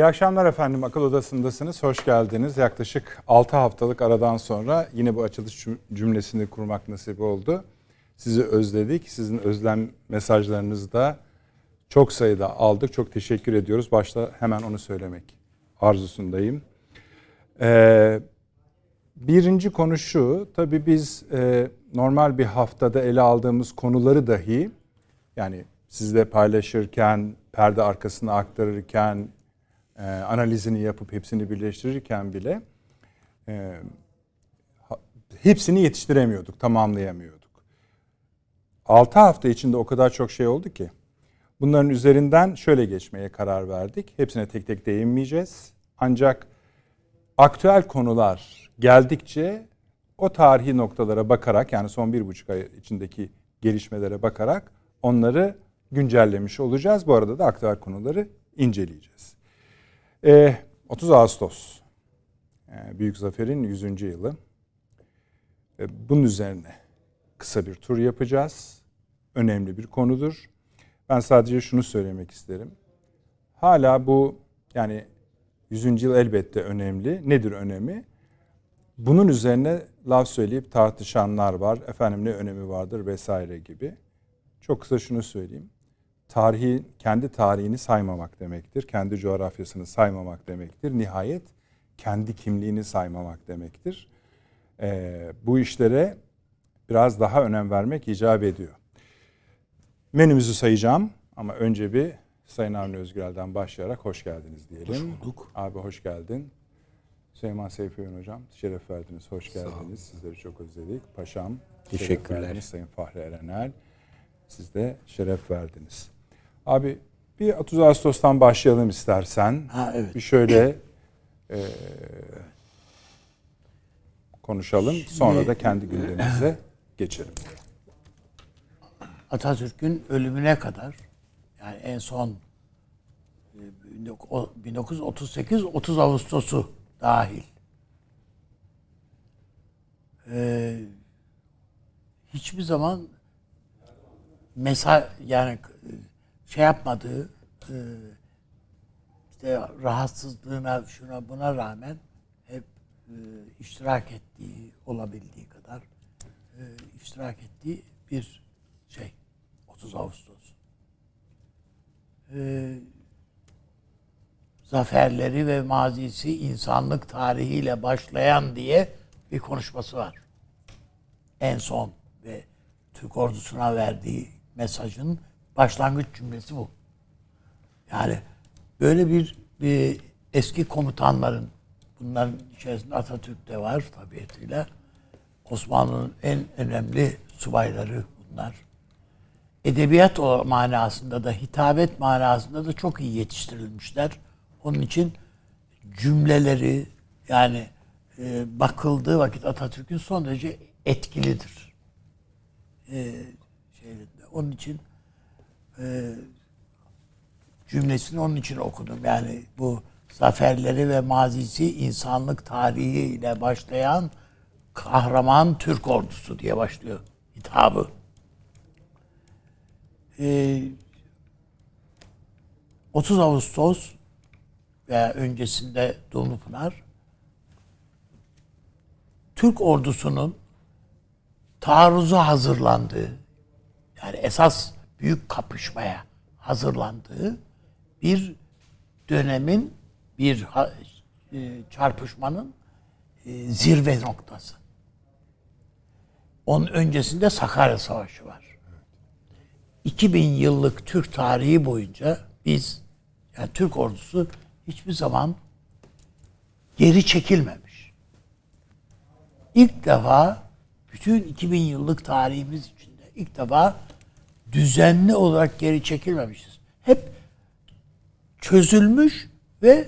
İyi akşamlar efendim. Akıl Odası'ndasınız. Hoş geldiniz. Yaklaşık 6 haftalık aradan sonra yine bu açılış cümlesini kurmak nasip oldu. Sizi özledik. Sizin özlem mesajlarınızı da çok sayıda aldık. Çok teşekkür ediyoruz. Başta hemen onu söylemek arzusundayım. Birinci konu şu. Tabii biz normal bir haftada ele aldığımız konuları dahi, yani sizle paylaşırken, perde arkasına aktarırken, analizini yapıp hepsini birleştirirken bile hepsini yetiştiremiyorduk, tamamlayamıyorduk. 6 hafta içinde o kadar çok şey oldu ki bunların üzerinden şöyle geçmeye karar verdik. Hepsine tek tek değinmeyeceğiz. Ancak aktüel konular geldikçe o tarihi noktalara bakarak, yani son 1,5 ay içindeki gelişmelere bakarak onları güncellemiş olacağız. Bu arada da aktüel konuları inceleyeceğiz. 30 Ağustos Büyük Zafer'in 100. yılı. Bunun üzerine kısa bir tur yapacağız. Önemli bir konudur. Ben sadece şunu söylemek isterim. Hala bu, yani 100. yıl elbette önemli. Nedir önemi? Bunun üzerine laf söyleyip tartışanlar var. Efendim ne önemi vardır vesaire gibi. Çok kısa şunu söyleyeyim. Kendi tarihini saymamak demektir. Kendi coğrafyasını saymamak demektir. Nihayet kendi kimliğini saymamak demektir. Bu işlere biraz daha önem vermek icap ediyor. Menümüzü sayacağım ama önce bir Sayın Avni Özgürel'den başlayarak hoş geldiniz diyelim. Hoş bulduk. Abi hoş geldin. Süleyman Seyfi Hocam şeref verdiniz, hoş geldiniz. Sizleri çok özledik. Paşam, teşekkürler. Sayın Fahri Erenel, siz de şeref verdiniz. Abi bir 30 Ağustos'tan başlayalım istersen. Evet. Bir şöyle konuşalım. Sonra da kendi gündemimize geçelim. Atatürk'ün ölümüne kadar, yani en son 1938 30 Ağustos'u dahil hiçbir zaman yani şey yapmadığı, işte rahatsızlığına, şuna buna rağmen hep iştirak ettiği, olabildiği kadar iştirak ettiği bir şey 30 Ağustos. Zaferleri ve mazisi insanlık tarihiyle başlayan diye bir konuşması var. En son ve Türk ordusuna verdiği mesajın başlangıç cümlesi bu. Yani böyle bir eski komutanların, bunların içerisinde Atatürk de var tabiatıyla. Osmanlı'nın en önemli subayları bunlar. Edebiyat manasında da, hitabet manasında da çok iyi yetiştirilmişler. Onun için cümleleri, yani bakıldığı vakit Atatürk'ün son derece etkilidir. Onun için cümlesini onun için okudum. Yani bu zaferleri ve mazisi insanlık tarihiyle başlayan kahraman Türk ordusu diye başlıyor hitabı. 30 Ağustos veya öncesinde Dumlupınar, Türk ordusunun taarruza hazırlandığı, yani esas büyük kapışmaya hazırlandığı bir dönemin, bir çarpışmanın zirve noktası. Onun öncesinde Sakarya Savaşı var. 2000 yıllık Türk tarihi boyunca biz, yani Türk ordusu hiçbir zaman geri çekilmemiş. İlk defa bütün 2000 yıllık tarihimiz içinde ilk defa düzenli olarak geri çekilmemişiz. Hep çözülmüş ve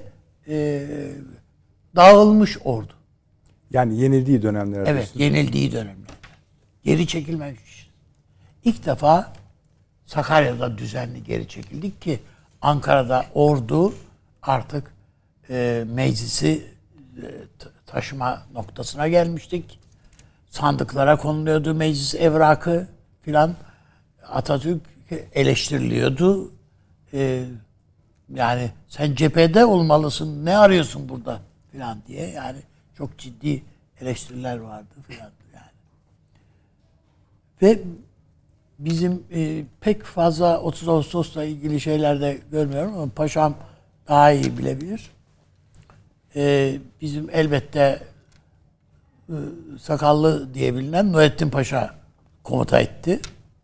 dağılmış ordu. Yani yenildiği dönemlerde. Evet, yenildiği dönemler. Geri çekilmemiş. İlk defa Sakarya'da düzenli geri çekildik ki Ankara'da ordu artık meclisi taşıma noktasına gelmiştik. Sandıklara konuluyordu meclis evrakı filan. Atatürk eleştiriliyordu. yani sen cephede olmalısın, ne arıyorsun burada filan diye, yani çok ciddi eleştiriler vardı filan yani. Ve bizim pek fazla 30 Ağustos'la ilgili şeylerde görmüyorum ama paşam daha iyi bilebilir. Bizim elbette sakallı diye bilinen Nurettin Paşa komuta etti.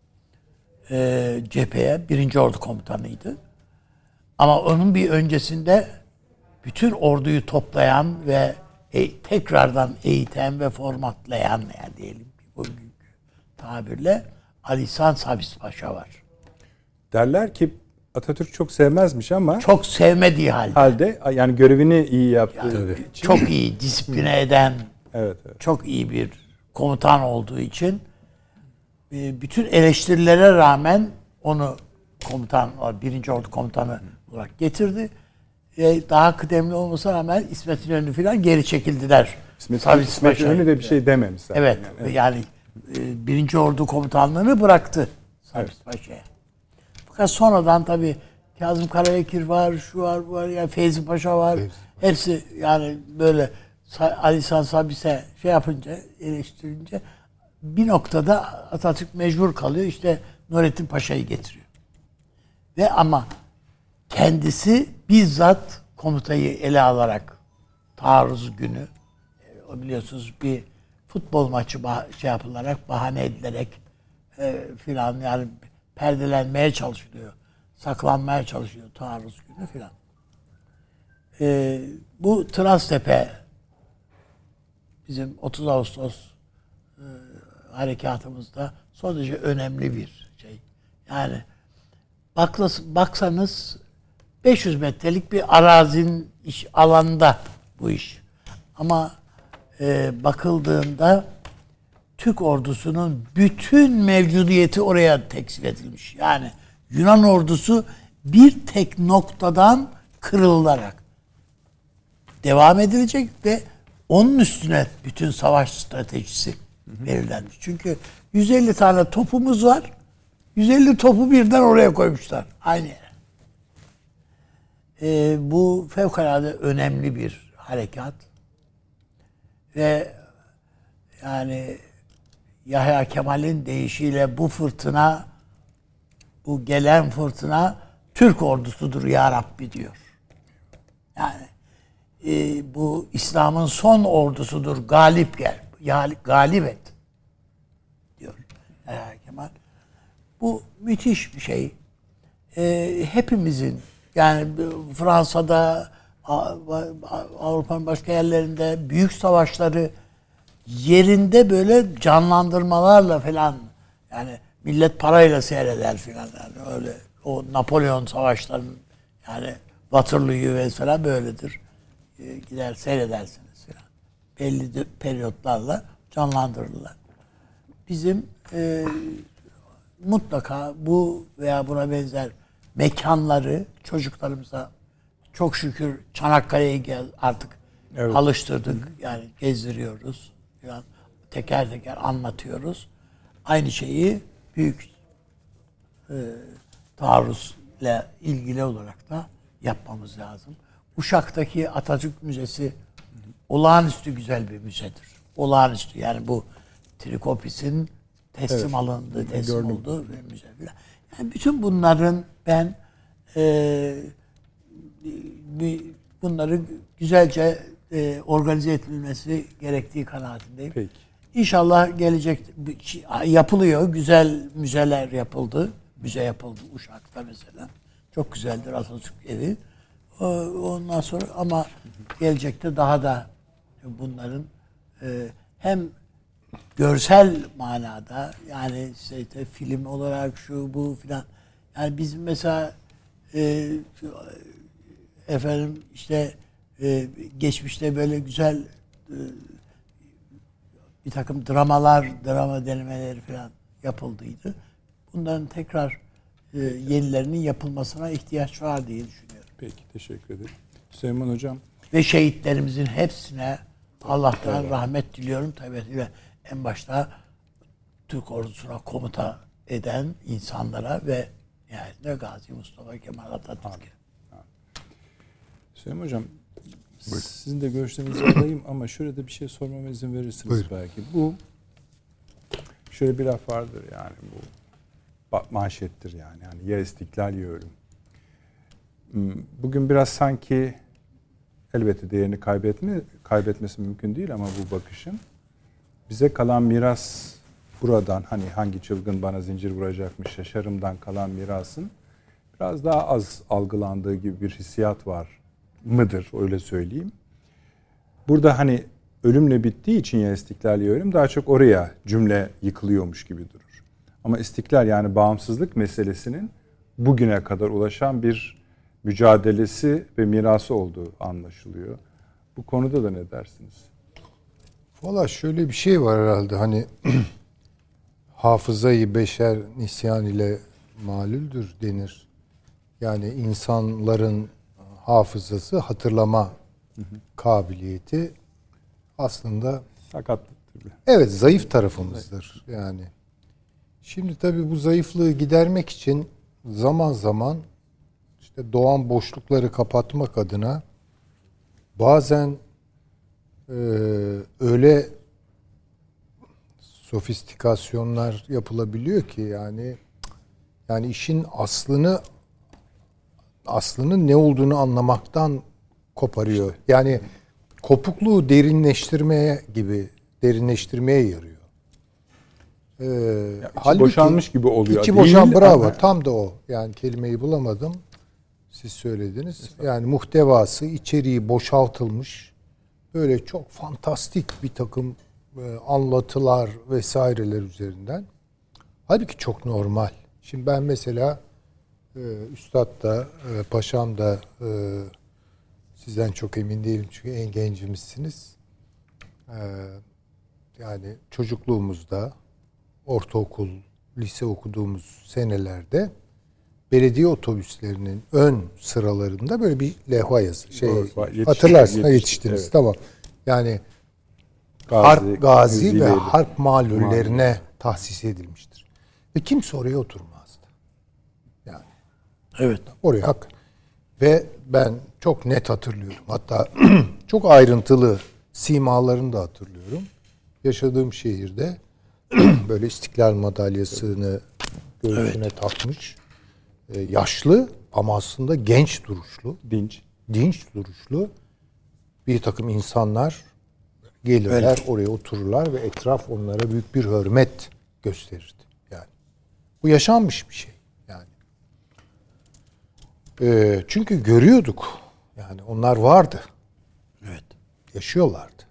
Cepheye 1. Ordu komutanıydı. Ama onun bir öncesinde bütün orduyu toplayan ve tekrardan eğiten ve formatlayan, yani diyelim bugünkü tabirle Ali İhsan Sabis Paşa var. Derler ki Atatürk çok sevmezmiş ama çok sevmediği halde yani görevini iyi yaptığı yani, çok iyi disipline eden, evet. çok iyi bir komutan olduğu için bütün eleştirilere rağmen onu komutan, 1. Ordu komutanı olarak getirdi. Daha kıdemli olmasına rağmen İsmet İnönü falan geri çekildiler. İsmet İnönü de bir şey dememiş zaten. Evet. Yani 1. Ordu komutanlığını bıraktı Sabis Paşa'ya. Fakat sonradan tabii Kazım Karabekir var, şu var, bu var, yani Feyzi Paşa var. Hepsi yani böyle Ali İhsan Sabis'e şey yapınca, eleştirince bir noktada Atatürk mecbur kalıyor. İşte Nurettin Paşa'yı getiriyor. Ve ama kendisi bizzat komutayı ele alarak taarruz günü, o biliyorsunuz bir futbol maçı şey yapılarak, bahane edilerek filan, yani perdelenmeye çalışılıyor. Saklanmaya çalışıyor taarruz günü filan. Bu Transtepe bizim 30 Ağustos harekatımızda son derece önemli bir şey. Yani baksanız 500 metrelik bir arazinin alanda bu iş. Ama bakıldığında Türk ordusunun bütün mevcudiyeti oraya teksif edilmiş. Yani Yunan ordusu bir tek noktadan kırılarak devam edilecek ve onun üstüne bütün savaş stratejisi belirlenmiş. Çünkü 150 tane topumuz var. 150 topu birden oraya koymuşlar. Aynı yere. Bu fevkalade önemli bir harekat. Ve yani Yahya Kemal'in deyişiyle bu fırtına, bu gelen fırtına Türk ordusudur ya Rabbi diyor. Yani bu İslam'ın son ordusudur, galip gel, galip et diyor Yahya Kemal. Bu müthiş bir şey. Hepimizin, yani Fransa'da, Avrupa'nın başka yerlerinde büyük savaşları yerinde böyle canlandırmalarla falan, yani millet parayla seyreder falan, yani öyle o Napolyon savaşlarının, yani Waterloo'yu mesela böyledir. Gider seyredersiniz falan. Belli periyotlarla canlandırırlar. Bizim mutlaka bu veya buna benzer mekanları çocuklarımıza çok şükür Çanakkale'yi artık alıştırdık. Yani gezdiriyoruz. Yani teker teker anlatıyoruz. Aynı şeyi büyük taarruzla ilgili olarak da yapmamız lazım. Uşak'taki Atatürk Müzesi olağanüstü güzel bir müzedir. Olağanüstü. Yani bu Trikopis'in teslim alındığı, teslim olduğu bir müze. Yani bütün bunların ben bunları güzelce organize edilmesi gerektiği kanaatindeyim. Peki. İnşallah gelecek yapılıyor. Güzel müzeler yapıldı. Müze yapıldı Uşak'ta mesela. Çok güzeldir Atatürk evi. Ondan sonra ama gelecekte daha da bunların hem görsel manada, yani işte film olarak şu bu filan, yani bizim mesela efendim işte geçmişte böyle güzel bir takım drama denemeleri falan yapıldıydı. Bunların tekrar yenilerinin yapılmasına ihtiyaç var diye düşünüyorum. Peki, teşekkür ederim. Süleyman Hocam. Ve şehitlerimizin hepsine Allah'tan rahmet diliyorum. Tabii en başta Türk ordusuna komuta eden insanlara ve nihayetinde Gazi Mustafa Kemal Atatürk'e. Süleyman Hocam, sizin de görüşlerinizi alayım ama şöyle de bir şey sormama izin verirsiniz. Buyurun. Belki. Bu şöyle bir laf vardır yani, bu manşettir yani. Yani ya istiklal ya ölüm. Bugün biraz sanki elbette değerini kaybetmesi mümkün değil ama bu bakışın bize kalan miras buradan, hani hangi çılgın bana zincir vuracakmış şaşarımdan kalan mirasın biraz daha az algılandığı gibi bir hissiyat var mıdır, öyle söyleyeyim. Burada hani ölümle bittiği için ya istiklal ya ölüm, daha çok oraya cümle yıkılıyormuş gibi durur. Ama istiklal yani bağımsızlık meselesinin bugüne kadar ulaşan bir mücadelesi ve mirası olduğu anlaşılıyor. Bu konuda da ne dersiniz? Valla şöyle bir şey var herhalde, hani hafızayı beşer nisyan ile malüldür denir. Yani insanların hafızası, hatırlama kabiliyeti aslında sakatlıktır. Evet, zayıf tarafımızdır yani. Şimdi tabii bu zayıflığı gidermek için zaman zaman işte doğan boşlukları kapatmak adına bazen öyle sofistikasyonlar yapılabiliyor ki yani işin aslının ne olduğunu anlamaktan koparıyor. İşte. Yani kopukluğu derinleştirmeye yarıyor. İçi boşalmış gibi oluyor. İçi boşan, bravo. Ama... Tam da o. Yani kelimeyi bulamadım. Siz söylediniz. Yani muhtevası, içeriği boşaltılmış. Böyle çok fantastik bir takım anlatılar vesaireler üzerinden. Halbuki çok normal. Şimdi ben mesela Üstad da, Paşam da sizden çok emin değilim çünkü en gencimizsiniz. Yani çocukluğumuzda, ortaokul, lise okuduğumuz senelerde belediye otobüslerinin ön sıralarında böyle bir levha yazı. Hatırlarsınız, yetiştiniz. Evet. Tamam. Yani Harp Gazi ve Harp malullerine tahsis edilmiştir. Ve kimse oraya oturmazdı. Yani. Evet. Oraya hak. Ve ben çok net hatırlıyorum. Hatta çok ayrıntılı simalarını da hatırlıyorum. Yaşadığım şehirde böyle İstiklal Madalyası'nı göğsüne takmış. Yaşlı ama aslında genç duruşlu. Dinç duruşlu bir takım insanlar gelirler, evet. Oraya otururlar ve etraf onlara büyük bir hürmet gösterirdi. Yani bu yaşanmış bir şey. Yani çünkü görüyorduk. Yani onlar vardı. Evet. Yaşıyorlardı.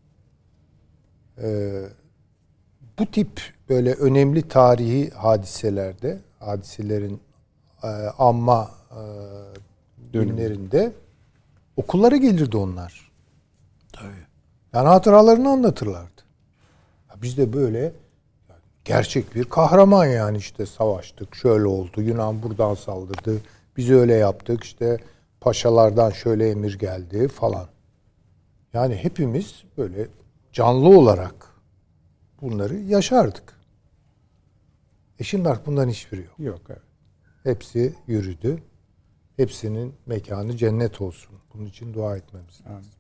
Bu tip böyle önemli tarihi hadiselerin anma günlerinde okullara gelirdi onlar. Tabii. Yani hatıralarını anlatırlardı. Biz de böyle gerçek bir kahraman, yani işte savaştık, şöyle oldu, Yunan buradan saldırdı, biz öyle yaptık, işte paşalardan şöyle emir geldi falan. Yani hepimiz böyle canlı olarak bunları yaşardık. Şimdi artık bunların hiçbiri yok. Yok, evet. Hepsi yürüdü. Hepsinin mekanı cennet olsun. Bunun için dua etmemiz lazım.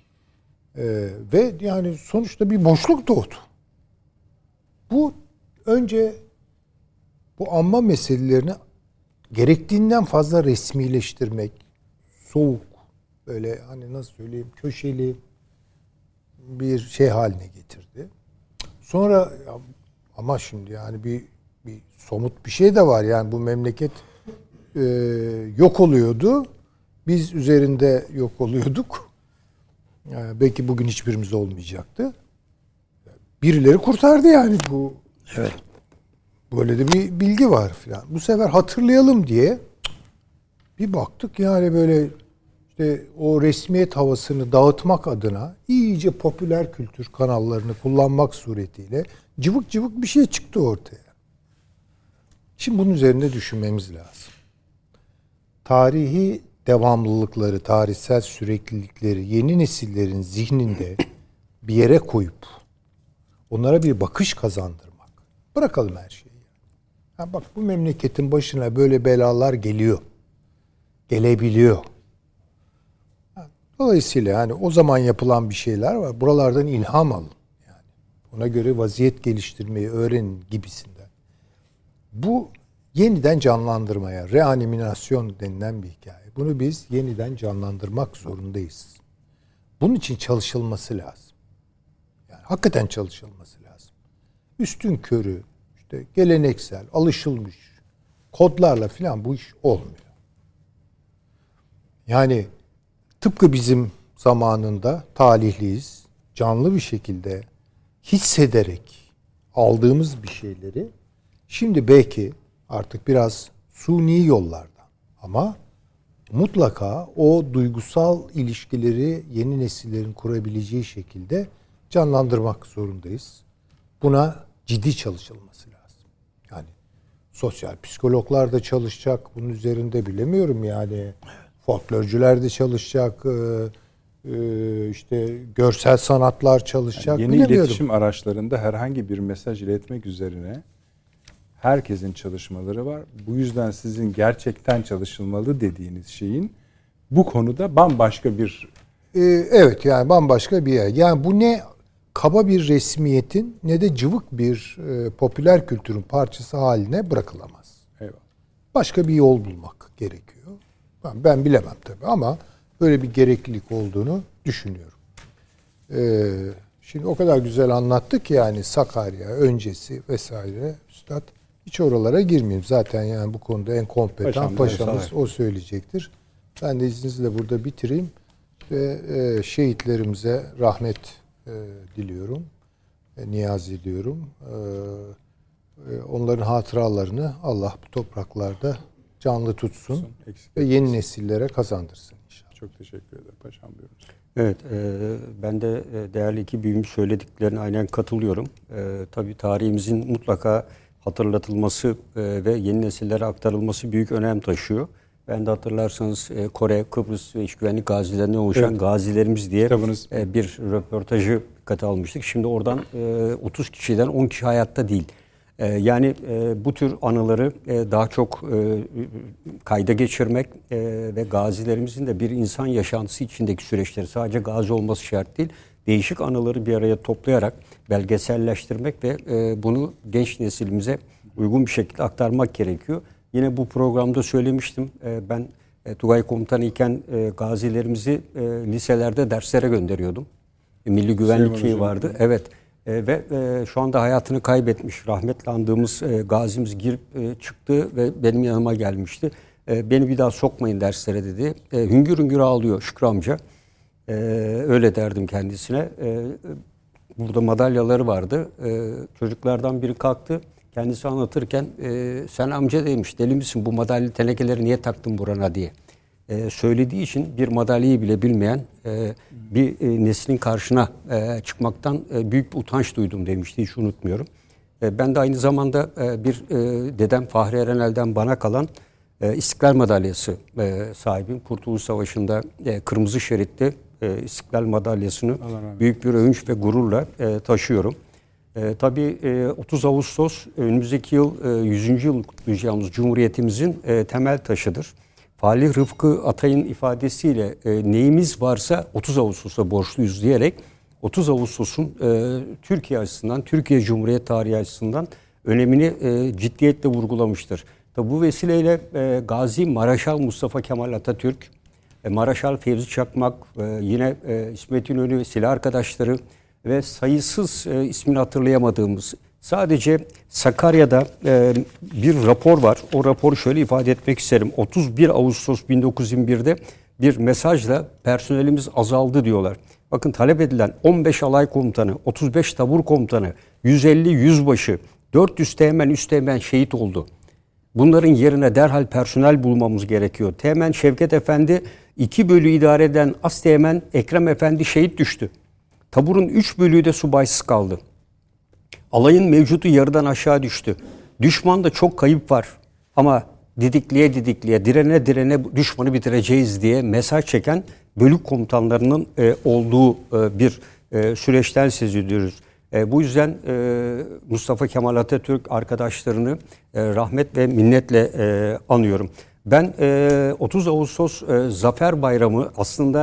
Ve yani sonuçta bir boşluk doğdu. Bu önce bu anma meselelerini gerektiğinden fazla resmileştirmek, soğuk, böyle hani nasıl söyleyeyim, köşeli bir şey haline getirdi. Sonra ama şimdi yani bir somut bir şey de var. Yani bu memleket yok oluyordu. Biz üzerinde yok oluyorduk. Belki bugün hiçbirimiz olmayacaktı. Birileri kurtardı yani bu. Evet. Böyle de bir bilgi var filan. Bu sefer hatırlayalım diye bir baktık yani böyle işte o resmiyet havasını dağıtmak adına iyice popüler kültür kanallarını kullanmak suretiyle cıvık cıvık bir şey çıktı ortaya. Şimdi bunun üzerinde düşünmemiz lazım. Tarihi devamlılıkları, tarihsel süreklilikleri yeni nesillerin zihninde bir yere koyup onlara bir bakış kazandırmak. Bırakalım her şeyi. Ha bak, bu memleketin başına böyle belalar geliyor. Gelebiliyor. Dolayısıyla yani o zaman yapılan bir şeyler var. Buralardan ilham alın. Yani ona göre vaziyet geliştirmeyi öğrenin gibisinden. Bu yeniden canlandırmaya, reanimasyon denilen bir hikaye. Bunu biz yeniden canlandırmak zorundayız. Bunun için çalışılması lazım. Yani hakikaten çalışılması lazım. Üstünkörü, işte geleneksel, alışılmış kodlarla falan bu iş olmuyor. Yani tıpkı bizim zamanında talihliyiz, canlı bir şekilde hissederek aldığımız bir şeyleri şimdi belki artık biraz suni yollardan ama mutlaka o duygusal ilişkileri yeni nesillerin kurabileceği şekilde canlandırmak zorundayız. Buna ciddi çalışılması lazım. Yani sosyal psikologlar da çalışacak. Bunun üzerinde bilemiyorum yani. Folklorcular da çalışacak. İşte görsel sanatlar çalışacak. Yani yeni iletişim araçlarında herhangi bir mesaj iletmek üzerine herkesin çalışmaları var. Bu yüzden sizin gerçekten çalışılmalı dediğiniz şeyin bu konuda bambaşka bir... Evet yani bambaşka bir yer. Yani bu ne kaba bir resmiyetin ne de cıvık bir popüler kültürün parçası haline bırakılamaz. Eyvallah. Başka bir yol bulmak gerekiyor. Ben bilemem tabii ama böyle bir gereklilik olduğunu düşünüyorum. Şimdi o kadar güzel anlattık ki yani Sakarya öncesi vesaire üstad. Hiç oralara girmeyeyim. Zaten yani bu konuda en kompetan paşamız o söyleyecektir. Ben de izninizle burada bitireyim ve şehitlerimize rahmet diliyorum. Niyaz ediyorum. Onların hatıralarını Allah bu topraklarda canlı tutsun ve yeni nesillere kazandırsın inşallah. Çok teşekkür ederim. Paşam buyurunuz. Evet, ben de değerli iki büyüğümüz söylediklerine aynen katılıyorum. Tabii tarihimizin mutlaka hatırlatılması ve yeni nesillere aktarılması büyük önem taşıyor. Ben de hatırlarsanız Kore, Kıbrıs ve İç Güvenlik Gazilerinden oluşan Gazilerimiz diye bir röportajı dikkate almıştık. Şimdi oradan 30 kişiden 10 kişi hayatta değil. Yani bu tür anıları daha çok kayda geçirmek ve gazilerimizin de bir insan yaşantısı içindeki süreçleri sadece gazi olması şart değil. Değişik anıları bir araya toplayarak belgeselleştirmek ve bunu genç nesilimize uygun bir şekilde aktarmak gerekiyor. Yine bu programda söylemiştim. Ben Tugay Komutanı iken gazilerimizi liselerde derslere gönderiyordum. Milli güvenlik şeyi vardı. Evet. Ve şu anda hayatını kaybetmiş, rahmetli andığımız gazimiz girip çıktı ve benim yanıma gelmişti. Beni bir daha sokmayın derslere dedi. Hüngür hüngür ağlıyor Şükrü amca. Öyle derdim kendisine. Burada madalyaları vardı. Çocuklardan biri kalktı. Kendisi anlatırken sen amca demiş, deli misin bu madalya tenekeleri niye taktın burana diye. Söylediği için bir madalyayı bile bilmeyen bir neslin karşına çıkmaktan büyük bir utanç duydum demişti. Hiç unutmuyorum. Ben de aynı zamanda bir dedem Fahri Erenel'den bana kalan İstiklal Madalyası sahibim. Kurtuluş Savaşı'nda kırmızı şeritli İstiklal Madalyası'nı büyük bir övünç ve gururla taşıyorum. Tabii 30 Ağustos önümüzdeki yıl 100. yıl kutlayacağımız Cumhuriyetimizin temel taşıdır. Falih Rıfkı Atay'ın ifadesiyle neyimiz varsa 30 Ağustos'a borçluyuz diyerek 30 Ağustos'un Türkiye açısından, Türkiye Cumhuriyet tarihi açısından önemini ciddiyetle vurgulamıştır. Tabi bu vesileyle Gazi Maraşal Mustafa Kemal Atatürk, Maraşal Fevzi Çakmak, yine İsmet İnönü ve silah arkadaşları ve sayısız ismini hatırlayamadığımız sadece Sakarya'da bir rapor var. O raporu şöyle ifade etmek isterim. 31 Ağustos 1921'de bir mesajla personelimiz azaldı diyorlar. Bakın talep edilen 15 alay komutanı, 35 tabur komutanı, 150 yüzbaşı, 400 teğmen, üsteğmen şehit oldu. Bunların yerine derhal personel bulmamız gerekiyor. Teğmen Şevket Efendi 2 bölü idare eden Asteğmen Ekrem Efendi şehit düştü. Taburun 3 bölüğü de subaysız kaldı. Alayın mevcudu yarıdan aşağı düştü. Düşmanda çok kayıp var ama didikliye didikliye, direne direne düşmanı bitireceğiz diye mesaj çeken bölük komutanlarının olduğu bir süreçten söz ediyoruz. Bu yüzden Mustafa Kemal Atatürk arkadaşlarını rahmet ve minnetle anıyorum. Ben 30 Ağustos Zafer Bayramı aslında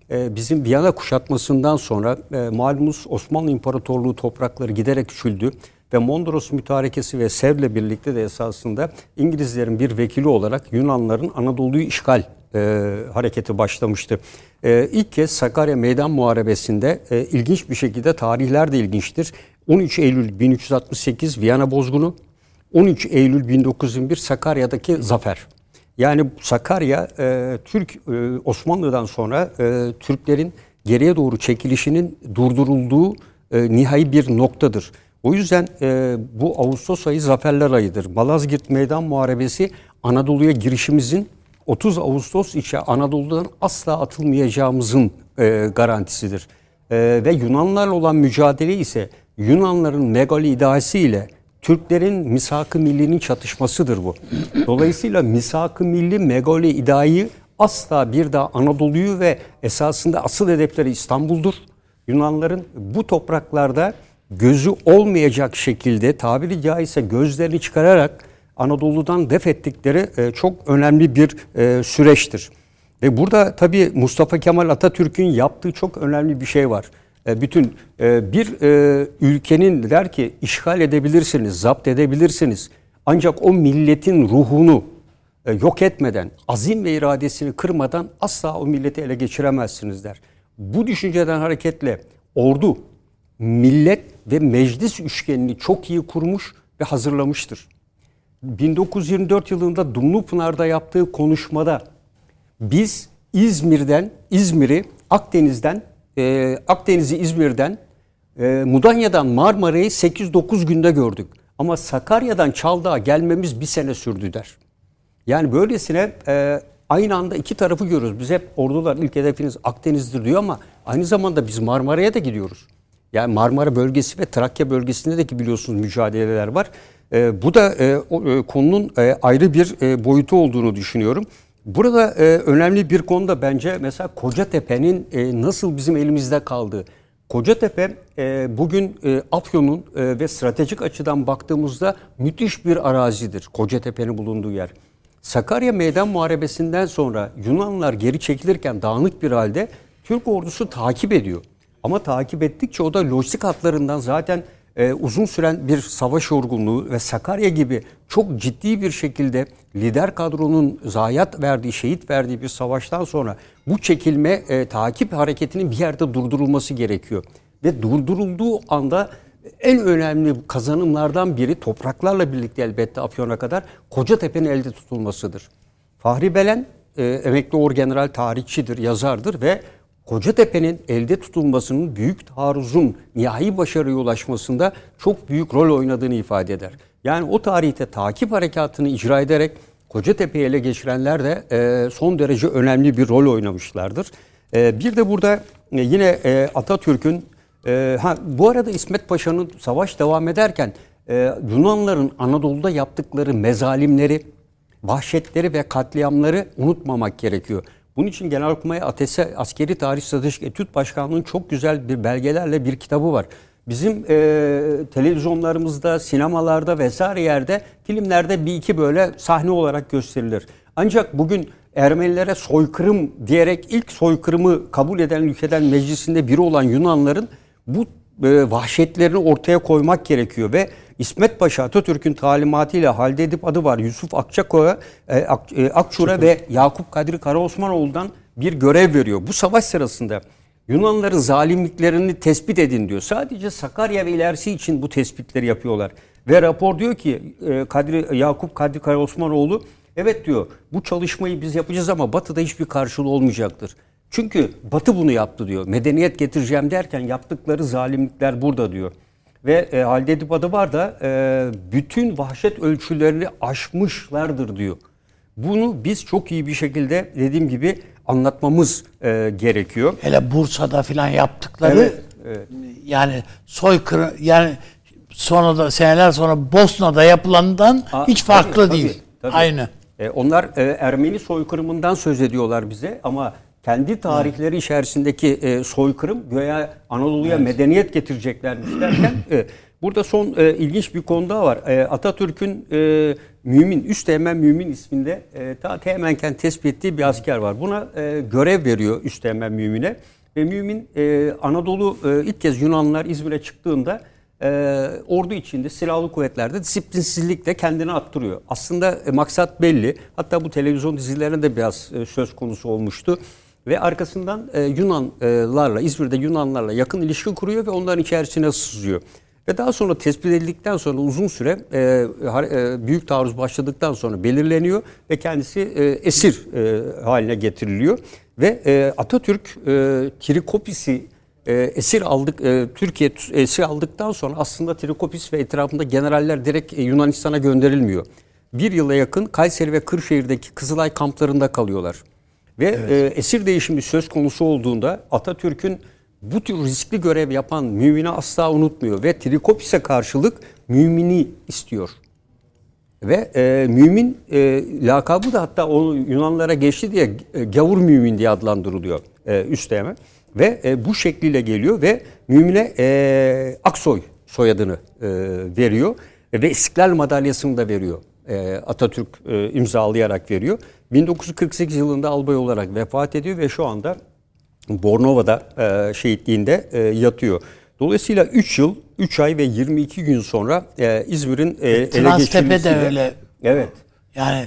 bizim Viyana kuşatmasından sonra malumunuz Osmanlı İmparatorluğu toprakları giderek küçüldü ve Mondros Mütarekesi ve Sevr'le birlikte de esasında İngilizlerin bir vekili olarak Yunanların Anadolu'yu işgal hareketi başlamıştı. İlk kez Sakarya Meydan Muharebesi'nde ilginç bir şekilde, tarihler de ilginçtir. 13 Eylül 1368 Viyana bozgunu, 13 Eylül 1921 Sakarya'daki zafer. Yani Sakarya Osmanlı'dan sonra Türklerin geriye doğru çekilişinin durdurulduğu nihai bir noktadır. O yüzden bu Ağustos ayı zaferler ayıdır. Malazgirt Meydan Muharebesi Anadolu'ya girişimizin, 30 Ağustos içe Anadolu'dan asla atılmayacağımızın garantisidir. Ve Yunanlarla olan mücadele ise Yunanların megali iddiası ile Türklerin misak-ı millinin çatışmasıdır bu. Dolayısıyla misak-ı milli megali iddiayı asla bir daha Anadolu'yu ve esasında asıl hedefleri İstanbul'dur. Yunanların bu topraklarda gözü olmayacak şekilde, tabiri caizse gözlerini çıkararak Anadolu'dan def ettikleri çok önemli bir süreçtir. Ve burada tabii Mustafa Kemal Atatürk'ün yaptığı çok önemli bir şey var. Bütün bir ülkenin der ki işgal edebilirsiniz, zapt edebilirsiniz. Ancak o milletin ruhunu yok etmeden, azim ve iradesini kırmadan asla o milleti ele geçiremezsiniz der. Bu düşünceden hareketle ordu, millet ve meclis üçgenini çok iyi kurmuş ve hazırlamıştır. 1924 yılında Dumlupınar'da yaptığı konuşmada biz İzmir'i Akdeniz'i İzmir'den, Mudanya'dan Marmara'yı 8-9 günde gördük. Ama Sakarya'dan Çaldağ'a gelmemiz bir sene sürdü der. Yani böylesine aynı anda iki tarafı görüyoruz. Biz hep ordular ilk hedefiniz Akdeniz'dir diyor ama aynı zamanda biz Marmara'ya da gidiyoruz. Yani Marmara bölgesi ve Trakya bölgesinde de biliyorsunuz mücadeleler var. Bu da konunun ayrı bir boyutu olduğunu düşünüyorum. Burada önemli bir konu da bence mesela Kocatepe'nin nasıl bizim elimizde kaldığı. Kocatepe bugün Afyon'un ve stratejik açıdan baktığımızda müthiş bir arazidir. Kocatepe'nin bulunduğu yer. Sakarya Meydan Muharebesi'nden sonra Yunanlılar geri çekilirken dağınık bir halde Türk ordusu takip ediyor. Ama takip ettikçe o da lojistik hatlarından zaten uzun süren bir savaş yorgunluğu ve Sakarya gibi çok ciddi bir şekilde lider kadronun zayiat verdiği, şehit verdiği bir savaştan sonra bu çekilme takip hareketinin bir yerde durdurulması gerekiyor. Ve durdurulduğu anda en önemli kazanımlardan biri topraklarla birlikte elbette Afyon'a kadar Kocatepe'nin elde tutulmasıdır. Fahri Belen emekli orgeneral tarihçidir, yazardır ve Kocatepe'nin elde tutulmasının büyük taarruzun nihai başarıya ulaşmasında çok büyük rol oynadığını ifade eder. Yani o tarihte takip harekatını icra ederek Kocatepe'yi ele geçirenler de son derece önemli bir rol oynamışlardır. Bir de burada yine Atatürk'ün, bu arada İsmet Paşa'nın savaş devam ederken Yunanların Anadolu'da yaptıkları mezalimleri, vahşetleri ve katliamları unutmamak gerekiyor. Bunun için Genelkurmay ATES'e Askeri Tarih Stratejik Etüt Başkanlığı'nın çok güzel bir belgelerle bir kitabı var. Bizim televizyonlarımızda, sinemalarda vesaire yerde, filmlerde bir iki böyle sahne olarak gösterilir. Ancak bugün Ermenilere soykırım diyerek ilk soykırımı kabul eden ülkeden meclisinde biri olan Yunanların bu vahşetlerini ortaya koymak gerekiyor ve İsmet Paşa Atatürk'ün talimatıyla Halide Edip adı var Yusuf Akçur'a ve Yakup Kadri Karaosmanoğlu'dan bir görev veriyor. Bu savaş sırasında Yunanların zalimliklerini tespit edin diyor. Sadece Sakarya ve ilerisi için bu tespitleri yapıyorlar. Ve rapor diyor ki Yakup Kadri Karaosmanoğlu, evet diyor, bu çalışmayı biz yapacağız ama Batı'da hiçbir karşılığı olmayacaktır. Çünkü Batı bunu yaptı diyor. Medeniyet getireceğim derken yaptıkları zalimlikler burada diyor. Ve Halide Edip adı var da bütün vahşet ölçülerini aşmışlardır diyor. Bunu biz çok iyi bir şekilde dediğim gibi anlatmamız gerekiyor. Hele Bursa'da falan yaptıkları evet. Yani soykırım, yani sonra da seneler sonra Bosna'da yapılandan hiç farklı değil. Tabii. Aynı. Onlar Ermeni soykırımından söz ediyorlar bize ama kendi tarihleri içerisindeki soykırım göya Anadolu'ya medeniyet getireceklermiş derken Burada son ilginç bir konu daha var. Atatürk'ün mümin, Üsteğmen Mümin isminde ta Teğmenken tespit ettiği bir asker var. Buna görev veriyor Üsteğmen Mümin'e. Ve Mümin Anadolu ilk kez Yunanlılar İzmir'e çıktığında ordu içinde, silahlı kuvvetlerde disiplinsizlikle kendini attırıyor. Aslında maksat belli. Hatta bu televizyon dizilerinde de biraz söz konusu olmuştu. Ve arkasından Yunanlarla, İzmir'de Yunanlarla yakın ilişki kuruyor ve onların içerisine sızıyor. Ve daha sonra tespit edildikten sonra uzun süre büyük taarruz başladıktan sonra belirleniyor ve kendisi esir haline getiriliyor. Ve Atatürk Trikopis'i esir aldık, Türkiye esir aldıktan sonra aslında Trikopis ve etrafında generaller direkt Yunanistan'a gönderilmiyor. Bir yıla yakın Kayseri ve Kırşehir'deki Kızılay kamplarında kalıyorlar. Ve esir değişimi söz konusu olduğunda Atatürk'ün bu tür riskli görev yapan Mümin'i asla unutmuyor ve Trikopis'e karşılık Mümin'i istiyor. Ve Mümin lakabı da hatta o Yunanlara geçti diye Gavur Mümin diye adlandırılıyor Üsteğmen. Ve bu şekliyle geliyor ve Mümin'e Aksoy soyadını veriyor ve İstiklal Madalyası'nı da veriyor. Atatürk imzalayarak veriyor. 1948 yılında albay olarak vefat ediyor ve şu anda Bornova'da şehitliğinde yatıyor. Dolayısıyla 3 yıl, 3 ay ve 22 gün sonra İzmir'in ele geçirilmesiyle... Transtepe de öyle. Evet. Yani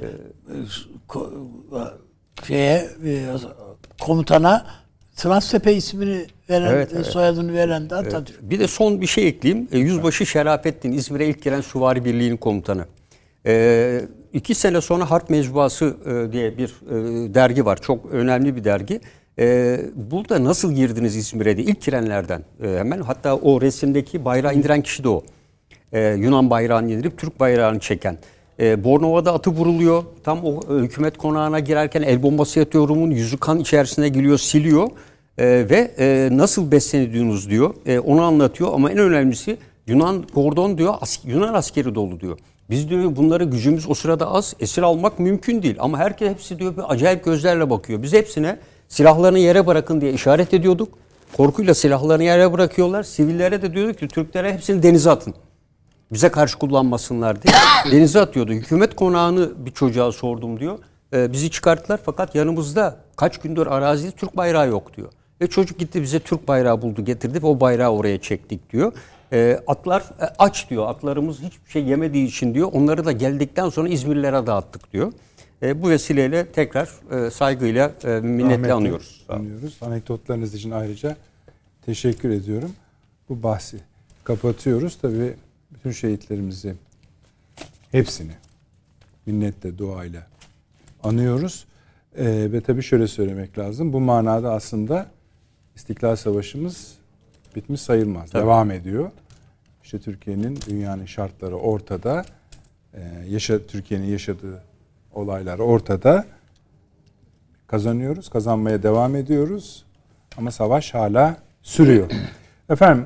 komutana Transtepe ismini veren, soyadını veren de Atatürk. Bir de son bir şey ekleyeyim. Yüzbaşı Şerafettin, İzmir'e ilk giren Süvari Birliği'nin komutanı. 2 sene sonra Harp Mecmuası diye bir dergi var. Çok önemli bir dergi. Burada nasıl girdiniz İzmir'e diye ilk girenlerden hemen. Hatta o resimdeki bayrağı indiren kişi de o. Yunan bayrağını indirip Türk bayrağını çeken. Bornova'da atı vuruluyor. Tam o hükümet konağına girerken el bombası yatıyor Rum'un. Yüzü kan içerisine giriyor, siliyor. Ve nasıl besleniyorsunuz diyor. Onu anlatıyor ama en önemlisi Yunan kordon diyor, Yunan askeri dolu diyor. Biz diyor bunları gücümüz o sırada az, esir almak mümkün değil. Ama hepsi diyor bir acayip gözlerle bakıyor. Biz hepsine silahlarını yere bırakın diye işaret ediyorduk. Korkuyla silahlarını yere bırakıyorlar. Sivillere de diyorduk ki Türklere hepsini denize atın. Bize karşı kullanmasınlar diye. Denize atıyordu. Hükümet konağını bir çocuğa sordum diyor. Bizi çıkarttılar fakat yanımızda kaç gündür arazide Türk bayrağı yok diyor. Ve çocuk gitti bize Türk bayrağı buldu getirdi ve o bayrağı oraya çektik diyor. Atlar aç diyor. Atlarımız hiçbir şey yemediği için diyor. Onları da geldikten sonra İzmirlilere dağıttık diyor. Bu vesileyle tekrar saygıyla, minnetle anıyoruz. Anekdotlarınız için ayrıca teşekkür ediyorum. Bu bahsi kapatıyoruz. Tabii bütün şehitlerimizi hepsini minnetle, duayla anıyoruz. Ve tabii şöyle söylemek lazım. Bu manada aslında İstiklal Savaşımız bitmiş sayılmaz. Tabii. Devam ediyor. İşte Türkiye'nin, dünyanın şartları ortada. Türkiye'nin yaşadığı olaylar ortada. Kazanıyoruz, kazanmaya devam ediyoruz. Ama savaş hala sürüyor. Efendim,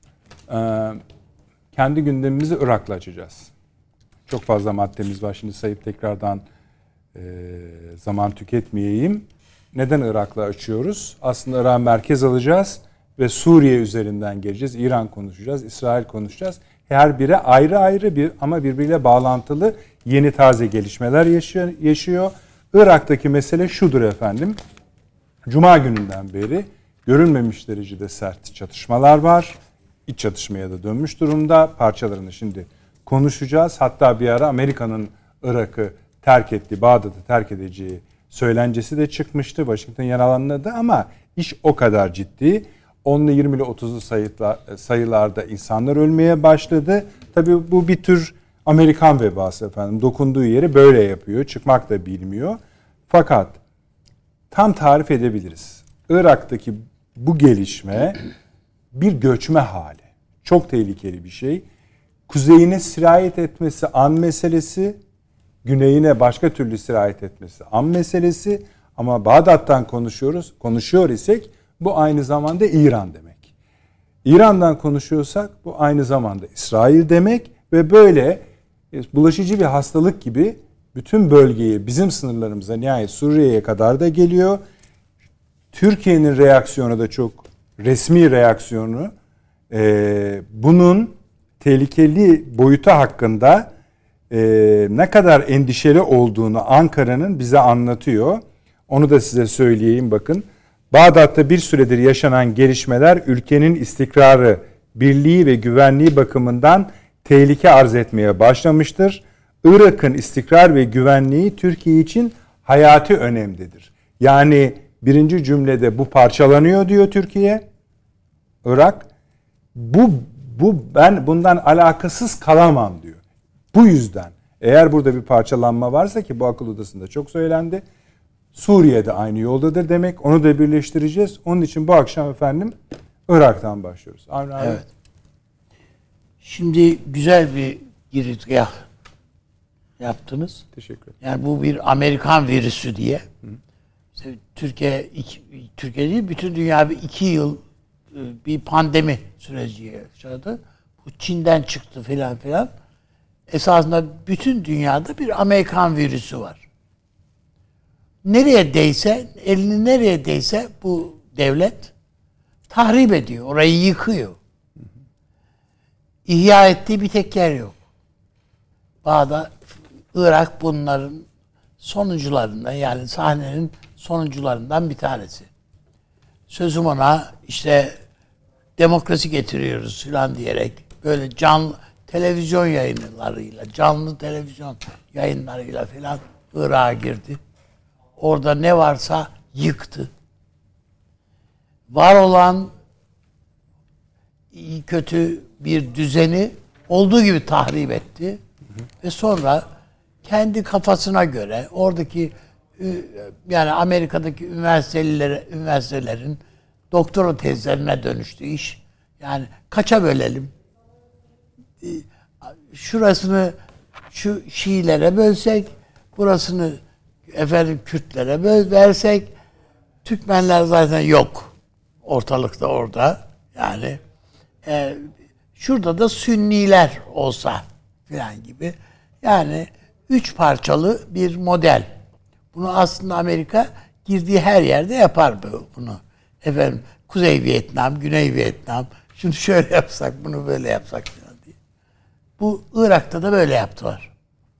kendi gündemimizi Irak'la açacağız. Çok fazla maddemiz var. Şimdi sayıp tekrardan zaman tüketmeyeyim. Neden Irak'la açıyoruz? Aslında Irak'ı merkez alacağız ve Suriye üzerinden geleceğiz. İran konuşacağız, İsrail konuşacağız. Her biri ayrı ayrı ama birbiriyle bağlantılı yeni taze gelişmeler yaşıyor. Irak'taki mesele şudur efendim. Cuma gününden beri görülmemiş derecede sert çatışmalar var. İç çatışmaya da dönmüş durumda. Parçalarını şimdi konuşacağız. Hatta bir ara Amerika'nın Irak'ı terk ettiği, Bağdat'ı terk edeceği söylencesi de çıkmıştı. Washington yaralandı ama iş o kadar ciddi. 10'lu 20'li 30'lu sayılarda insanlar ölmeye başladı. Tabii bu bir tür Amerikan vebası efendim. Dokunduğu yeri böyle yapıyor. Çıkmak da bilmiyor. Fakat tam tarif edebiliriz. Irak'taki bu gelişme bir göçme hali. Çok tehlikeli bir şey. Kuzeyine sirayet etmesi an meselesi, güneyine başka türlü sirayet etmesi an meselesi. Ama Bağdat'tan konuşuyor isek bu aynı zamanda İran demek. İran'dan konuşuyorsak bu aynı zamanda İsrail demek ve böyle bulaşıcı bir hastalık gibi bütün bölgeyi bizim sınırlarımıza nihayet Suriye'ye kadar da geliyor. Türkiye'nin reaksiyonu da çok resmi reaksiyonu bunun tehlikeli boyutu hakkında ne kadar endişeli olduğunu Ankara'nın bize anlatıyor. Onu da size söyleyeyim bakın. Bağdat'ta bir süredir yaşanan gelişmeler ülkenin istikrarı, birliği ve güvenliği bakımından tehlike arz etmeye başlamıştır. Irak'ın istikrar ve güvenliği Türkiye için hayati önemlidir. Yani birinci cümlede bu parçalanıyor diyor Türkiye, Irak. Ben bundan alakasız kalamam diyor. Bu yüzden eğer burada bir parçalanma varsa ki bu akıl odasında çok söylendi. Suriye'de aynı yoldadır demek. Onu da birleştireceğiz. Onun için bu akşam efendim Irak'tan başlıyoruz. Avni abi. Evet. Şimdi güzel bir girizgah yaptınız. Teşekkür ederim. Yani bu bir Amerikan virüsü diye. İşte Türkiye değil, bütün dünya 2 yıl bir pandemi süreci yaşadı. Bu Çin'den çıktı filan. Esasında bütün dünyada bir Amerikan virüsü var. Elini nereye değse bu devlet tahrip ediyor. Orayı yıkıyor. İhya ettiği bir tek yer yok. Bağdat, Irak bunların sonuncularından, yani sahnenin sonuncularından bir tanesi. Sözüm ona işte demokrasi getiriyoruz filan diyerek böyle canlı televizyon yayınlarıyla, canlı televizyon yayınlarıyla filan Irak'a girdi. Orada ne varsa yıktı. Var olan iyi kötü bir düzeni olduğu gibi tahrip etti. Ve sonra kendi kafasına göre oradaki yani Amerika'daki üniversitelerin doktora tezlerine dönüştü iş. Yani kaça bölelim? Şurasını şu Şiilere bölsek, burasını Kürtlere versek, Türkmenler zaten yok ortalıkta orada. Yani şurada da Sünniler olsa filan gibi. Yani 3 parçalı bir model. Bunu aslında Amerika girdiği her yerde yapar bunu. Kuzey Vietnam, Güney Vietnam, şunu şöyle yapsak, bunu böyle yapsak filan diye. Bu Irak'ta da böyle yaptılar.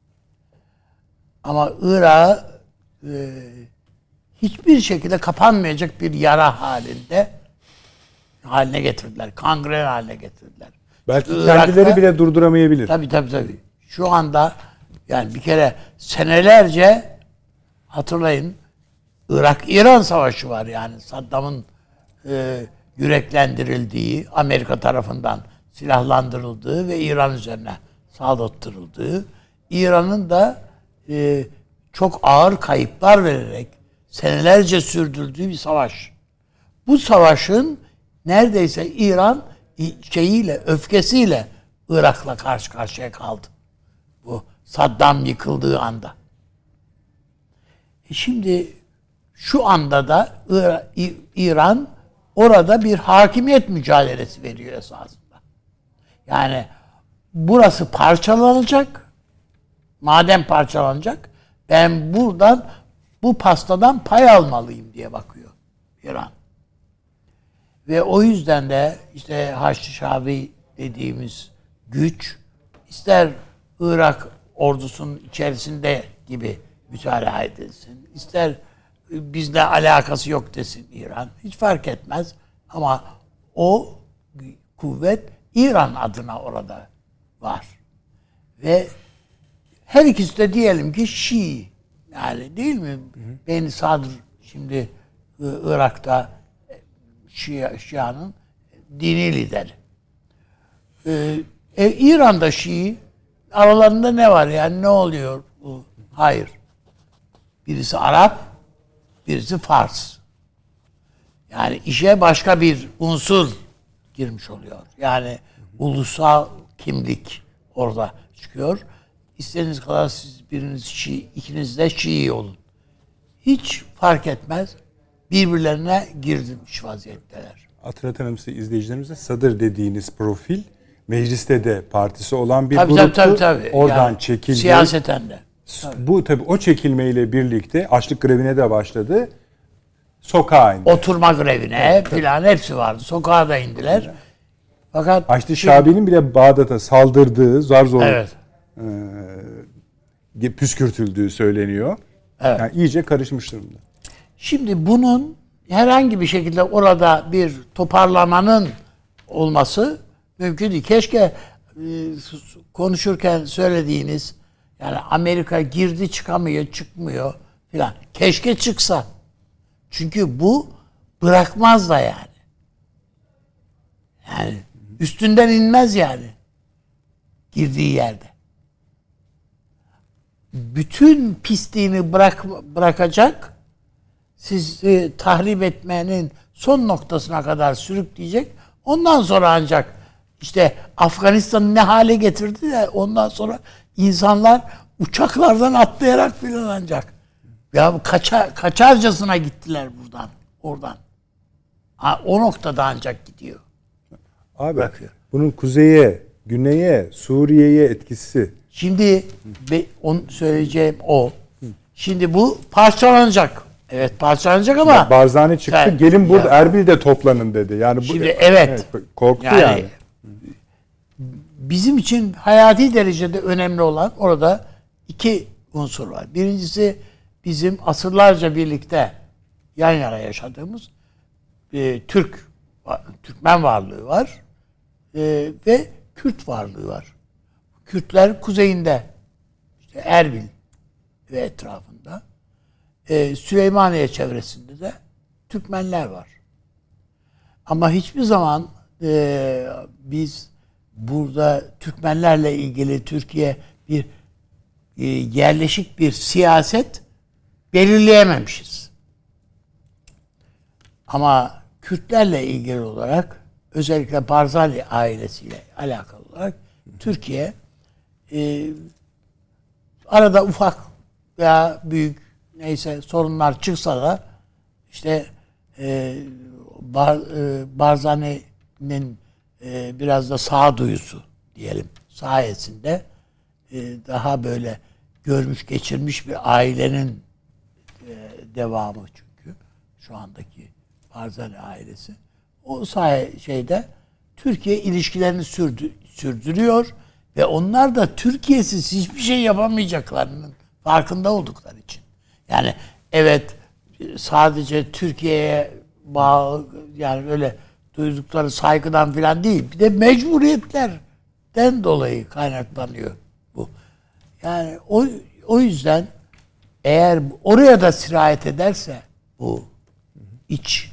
Ama Irak'ı hiçbir şekilde kapanmayacak bir yara haline getirdiler. Kangren haline getirdiler. Belki kendileri bile durduramayabilir. Tabii. Şu anda yani bir kere senelerce hatırlayın Irak-İran savaşı var yani Saddam'ın yüreklendirildiği, Amerika tarafından silahlandırıldığı ve İran üzerine saldırtırıldığı, İran'ın da çok ağır kayıplar vererek senelerce sürdürdüğü bir savaş. Bu savaşın neredeyse İran öfkesiyle Irak'la karşı karşıya kaldı. Bu Saddam yıkıldığı anda. Şimdi şu anda da İran orada bir hakimiyet mücadelesi veriyor esasında. Yani burası parçalanacak. Madem parçalanacak, ben bu pastadan pay almalıyım diye bakıyor İran. Ve o yüzden de işte Haçlı Şabi dediğimiz güç ister Irak ordusunun içerisinde gibi mütalaa edilsin, ister bizle alakası yok desin İran. Hiç fark etmez. Ama o kuvvet İran adına orada var. Ve her ikisi de diyelim ki Şii. Yani değil mi? Beni Sadr şimdi Irak'ta Şia'nın dini lideri. İran'da Şii. Aralarında ne var yani? Ne oluyor bu? Hayır. Birisi Arap, birisi Fars. Yani işe başka bir unsur girmiş oluyor. Yani ulusal kimlik orada çıkıyor. İstediğiniz kadar siz biriniz Şii, ikiniz de Şii olun. Hiç fark etmez. Birbirlerine girmiş vaziyetteler. Hatırlatalım size izleyicilerimize, Sadr dediğiniz profil mecliste de partisi olan bir gruptu. Tabii. Oradan yani, çekildi. Siyaseten de. Tabii. Bu tabii o çekilmeyle birlikte açlık grevine de başladı. Sokağa indi. Oturma grevine filan hepsi vardı. Sokağa da indiler. Fakat Haçlı Şabi'nin bile Bağdat'a saldırdığı, zar zor evet. püskürtüldüğü söyleniyor. Evet. Yani iyice karışmış durumda. Şimdi bunun herhangi bir şekilde orada bir toparlamanın olması mümkün değil. Keşke konuşurken söylediğiniz, yani Amerika girdi çıkamıyor, çıkmıyor filan. Keşke çıksa. Çünkü bu bırakmaz da yani. Yani üstünden inmez yani. Girdiği yerde. Bütün pisliğini bırakacak, sizi tahrip etmenin son noktasına kadar sürükleyecek. Ondan sonra ancak işte Afganistan'ı ne hale getirdi de ondan sonra insanlar uçaklardan atlayarak filan ancak. Ya kaçarcasına gittiler oradan. O noktada ancak gidiyor. Abi Bırakıyor. bunun kuzeye, güneye, Suriye'ye etkisi. Şimdi onu söyleyeceğim o. Şimdi bu parçalanacak. Evet parçalanacak ama Barzani çıktı. Gelin burada Erbil'de toplanın dedi. Yani bu, şimdi evet. korktu yani. Bizim için hayati derecede önemli olan orada iki unsur var. Birincisi bizim asırlarca birlikte yan yana yaşadığımız Türkmen varlığı var ve Kürt varlığı var. Kürtler kuzeyinde, işte Erbil ve etrafında, Süleymaniye çevresinde de Türkmenler var. Ama hiçbir zaman biz burada Türkmenlerle ilgili Türkiye bir yerleşik bir siyaset belirleyememişiz. Ama Kürtlerle ilgili olarak özellikle Barzani ailesiyle alakalı olarak Türkiye arada ufak veya büyük neyse sorunlar çıksa da işte Barzani'nin biraz da sağduyusu diyelim sayesinde daha böyle görmüş geçirmiş bir ailenin devamı çünkü şu andaki Barzani ailesi. O şeyde Türkiye ilişkilerini sürdürüyor ve onlar da Türkiye'siz hiçbir şey yapamayacaklarının farkında oldukları için. Yani evet sadece Türkiye'ye bağlı yani öyle duydukları saygıdan falan değil. Bir de mecburiyetlerden dolayı kaynaklanıyor bu. Yani o yüzden eğer oraya da sirayet ederse bu iç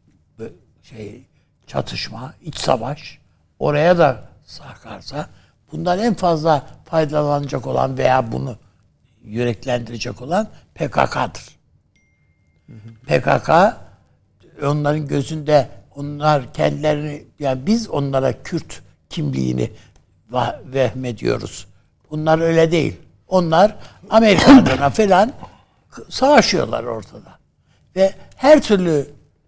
çatışma, iç savaş oraya da sarkarsa bundan en fazla faydalanacak olan veya bunu yüreklendirecek olan PKK'dır. PKK onların gözünde onlar kendilerini yani biz onlara Kürt kimliğini vehmediyoruz. Bunlar öyle değil. Onlar Amerika'dan falan savaşıyorlar ortada. Ve her türlü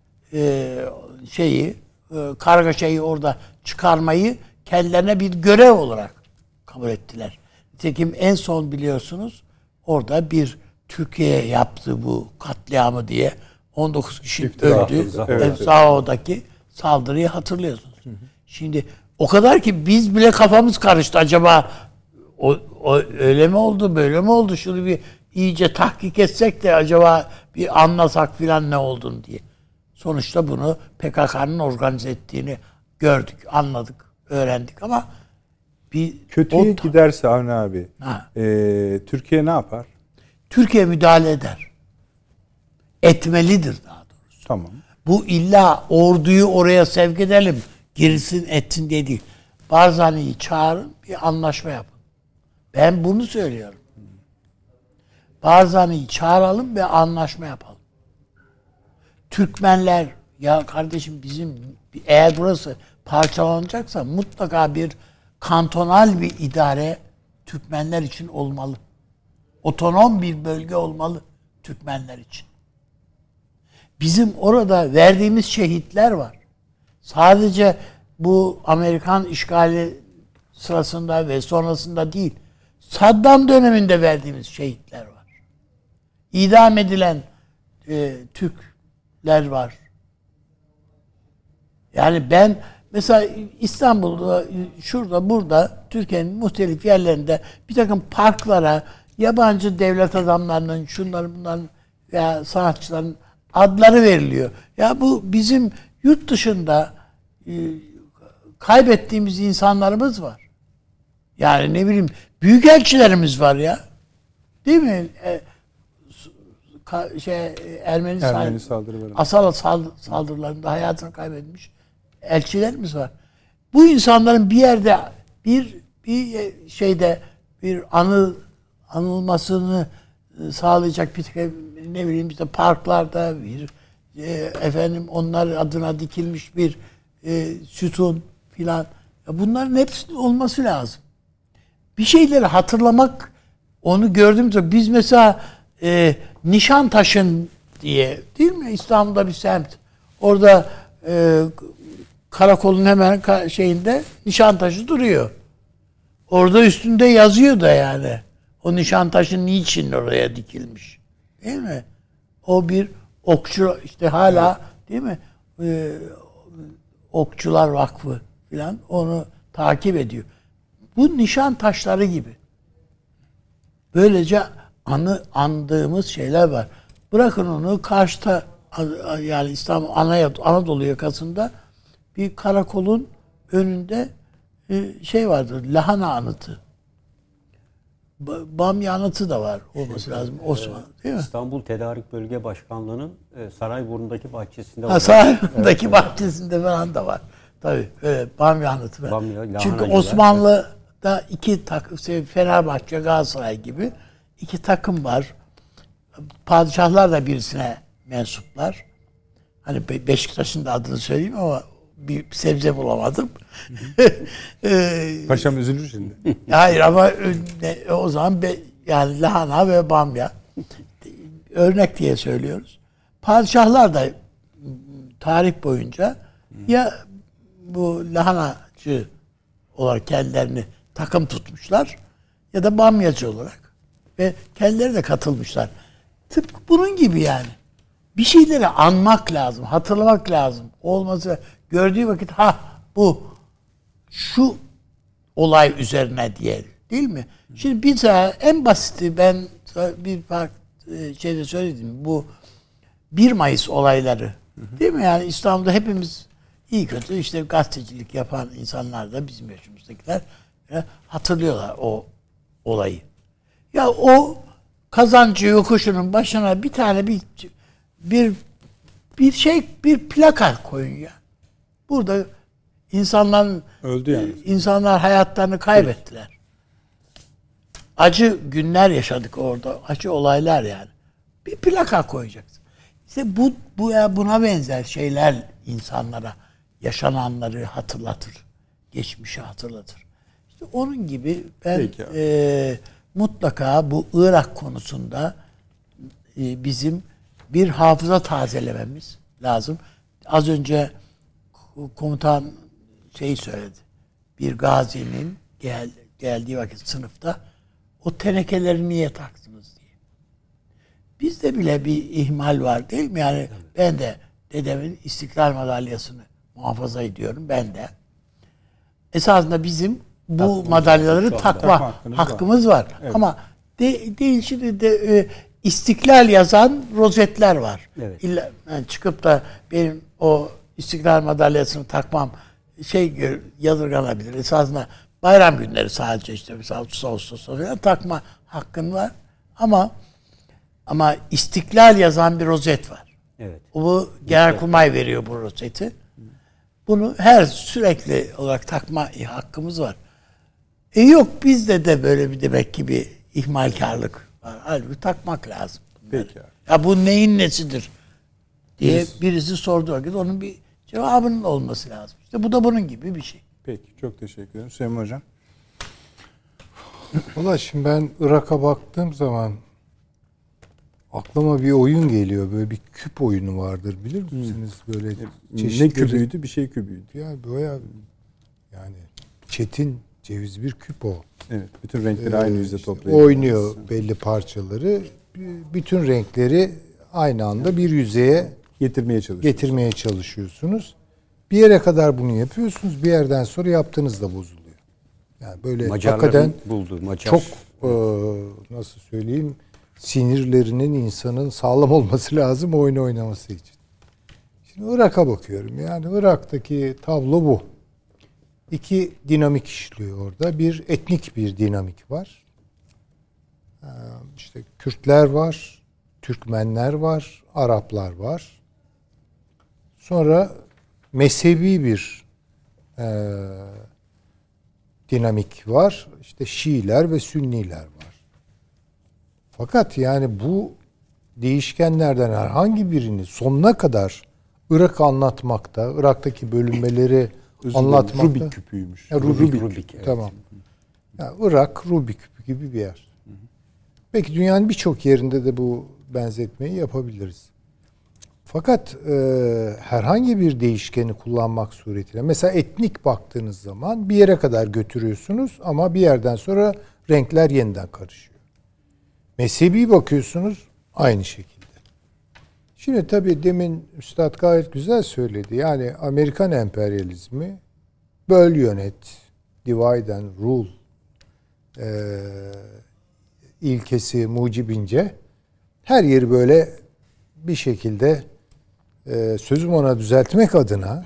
kargaşayı orada çıkarmayı kendilerine bir görev olarak kabul ettiler. Nitekim en son biliyorsunuz orada bir Türkiye'ye yaptığı bu katliamı diye 19 kişi öldü. Zaho'daki saldırıyı hatırlıyorsunuz. Şimdi o kadar ki biz bile kafamız karıştı. Acaba o öyle mi oldu, böyle mi oldu? Şunu bir iyice tahkik etsek de acaba bir anlasak filan ne olduğunu diye. Sonuçta bunu PKK'nın organize ettiğini gördük, anladık, öğrendik ama kötüye giderse Avni abi Türkiye ne yapar? Türkiye müdahale eder. Etmelidir daha doğrusu. Tamam. Bu illa orduyu oraya sevk edelim, girsin etsin diye değil. Barzani'yi çağırın, bir anlaşma yapın. Ben bunu söylüyorum. Barzani'yi çağıralım ve anlaşma yapalım. Türkmenler, ya kardeşim bizim eğer burası parçalanacaksa mutlaka bir kantonal bir idare Türkmenler için olmalı. Otonom bir bölge olmalı Türkmenler için. Bizim orada verdiğimiz şehitler var. Sadece bu Amerikan işgali sırasında ve sonrasında değil, Saddam döneminde verdiğimiz şehitler var. İdam edilen Türkler var. Yani ben Mesela İstanbul'da, şurada, burada, Türkiye'nin muhtelif yerlerinde bir takım parklara yabancı devlet adamlarının, şunların bunların veya sanatçıların adları veriliyor. Ya bu bizim yurt dışında kaybettiğimiz insanlarımız var. Yani ne bileyim büyükelçilerimiz var ya. Değil mi? Ermeni saldırıları. Asal saldırılarında hayatını kaybetmiş elçilerimiz var. Bu insanların bir yerde bir şeyde bir anılmasını sağlayacak bir ne bileyim işte parklarda bir efendim onlar adına dikilmiş bir sütun filan. Bunların hepsinin olması lazım. Bir şeyleri hatırlamak, onu gördüğümüz zaman biz mesela Nişantaşı'nın diye değil mi? İstanbul'da bir semt. Orada karakolun hemen şeyinde Nişantaşı duruyor. Orada üstünde yazıyor da yani. O Nişantaşı niçin oraya dikilmiş? Değil mi? O bir okçu işte hala değil mi? Okçular Vakfı falan onu takip ediyor. Bu nişan taşları gibi. Böylece andığımız şeyler var. Bırakın onu karşıda yani İstanbul Anadolu yakasında bir karakolun önünde şey vardır. Lahana anıtı. Bamya anıtı da var olması lazım. Osmanlı değil mi? İstanbul Tedarik Bölge Başkanlığı'nın Sarayburnu'ndaki bahçesinde var. Sarayburnu'ndaki bahçesinde falan da var. Tabii öyle Bamya anıtı var. Çünkü Osmanlı'da iki takım, Fenerbahçe, Galatasaray gibi iki takım var. Padişahlar da birisine mensuplar. Hani Beşiktaş'ın da adını söyleyeyim ama bir sebze bulamadım. Paşam üzülür şimdi. Hayır ama o zaman yani lahana ve bamya örnek diye söylüyoruz. Padişahlar da tarih boyunca ya bu lahanacı olarak kendilerini takım tutmuşlar ya da bamyacı olarak ve kendileri de katılmışlar. Tıpkı bunun gibi yani. Bir şeyleri anmak lazım, hatırlamak lazım. Olması gördüğü vakit bu şu olay üzerine diye değil mi? Şimdi bir en basiti ben bir şeyde söyledim. Bu 1 Mayıs olayları. Değil mi? Yani İstanbul'da hepimiz iyi kötü işte gazetecilik yapan insanlar da bizim yaşımızdakiler hatırlıyorlar o olayı. Ya o Kazancı yokuşunun başına bir tane bir plaka koyun ya. Burada öldü yani. İnsanlar hayatlarını kaybettiler. Acı günler yaşadık orada. Acı olaylar yani. Bir plaka koyacaksın. İşte buna benzer şeyler insanlara yaşananları hatırlatır. Geçmişi hatırlatır. İşte onun gibi ben mutlaka bu Irak konusunda bizim bir hafıza tazelememiz lazım. Az önce komutan söyledi. Bir gazinin geldiği vakit sınıfta o tenekeleri niye taktınız diye. Bizde bile bir ihmal var değil mi? Yani ben de dedemin İstiklal Madalyası'nı muhafaza ediyorum. Ben de. Esasında bizim bu madalyaları takma hakkımız var. Evet. Ama değil şimdi de İstiklal yazan rozetler var. Evet. Yani çıkıp da benim o İstiklal Madalyası'nı takmam yadırganabilir. Esasında bayram günleri sadece işte mesela 30 Ağustos'ta falan takma hakkın var. Ama İstiklal yazan bir rozet var. Evet. Bu Genelkurmay veriyor bu rozeti. Bunu sürekli olarak takma hakkımız var. Yok bizde de böyle bir demek ki bir ihmalkarlık var. Halbuki takmak lazım. Peki. Ya bu neyin nesidir diye birisi sorduğu vakit onun bir cevabının olması lazım. İşte bu da bunun gibi bir şey. Peki. Çok teşekkür ederim. Süleyman Hocam. Valla şimdi ben Irak'a baktığım zaman aklıma bir oyun geliyor. Böyle bir küp oyunu vardır bilir misiniz? Böyle ne kübüydü? Bir şey kübüydü. Ya böyle yani çetin ceviz bir küp o. Evet. Bütün renkleri aynı yüzde toplayıp oynuyor belli parçaları. Bütün renkleri aynı anda bir yüzeye getirmeye çalışıyorsunuz. Bir yere kadar bunu yapıyorsunuz. Bir yerden sonra yaptığınız da bozuluyor. Yani böyle hakikaten buldu. Çok nasıl söyleyeyim, sinirlerinin insanın sağlam olması lazım oyun oynaması için. Şimdi Irak'a bakıyorum. Yani Irak'taki tablo bu. İki dinamik işliyor orada. Bir etnik bir dinamik var. İşte Kürtler var, Türkmenler var, Araplar var. Sonra mezhebi bir dinamik var. İşte Şiiler ve Sünniler var. Fakat yani bu değişkenlerden herhangi birini sonuna kadar Irak'ı anlatmakta, Irak'taki bölünmeleri anlatmakta. Rubik küpüymüş. Rubik. Evet. Tamam. Yani Irak Rubik küpü gibi bir yer. Belki dünyanın birçok yerinde de bu benzetmeyi yapabiliriz. Fakat herhangi bir değişkeni kullanmak suretiyle, mesela etnik baktığınız zaman bir yere kadar götürüyorsunuz ama bir yerden sonra renkler yeniden karışıyor. Mezhebi bakıyorsunuz aynı şekilde. Şimdi tabii demin Üstad gayet güzel söyledi. Yani Amerikan emperyalizmi böl yönet, divide and rule ilkesi mucibince her yeri böyle bir şekilde sözüm ona düzeltmek adına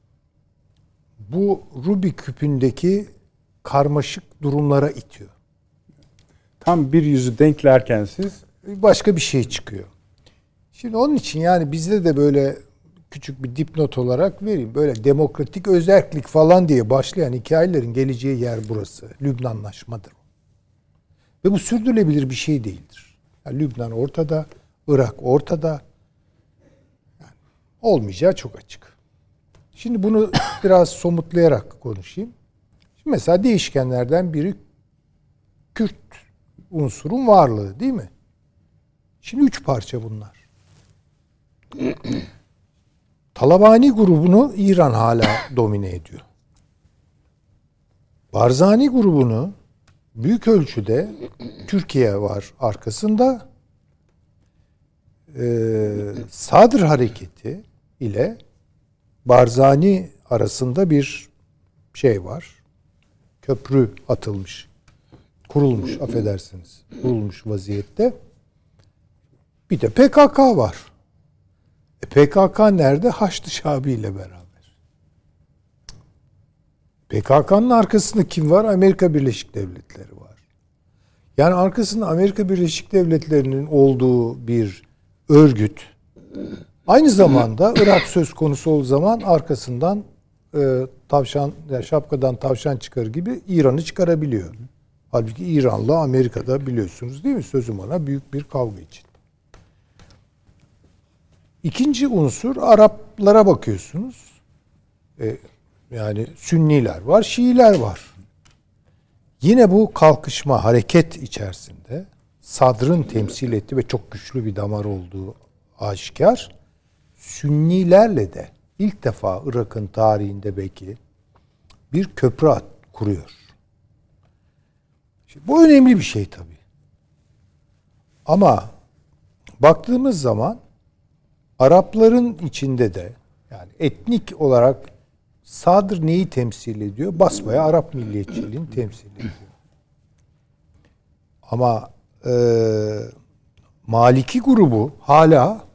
bu Rubik küpündeki karmaşık durumlara itiyor. Tam bir yüzü denklerken siz Başka bir şey çıkıyor. Şimdi onun için yani bizde de böyle küçük bir dipnot olarak vereyim. Böyle demokratik özerklik falan diye başlayan hikayelerin geleceği yer burası. Lübnanlaşmadır o. Ve bu sürdürülebilir bir şey değildir. Yani Lübnan ortada, Irak ortada. Yani olmayacağı çok açık. Şimdi bunu biraz somutlayarak konuşayım. Şimdi mesela değişkenlerden biri Kürt unsurun varlığı değil mi? Şimdi 3 parça bunlar. Talabani grubunu İran hala domine ediyor. Barzani grubunu büyük ölçüde Türkiye var arkasında. Sadr hareketi ile Barzani arasında bir şey var. Köprü atılmış. Kurulmuş, affedersiniz. Kurulmuş vaziyette. Bir de PKK var. PKK nerede? Haçlı Şabi ile beraber. PKK'nın arkasında kim var? Amerika Birleşik Devletleri var. Yani arkasında Amerika Birleşik Devletleri'nin olduğu bir örgüt aynı zamanda Irak söz konusu olduğu zaman arkasından şapkadan tavşan çıkar gibi İran'ı çıkarabiliyor. Halbuki İran'la Amerika'da biliyorsunuz değil mi? Sözüm ona büyük bir kavga için. İkinci unsur Araplara bakıyorsunuz. Yani Sünniler var, Şiiler var. Yine bu kalkışma, hareket içerisinde Sadr'ın temsil ettiği ve çok güçlü bir damar olduğu aşikar. Sünnilerle de ilk defa Irak'ın tarihinde belki bir köprü kuruyor. Şimdi bu önemli bir şey tabii. Ama baktığımız zaman Arapların içinde de yani etnik olarak Sadr neyi temsil ediyor? Basbayağı Arap milliyetçiliğini temsil ediyor. Ama Maliki grubu hala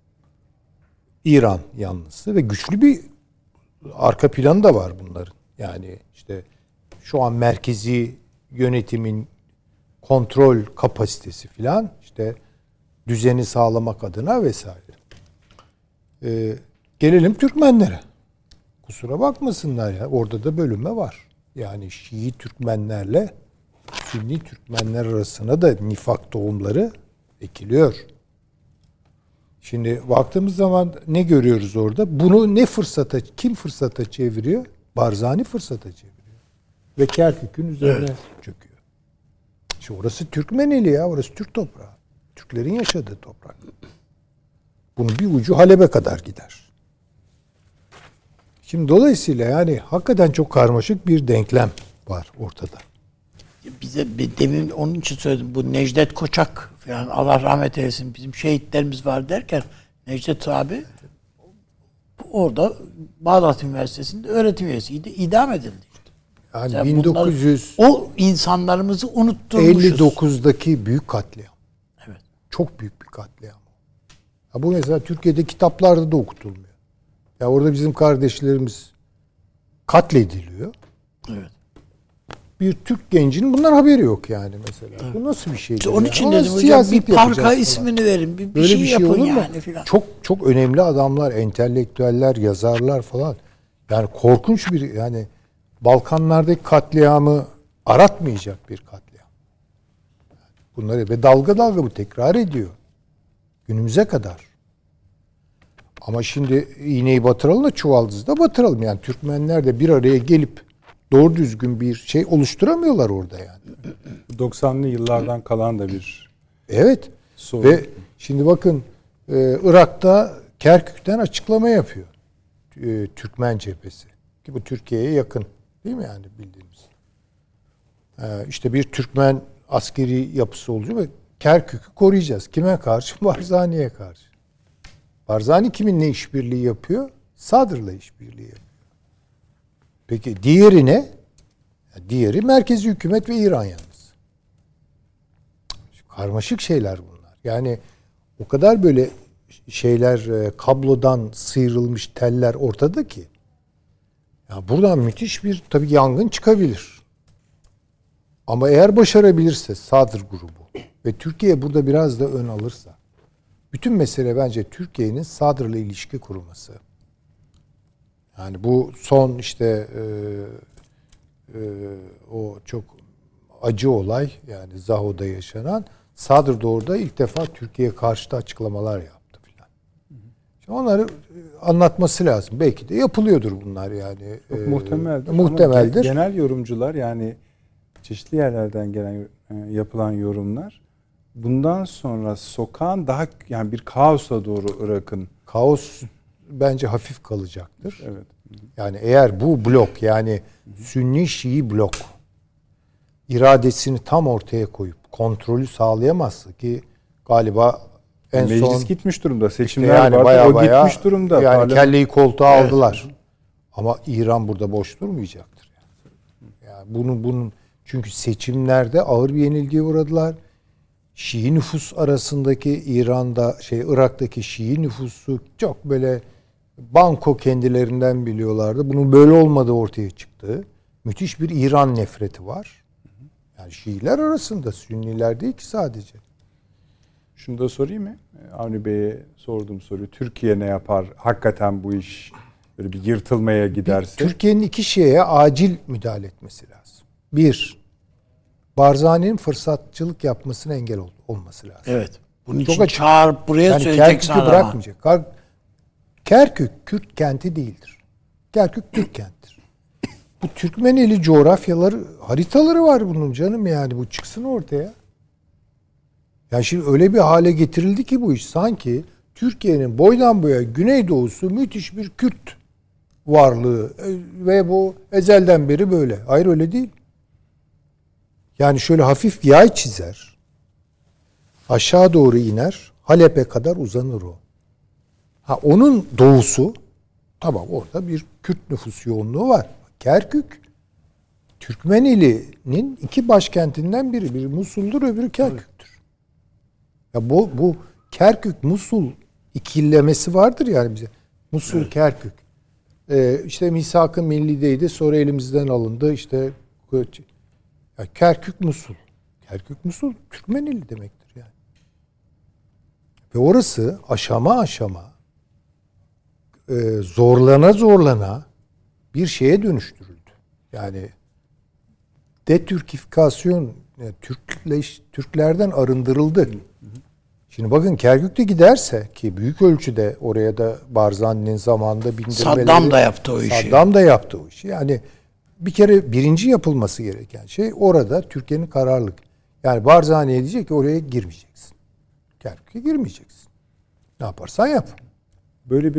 İran yanlısı ve güçlü bir arka planı da var bunların. Yani işte şu an merkezi yönetimin kontrol kapasitesi filan işte düzeni sağlamak adına vesaire. Gelelim Türkmenlere. Kusura bakmasınlar ya. Orada da bölünme var. Yani Şii Türkmenlerle Sünni Türkmenler arasına da nifak tohumları ekiliyor. Şimdi baktığımız zaman ne görüyoruz orada? Bunu kim fırsata çeviriyor? Barzani fırsata çeviriyor. Ve Kerkük'ün üzerine çöküyor. Şimdi orası Türkmeneli ya. Orası Türk toprağı. Türklerin yaşadığı toprak. Bunun bir ucu Halep'e kadar gider. Şimdi dolayısıyla yani hakikaten çok karmaşık bir denklem var ortada. Bize demin onun için söyledim. Bu Necdet Koçak falan Allah rahmet eylesin bizim şehitlerimiz var derken Necdet abi orada Bağdat Üniversitesi'nde öğretim üyesiydi. İdam edildi işte. Yani 1959'daki o insanlarımızı unutturmuşuz. büyük katliam. Evet. Çok büyük bir katliam. Ya bu mesela Türkiye'de kitaplarda da okutulmuyor. Ya orada bizim kardeşlerimiz katlediliyor. Evet. Bir Türk gencinin bundan haberi yok yani mesela. Evet. Bu nasıl bir şey? İşte onun için Ama dedim hocam siyaset bir parka yapacağız ismini verin. Bir Böyle şey bir şey yapın olur mu? yani filan. Çok önemli adamlar, entelektüeller, yazarlar falan. Yani korkunç bir, yani Balkanlardaki katliamı aratmayacak bir katliam. Bunları ve dalga dalga bu tekrar ediyor. Günümüze kadar. Ama şimdi iğneyi batıralım da çuvaldızı da batıralım. Yani Türkmenler de bir araya gelip doğru düzgün bir şey oluşturamıyorlar orada yani. 90'lı yıllardan kalan da bir Evet. sorun. Ve şimdi bakın Irak'ta Kerkük'ten açıklama yapıyor. Türkmen cephesi. Ki bu Türkiye'ye yakın. Değil mi yani bildiğimiz? İşte bir Türkmen askeri yapısı olacak ve Kerkük'ü koruyacağız. Kime karşı? Barzani'ye karşı. Barzani kiminle işbirliği yapıyor? Sadr'la işbirliği yapıyor. Peki diğeri ne? Diğeri merkezi hükümet ve İran yalnız. Karmaşık şeyler bunlar. Yani o kadar böyle şeyler, kablodan sıyrılmış teller ortada ki. Ya buradan müthiş bir tabii yangın çıkabilir. Ama eğer başarabilirse Sadr grubu ve Türkiye burada biraz da ön alırsa, bütün mesele bence Türkiye'nin Sadr'la ilişki kurması. Yani bu son işte o çok acı olay, yani Zaho'da yaşanan, Sadr da orada ilk defa Türkiye'ye karşı da açıklamalar yaptı filan. Şimdi onları anlatması lazım. Belki de yapılıyordur bunlar yani. Çok muhtemeldir. Muhtemeldir. Ama genel yorumcular, yani çeşitli yerlerden gelen yapılan yorumlar, bundan sonra sokağın daha yani bir kaosa doğru Irak'ın. Kaos bence hafif kalacaktır. Evet. Yani eğer bu blok, yani Sünni Şii blok iradesini tam ortaya koyup kontrolü sağlayamazsa, ki galiba en Meclis son gitmiş durumda. Seçimler yani vardı. O gitmiş durumda. Yani kelleyi koltuğa aldılar. Ama İran burada boş durmayacaktır. Yani bunun çünkü seçimlerde ağır bir yenilgiye uğradılar. Şii nüfus arasındaki Irak'taki Şii nüfusu çok böyle banko kendilerinden biliyorlardı. Bunun böyle olmadığı ortaya çıktı. Müthiş bir İran nefreti var. Yani Şiiler arasında, Sünniler değil ki sadece. Şunu da sorayım mı? Avni Bey'e sorduğum soru. Türkiye ne yapar? Hakikaten bu iş böyle bir yırtılmaya giderse. Türkiye'nin iki şeye acil müdahale etmesi lazım. Bir, Barzani'nin fırsatçılık yapmasına engel olması lazım. Evet. Bunun Çok için açık. çağırıp buraya Yani söyleyeceksin Kerkük'ü adama. bırakmayacak. Kerkük Kürt kenti değildir. Kerkük Türk kenttir. Bu Türkmeneli coğrafyaları, haritaları var bunun canım, yani bu çıksın ortaya. Yani şimdi öyle bir hale getirildi ki bu iş, sanki Türkiye'nin boydan boya güneydoğusu müthiş bir Kürt varlığı ve bu ezelden beri böyle. Hayır, öyle değil. Yani şöyle hafif yay çizer, aşağı doğru iner, Halep'e kadar uzanır o. Onun doğusu, tamam, orada bir Kürt nüfus yoğunluğu var. Kerkük, Türkmenili'nin iki başkentinden biri. Biri Musul'dur, öbürü Kerkük'tür. Ya bu Kerkük-Musul ikillemesi vardır yani bize. Musul, evet. Kerkük. İşte Misak-ı Milli'deydi, sonra elimizden alındı. İşte Kerkük-Musul. Kerkük-Musul Türkmenili demektir yani. Ve orası aşama aşama zorlana bir şeye dönüştürüldü. Yani detürkifikasyon, yani Türklerden arındırıldı. Şimdi bakın, Kerkük'te giderse, ki büyük ölçüde oraya da Barzani'nin zamanında bindirmeleri. Saddam da yaptı o işi. Saddam da yaptı o işi. Yani bir kere birinci yapılması gereken şey orada Türkiye'nin kararlılık. Yani Barzani'ye diyecek ki oraya girmeyeceksin. Kerkük'e girmeyeceksin. Ne yaparsan yap. Böyle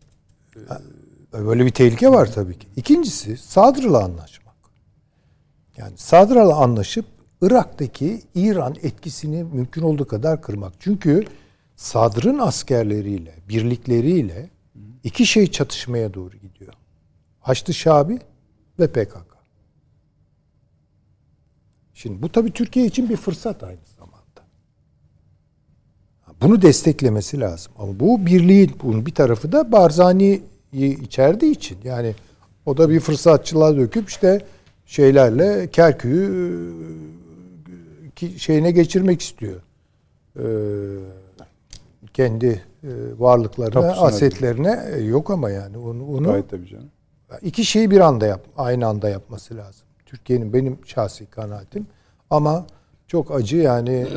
bir tehlike var tabii ki. İkincisi, Sadr'la anlaşmak. Yani Sadr'la anlaşıp Irak'taki İran etkisini mümkün olduğu kadar kırmak. Çünkü Sadr'ın askerleriyle, birlikleriyle İki şey çatışmaya doğru gidiyor. Haçlı Şabi ve PKK. Şimdi bu tabii Türkiye için bir fırsat aynı zamanda. Bunu desteklemesi lazım. Ama bu birliğin bunun bir tarafı da Barzani'yi içerdiği için. Yani o da bir fırsatçılığa döküp işte şeylerle Kerkük'ü şeyine geçirmek istiyor. Kendi varlıklarına, asetlerine yok ama yani onu gayet tabii canım. İki şeyi bir anda aynı anda yapması lazım. Türkiye'nin benim şahsi kanaatim. Ama çok acı yani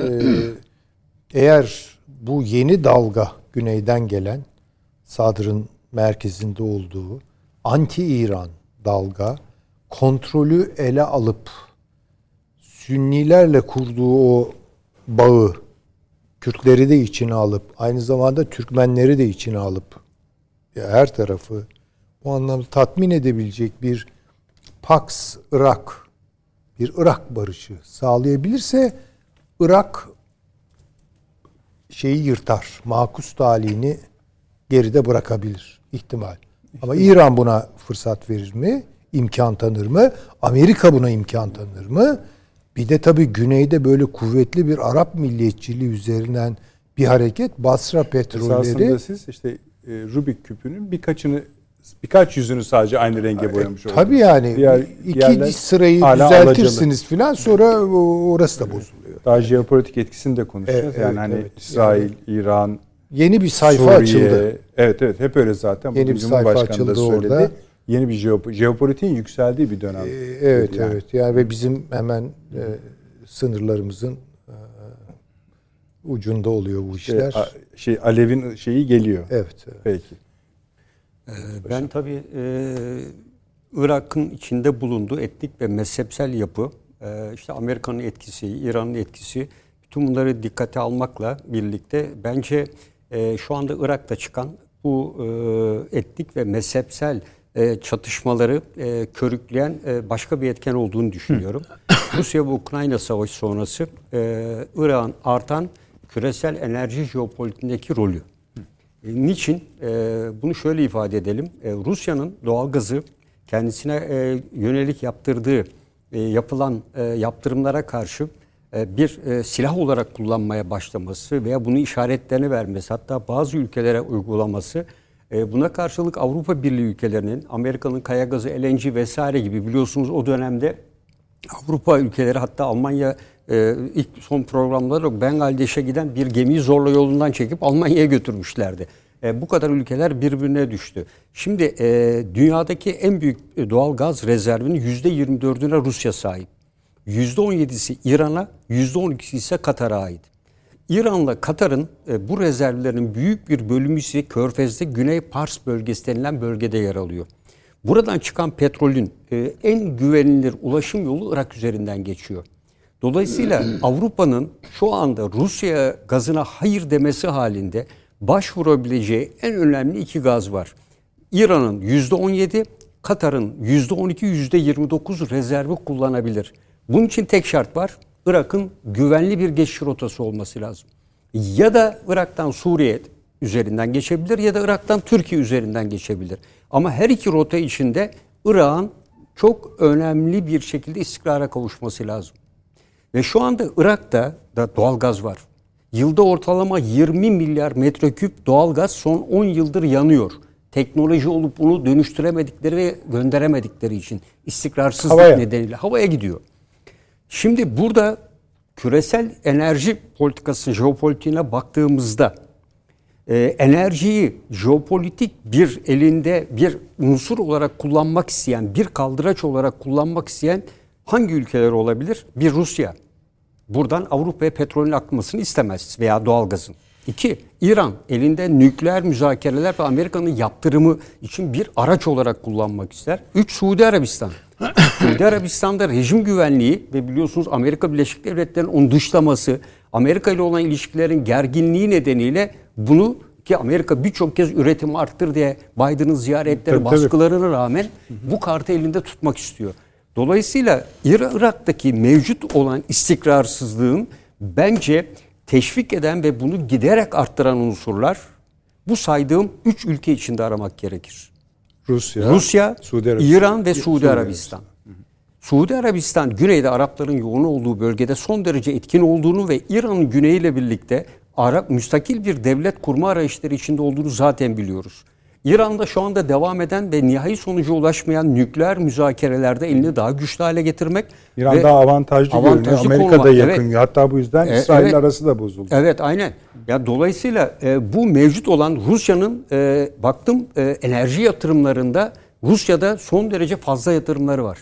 eğer bu yeni dalga güneyden gelen Sadr'ın merkezinde olduğu anti-İran dalga kontrolü ele alıp Sünnilerle kurduğu o bağı Kürtleri de içine alıp aynı zamanda Türkmenleri de içine alıp her tarafı bu anlamda tatmin edebilecek bir Pax Irak, bir Irak barışı sağlayabilirse Irak şeyi yırtar. Makus talihini geride bırakabilir ihtimal. Ama İran buna fırsat verir mi? İmkan tanır mı? Amerika buna imkan tanır mı? Bir de tabii güneyde böyle kuvvetli bir Arap milliyetçiliği üzerinden bir hareket Basra petrolleri. Esasında siz işte Rubik küpünün birkaç yüzünü sadece aynı renge boyamış oldunuz. Tabii yani iki sırayı düzeltirsiniz filan sonra orası da bozuluyor. Daha jeopolitik etkisini de konuşacağız. Yani hani İsrail, İran, yeni bir sayfa Suriye, açıldı. Evet hep öyle zaten. Yeni bir sayfa açıldı orada. Yeni bir jeopolitiğin yükseldiği bir dönem. Evet. Yani ve bizim hemen sınırlarımızın ucunda oluyor bu işler. Alev'in şeyi geliyor. Evet. Peki. Ben tabii Irak'ın içinde bulunduğu etnik ve mezhepsel yapı, işte Amerika'nın etkisi, İran'ın etkisi, bütün bunları dikkate almakla birlikte bence şu anda Irak'ta çıkan bu etnik ve mezhepsel çatışmaları körükleyen başka bir etken olduğunu düşünüyorum. Rusya ve Ukrayna savaşı sonrası Irak'ın artan küresel enerji jeopolitiğindeki rolü. Niçin? Bunu şöyle ifade edelim. Rusya'nın doğalgazı kendisine yönelik yaptırdığı yapılan yaptırımlara karşı bir silah olarak kullanmaya başlaması veya bunu işaretlerini vermesi, hatta bazı ülkelere uygulaması, buna karşılık Avrupa Birliği ülkelerinin, Amerika'nın kaya gazı, LNG vesaire gibi biliyorsunuz o dönemde Avrupa ülkeleri, hatta Almanya ilk son programlarda Bangladeş'e giden bir gemiyi zorla yolundan çekip Almanya'ya götürmüşlerdi. Bu kadar ülkeler birbirine düştü. Şimdi dünyadaki en büyük doğal gaz rezervinin %24'üne Rusya sahip. %17'si İran'a, %12'si ise Katar'a ait. İran'la Katar'ın bu rezervlerin büyük bir bölümü ise Körfez'de Güney Pars bölgesi denilen bölgede yer alıyor. Buradan çıkan petrolün en güvenilir ulaşım yolu Irak üzerinden geçiyor. Dolayısıyla Avrupa'nın şu anda Rusya gazına hayır demesi halinde başvurabileceği en önemli iki gaz var. İran'ın %17, Katar'ın %12, %29 rezervi kullanabilir. Bunun için tek şart var. Irak'ın güvenli bir geçiş rotası olması lazım. Ya da Irak'tan Suriye üzerinden geçebilir ya da Irak'tan Türkiye üzerinden geçebilir. Ama her iki rota içinde Irak'ın çok önemli bir şekilde istikrara kavuşması lazım. Ve şu anda Irak'ta da doğalgaz var. Yılda ortalama 20 milyar metreküp doğalgaz son 10 yıldır yanıyor. Teknoloji olup bunu dönüştüremedikleri ve gönderemedikleri için istikrarsızlık nedeniyle havaya gidiyor. Şimdi burada küresel enerji politikası, jeopolitiğine baktığımızda enerjiyi jeopolitik bir elinde bir unsur olarak kullanmak isteyen, bir kaldıraç olarak kullanmak isteyen hangi ülkeler olabilir? Bir Rusya. Buradan Avrupa'ya petrolün akmasını istemez veya doğalgazın. 2. İran elinde nükleer müzakereler ve Amerika'nın yaptırımı için bir araç olarak kullanmak ister. 3. Suudi Arabistan. Suudi Arabistan'da rejim güvenliği ve biliyorsunuz Amerika Birleşik Devletleri'nin onu dışlaması, Amerika ile olan ilişkilerin gerginliği nedeniyle bunu, ki Amerika birçok kez üretimi arttır diye Biden'ın ziyaretleri, baskılarına rağmen bu kartı elinde tutmak istiyor. Dolayısıyla Irak'taki mevcut olan istikrarsızlığın bence teşvik eden ve bunu giderek arttıran unsurlar Bu saydığım 3 ülke içinde aramak gerekir. Rusya, Suudi Arabistan, İran ve Suudi Arabistan. Suudi Arabistan, güneyde Arapların yoğun olduğu bölgede son derece etkin olduğunu ve İran'ın güneyiyle birlikte müstakil bir devlet kurma arayışları içinde olduğunu zaten biliyoruz. İran'da şu anda devam eden ve nihai sonuca ulaşmayan nükleer müzakerelerde elini daha güçlü hale getirmek. İran daha avantajlı görünüyor. Amerika da yakın. Evet. Hatta bu yüzden İsrail arası da bozuldu. Evet, aynen. Ya dolayısıyla bu mevcut olan Rusya'nın baktım enerji yatırımlarında Rusya'da son derece fazla yatırımları var.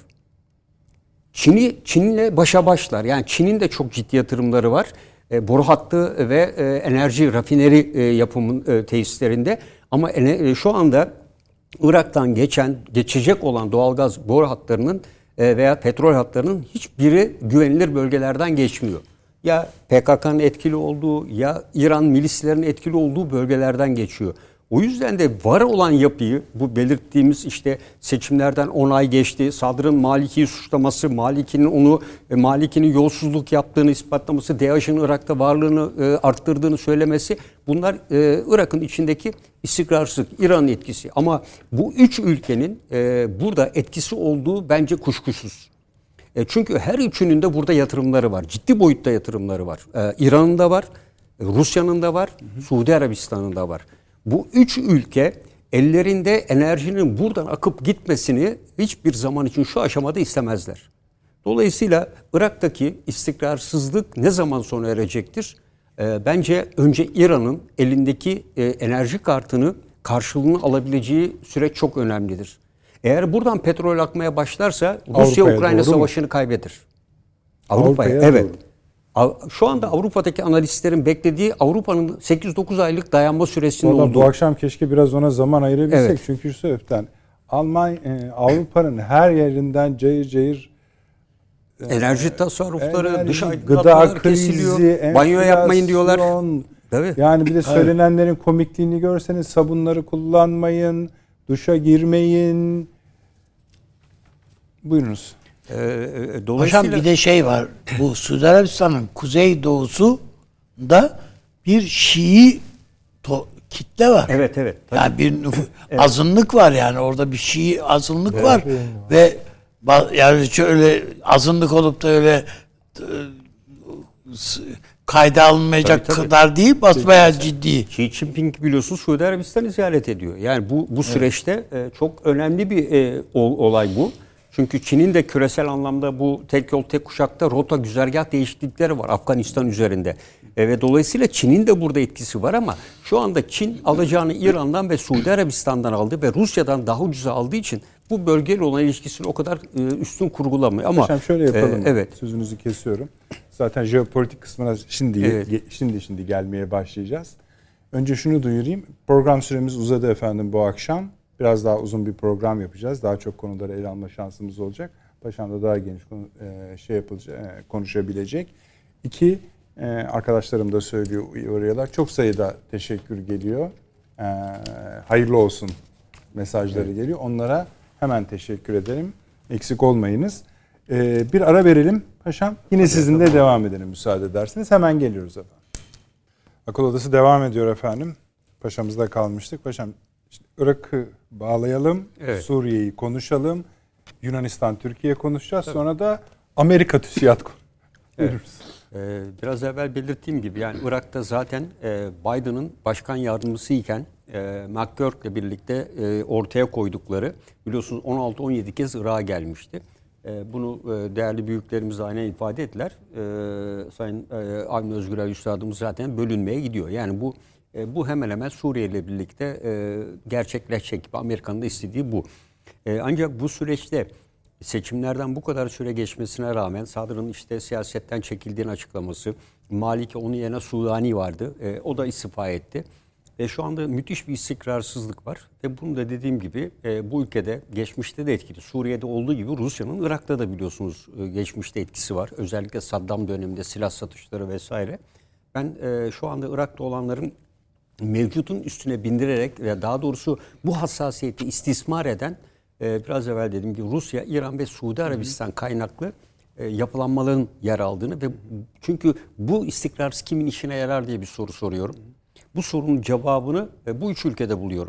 Çin'le başa başlar. Yani Çin'in de çok ciddi yatırımları var. Boru hattı ve enerji rafineri yapımın tesislerinde. Ama şu anda Irak'tan geçecek olan doğalgaz boru hatlarının veya petrol hatlarının hiçbiri güvenilir bölgelerden geçmiyor. Ya PKK'nın etkili olduğu ya İran milislerinin etkili olduğu bölgelerden geçiyor. O yüzden de var olan yapıyı, bu belirttiğimiz işte seçimlerden 10 ay geçti, Sadr'ın Maliki'yi suçlaması, Maliki'nin yolsuzluk yaptığını ispatlaması, DAEŞ'in Irak'ta varlığını arttırdığını söylemesi, bunlar Irak'ın içindeki istikrarsızlık, İran'ın etkisi. Ama bu 3 ülkenin burada etkisi olduğu bence kuşkusuz. Çünkü her üçünün de burada yatırımları var. Ciddi boyutta yatırımları var. İran'ın da var, Rusya'nın da var, Suudi Arabistan'ın da var. Bu 3 ülke ellerinde enerjinin buradan akıp gitmesini hiçbir zaman için şu aşamada istemezler. Dolayısıyla Irak'taki istikrarsızlık ne zaman sona erecektir? Bence önce İran'ın elindeki enerji kartını karşılığını alabileceği süreç çok önemlidir. Eğer buradan petrol akmaya başlarsa Rusya-Ukrayna savaşını kaybeder. Avrupa'ya evet. Doğru. Şu anda Avrupa'daki analistlerin beklediği Avrupa'nın 8-9 aylık dayanma süresinin olduğu. Bu akşam keşke biraz ona zaman ayırabilsek. Evet. Çünkü şu sebepten Avrupa'nın her yerinden cayır cayır enerji tasarrufları, dış aydınlatmalar kesiliyor. Banyo yapmayın diyorlar. Tabii. Yani bir de söylenenlerin komikliğini görseniz sabunları kullanmayın, duşa girmeyin. Buyurunuz. Hocam bir de şey var. Bu Suudi Arabistan'ın kuzeydoğusunda bir Şii kitle var. Evet. Tabii. Yani bir azınlık var yani. Orada bir Şii azınlık var. Ve yani şöyle azınlık olup da öyle kayda alınmayacak kadar değil, basbayağı ciddi. Xi Jinping biliyorsunuz Suudi Arabistan'ı ziyaret ediyor. Yani bu süreçte çok önemli bir olay bu. Çünkü Çin'in de küresel anlamda bu tek yol tek kuşakta rota güzergah değişiklikleri var Afganistan üzerinde. Ve dolayısıyla Çin'in de burada etkisi var ama şu anda Çin alacağını İran'dan ve Suudi Arabistan'dan aldı ve Rusya'dan daha ucuza aldığı için bu bölgeyle olan ilişkisini o kadar üstün kurgulamıyor. Ama hocam şöyle yapalım. Evet. Sözünüzü kesiyorum. Zaten jeopolitik kısmına şimdi gelmeye başlayacağız. Önce şunu duyurayım. Program süremiz uzadı efendim bu akşam. Biraz daha uzun bir program yapacağız. Daha çok konuları ele alma şansımız olacak. Paşam da daha geniş konuşabilecek. Arkadaşlarım da söylüyorlar. Çok sayıda teşekkür geliyor. Hayırlı olsun mesajları geliyor. Onlara hemen teşekkür edelim. Eksik olmayınız. Bir ara verelim paşam. Yine sizinle devam edelim müsaade ederseniz. Hemen geliyoruz efendim. Akıl Odası devam ediyor efendim. Paşamızda kalmıştık. Paşam Irak'ı bağlayalım. Evet. Suriye'yi konuşalım. Yunanistan, Türkiye konuşacağız. Tabii. Sonra da Amerika TÜSİAD konuşacağız. Evet. Biraz evvel belirttiğim gibi yani Irak'ta zaten Biden'ın başkan yardımcısı iken McGurk'le birlikte ortaya koydukları biliyorsunuz 16-17 kez Irak'a gelmişti. Bunu değerli büyüklerimiz de aynen ifade ettiler. Sayın Avni Özgürel Üstadımız zaten bölünmeye gidiyor. Yani bu hemen hemen Suriye ile birlikte gerçekleşecek gibi Amerika'nın da istediği bu. Ancak bu süreçte seçimlerden bu kadar süre geçmesine rağmen Sadr'ın işte siyasetten çekildiğini açıklaması, Maliki onun yerine Sudani vardı. O da istifa etti. Şu anda müthiş bir istikrarsızlık var. Ve bunu da dediğim gibi bu ülkede geçmişte de etkili. Suriye'de olduğu gibi Rusya'nın Irak'ta da biliyorsunuz geçmişte etkisi var. Özellikle Saddam döneminde silah satışları vesaire. Ben şu anda Irak'ta olanların mevcutun üstüne bindirerek ve daha doğrusu bu hassasiyeti istismar eden biraz evvel dediğim gibi Rusya, İran ve Suudi Arabistan kaynaklı yapılanmaların yer aldığını ve çünkü bu istikrarsız kimin işine yarar diye bir soru soruyorum. bu sorunun cevabını bu üç ülkede buluyorum.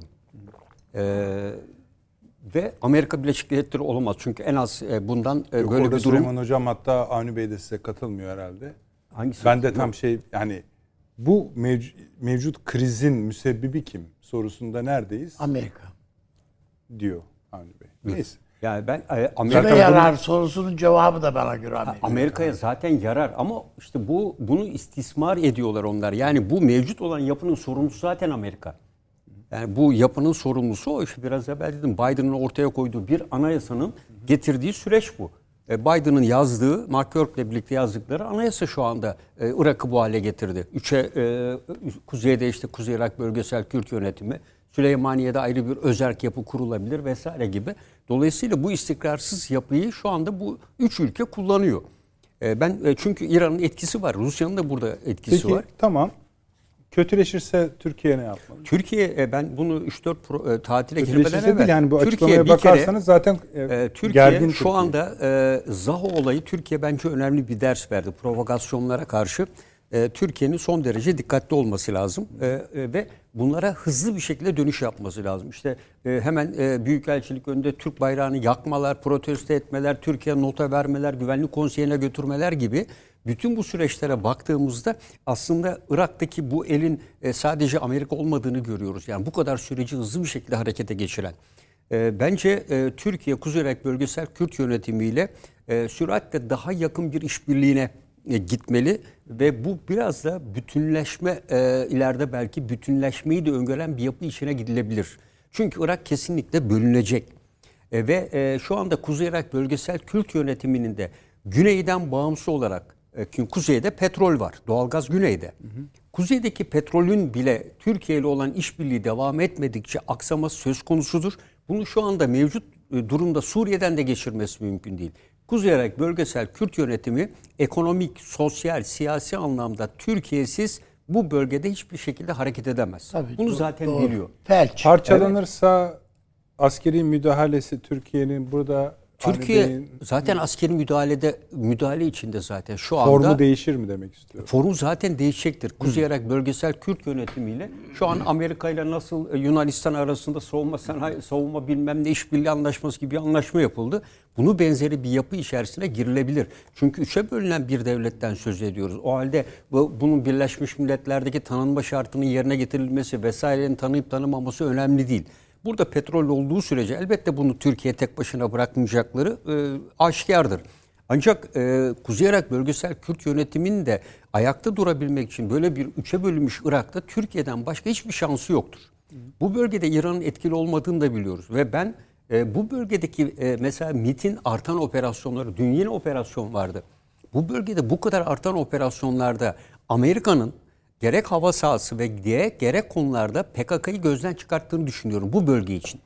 Ve Amerika Birleşik Devletleri olamaz. Çünkü en az bundan Yok, böyle bir durum. Süleyman Hocam hatta Avni Bey de size katılmıyor herhalde. Hangisi? Ben de tam yani bu mevcut krizin müsebbibi kim sorusunda neredeyiz? Amerika. Diyor Avni Bey. Neyse. Yani ben Kime Amerika yarar sorusunun cevabı da bana göre Amerika. Amerika'ya zaten yarar ama işte bunu istismar ediyorlar onlar. Yani bu mevcut olan yapının sorumlusu zaten Amerika. Yani bu yapının sorumlusu o. İşte biraz evvel dedim, Biden'ın ortaya koyduğu bir anayasanın getirdiği süreç bu. Biden'ın yazdığı, Mark Kirk'le birlikte yazdıkları anayasa şu anda Irak'ı bu hale getirdi. Kuzeyde işte Kuzey Irak Bölgesel Kürt Yönetimi, Süleymaniye'de ayrı bir özerk yapı kurulabilir vesaire gibi. Dolayısıyla bu istikrarsız yapıyı şu anda bu üç ülke kullanıyor. Çünkü İran'ın etkisi var, Rusya'nın da burada etkisi var. Peki tamam. Kötüleşirse Türkiye ne yapmalı? Türkiye, ben bunu 3-4 tatile girmeden Kötüleşirse evvel, değil yani bu Türkiye açıklamaya bakarsanız zaten Türkiye gergin şu anda Zaho olayı Türkiye bence önemli bir ders verdi. Provokasyonlara karşı Türkiye'nin son derece dikkatli olması lazım ve bunlara hızlı bir şekilde dönüş yapması lazım. İşte hemen Büyükelçilik önünde Türk bayrağını yakmalar, protesto etmeler, Türkiye'ye nota vermeler, Güvenlik Konseyi'ne götürmeler gibi bütün bu süreçlere baktığımızda aslında Irak'taki bu elin sadece Amerika olmadığını görüyoruz. Yani bu kadar süreci hızlı bir şekilde harekete geçiren. Bence Türkiye Kuzey Irak Bölgesel Kürt Yönetimiyle süratle daha yakın bir işbirliğine gitmeli ve bu biraz da bütünleşme, ileride belki bütünleşmeyi de öngören bir yapı içine gidilebilir. Çünkü Irak kesinlikle bölünecek. Ve şu anda Kuzey Irak Bölgesel Kürt Yönetiminin de güneyden bağımsız olarak, kuzeyde petrol var, doğalgaz güneyde. Kuzeydeki petrolün bile Türkiye ile olan işbirliği devam etmedikçe aksaması söz konusudur. Bunu şu anda mevcut durumda Suriye'den de geçirmesi mümkün değil. Kuzey Irak Bölgesel Kürt Yönetimi ekonomik, sosyal, siyasi anlamda Türkiye'siz bu bölgede hiçbir şekilde hareket edemez. Tabii, bunu zaten biliyor. Felç. Parçalanırsa askeri müdahalesi Türkiye'nin burada Türkiye zaten askeri müdahale içinde zaten şu anda. Formu değişir mi demek istiyorum? Formu zaten değişecektir. Kuzey Irak Bölgesel Kürt Yönetimiyle şu an Amerika ile nasıl Yunanistan arasında savunma bilmem ne işbirliği anlaşması gibi bir anlaşma yapıldı. Bunu benzeri bir yapı içerisine girilebilir. Çünkü üçe bölünen bir devletten söz ediyoruz. O halde bunun Birleşmiş Milletler'deki tanınma şartının yerine getirilmesi vesairenin tanıyıp tanımaması önemli değil. Burada petrol olduğu sürece elbette bunu Türkiye tek başına bırakmayacakları aşikardır. Ancak Kuzey Irak Bölgesel Kürt Yönetimi'nin de ayakta durabilmek için böyle bir üçe bölünmüş Irak'ta Türkiye'den başka hiçbir şansı yoktur. Bu bölgede İran'ın etkili olmadığını da biliyoruz. Ve ben bu bölgedeki mesela MİT'in artan operasyonları, dün yine operasyon vardı. Bu bölgede bu kadar artan operasyonlarda Amerika'nın gerek hava sahası ve gerek konularda PKK'yı gözden çıkarttığını düşünüyorum bu bölge için.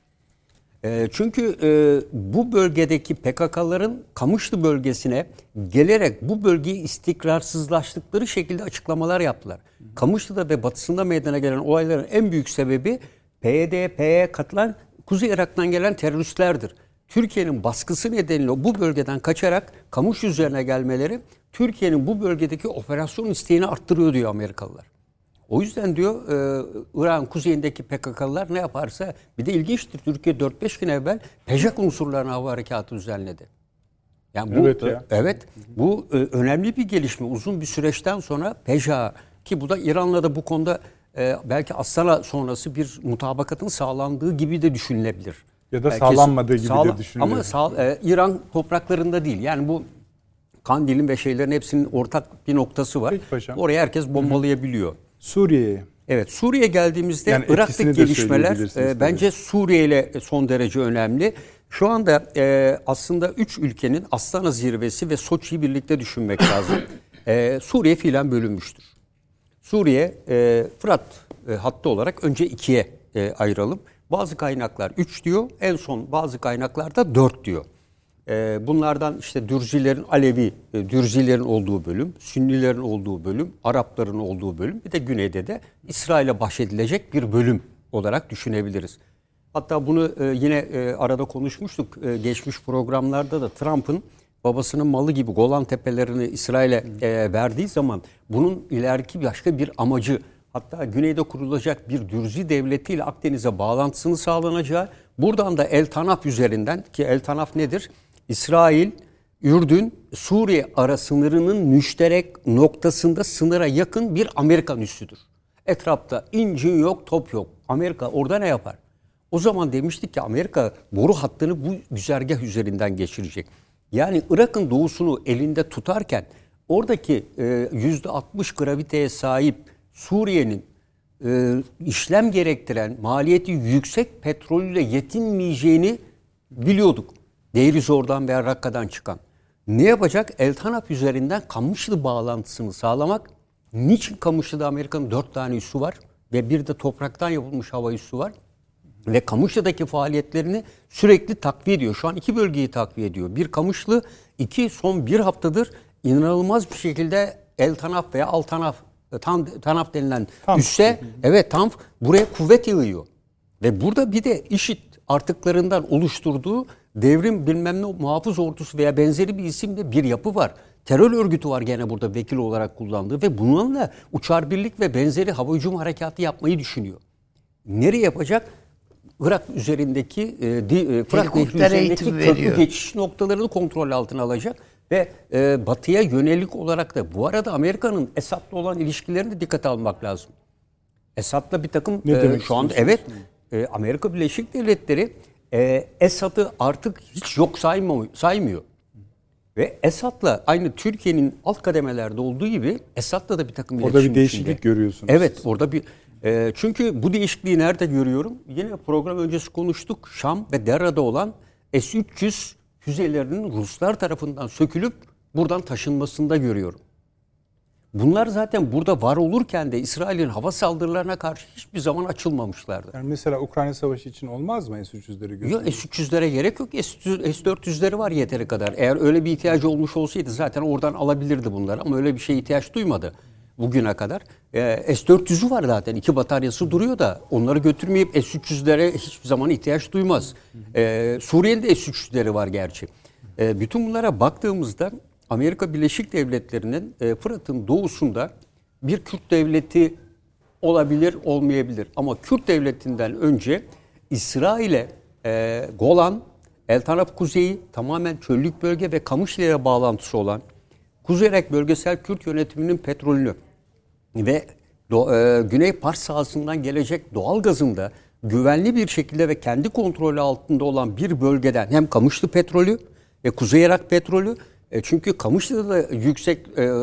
Çünkü bu bölgedeki PKK'ların Kamışlı bölgesine gelerek bu bölgeyi istikrarsızlaştıkları şekilde açıklamalar yaptılar. Kamışlı'da ve batısında meydana gelen olayların en büyük sebebi PYD-PYD'ye katılan Kuzey Irak'tan gelen teröristlerdir. Türkiye'nin baskısı nedeniyle bu bölgeden kaçarak Kamışlı üzerine gelmeleri Türkiye'nin bu bölgedeki operasyon isteğini arttırıyor diyor Amerikalılar. O yüzden diyor Irak'ın kuzeyindeki PKK'lılar ne yaparsa, bir de ilginçtir, Türkiye 4-5 gün evvel PEJAK unsurlarına hava harekatı düzenledi. Yani bu, bu önemli bir gelişme. Uzun bir süreçten sonra PEJAK, ki bu da İran'la da bu konuda belki Astana sonrası bir mutabakatın sağlandığı gibi de düşünülebilir. Ya da sağlanmadığı gibi de düşünülebilir. Ama İran topraklarında değil. Yani bu Kandil'in ve şeylerin hepsinin ortak bir noktası var. Oraya herkes bombalayabiliyor. Suriye'ye. Evet, Suriye'ye geldiğimizde yani Irak'taki gelişmeler bence Suriye ile son derece önemli. Şu anda aslında 3 ülkenin Astana zirvesi ve Soçi'yi birlikte düşünmek lazım. Suriye fiilen bölünmüştür. Suriye Fırat hattı olarak önce ikiye ayıralım. Bazı kaynaklar 3 diyor, en son bazı kaynaklar da 4 diyor. Bunlardan işte Dürzilerin, Dürzilerin olduğu bölüm, Sünnilerin olduğu bölüm, Arapların olduğu bölüm, bir de güneyde de İsrail'e bahşedilecek bir bölüm olarak düşünebiliriz. Hatta bunu yine arada konuşmuştuk geçmiş programlarda da, Trump'ın babasının malı gibi Golan Tepelerini İsrail'e verdiği zaman bunun ileriki başka bir amacı, hatta güneyde kurulacak bir Dürzi devletiyle Akdeniz'e bağlantısını sağlanacağı, buradan da El Tanaf üzerinden, ki El Tanaf nedir? İsrail, Ürdün, Suriye ara sınırının müşterek noktasında sınıra yakın bir Amerikan üssüdür. Etrafta incin yok, top yok. Amerika orada ne yapar? O zaman demiştik ki Amerika boru hattını bu güzergah üzerinden geçirecek. Yani Irak'ın doğusunu elinde tutarken oradaki %60 graviteye sahip Suriye'nin işlem gerektiren, maliyeti yüksek petrolle yetinmeyeceğini biliyorduk. Deir ez-Zor'dan veya Rakka'dan çıkan. Ne yapacak? El Tanaf üzerinden Kamışlı bağlantısını sağlamak. Niçin Kamışlı'da Amerika'nın 4 tane üssü var ve bir de topraktan yapılmış hava üssü var? Ve Kamışlı'daki faaliyetlerini sürekli takviye ediyor. Şu an 2 bölgeyi takviye ediyor. Bir Kamışlı, 2 son 1 haftadır inanılmaz bir şekilde El Tanaf veya Al Tanaf, Tanaf denilen üsse, evet Tanf, buraya kuvvet yığıyor. Ve burada bir de IŞİD artıklarından oluşturduğu devrim bilmem ne muhafız ordusu veya benzeri bir isimde bir yapı var. Terör örgütü var gene burada vekil olarak kullandığı ve bununla uçar birlik ve benzeri hava hücum harekatı yapmayı düşünüyor. Nereye yapacak? Irak üzerindeki Fırat Nehri üzerindeki köprü geçiş noktalarını kontrol altına alacak ve batıya yönelik olarak da bu arada Amerika'nın Esad'la olan ilişkilerini de dikkate almak lazım. Esad'la bir takım şu anda Amerika Birleşik Devletleri Esad'ı artık hiç yok saymıyor. Ve Esad'la aynı Türkiye'nin alt kademelerde olduğu gibi Esad'la da bir takım iletişim orada bir değişiklik görüyorsunuz. Evet, orada bir çünkü bu değişikliği nerede görüyorum? Yine program öncesi konuştuk. Şam ve Derra'da olan S-300 füzelerinin Ruslar tarafından sökülüp buradan taşınmasında görüyorum. Bunlar zaten burada var olurken de İsrail'in hava saldırılarına karşı hiçbir zaman açılmamışlardı. Yani mesela Ukrayna Savaşı için olmaz mı S-300'leri götürmek? Yok, S-300'lere gerek yok. S-400'leri var yeteri kadar. Eğer öyle bir ihtiyacı olmuş olsaydı zaten oradan alabilirdi bunları. Ama öyle bir şeye ihtiyaç duymadı bugüne kadar. S-400'ü var zaten. 2 bataryası duruyor da onları götürmeyip S-300'lere hiçbir zaman ihtiyaç duymaz. Suriye'nin de S-300'leri var gerçi. Bütün bunlara baktığımızda Amerika Birleşik Devletleri'nin Fırat'ın doğusunda bir Kürt devleti olabilir, olmayabilir. Ama Kürt devletinden önce İsrail'e Golan, El Tanaf kuzeyi tamamen çöllük bölge ve Kamışlı'ya bağlantısı olan Kuzey Irak Bölgesel Kürt Yönetimi'nin petrolünü ve Güney Pars sahasından gelecek doğal gazın da güvenli bir şekilde ve kendi kontrolü altında olan bir bölgeden hem Kamışlı petrolü ve Kuzey Irak petrolü, çünkü Kamışlı'da da yüksek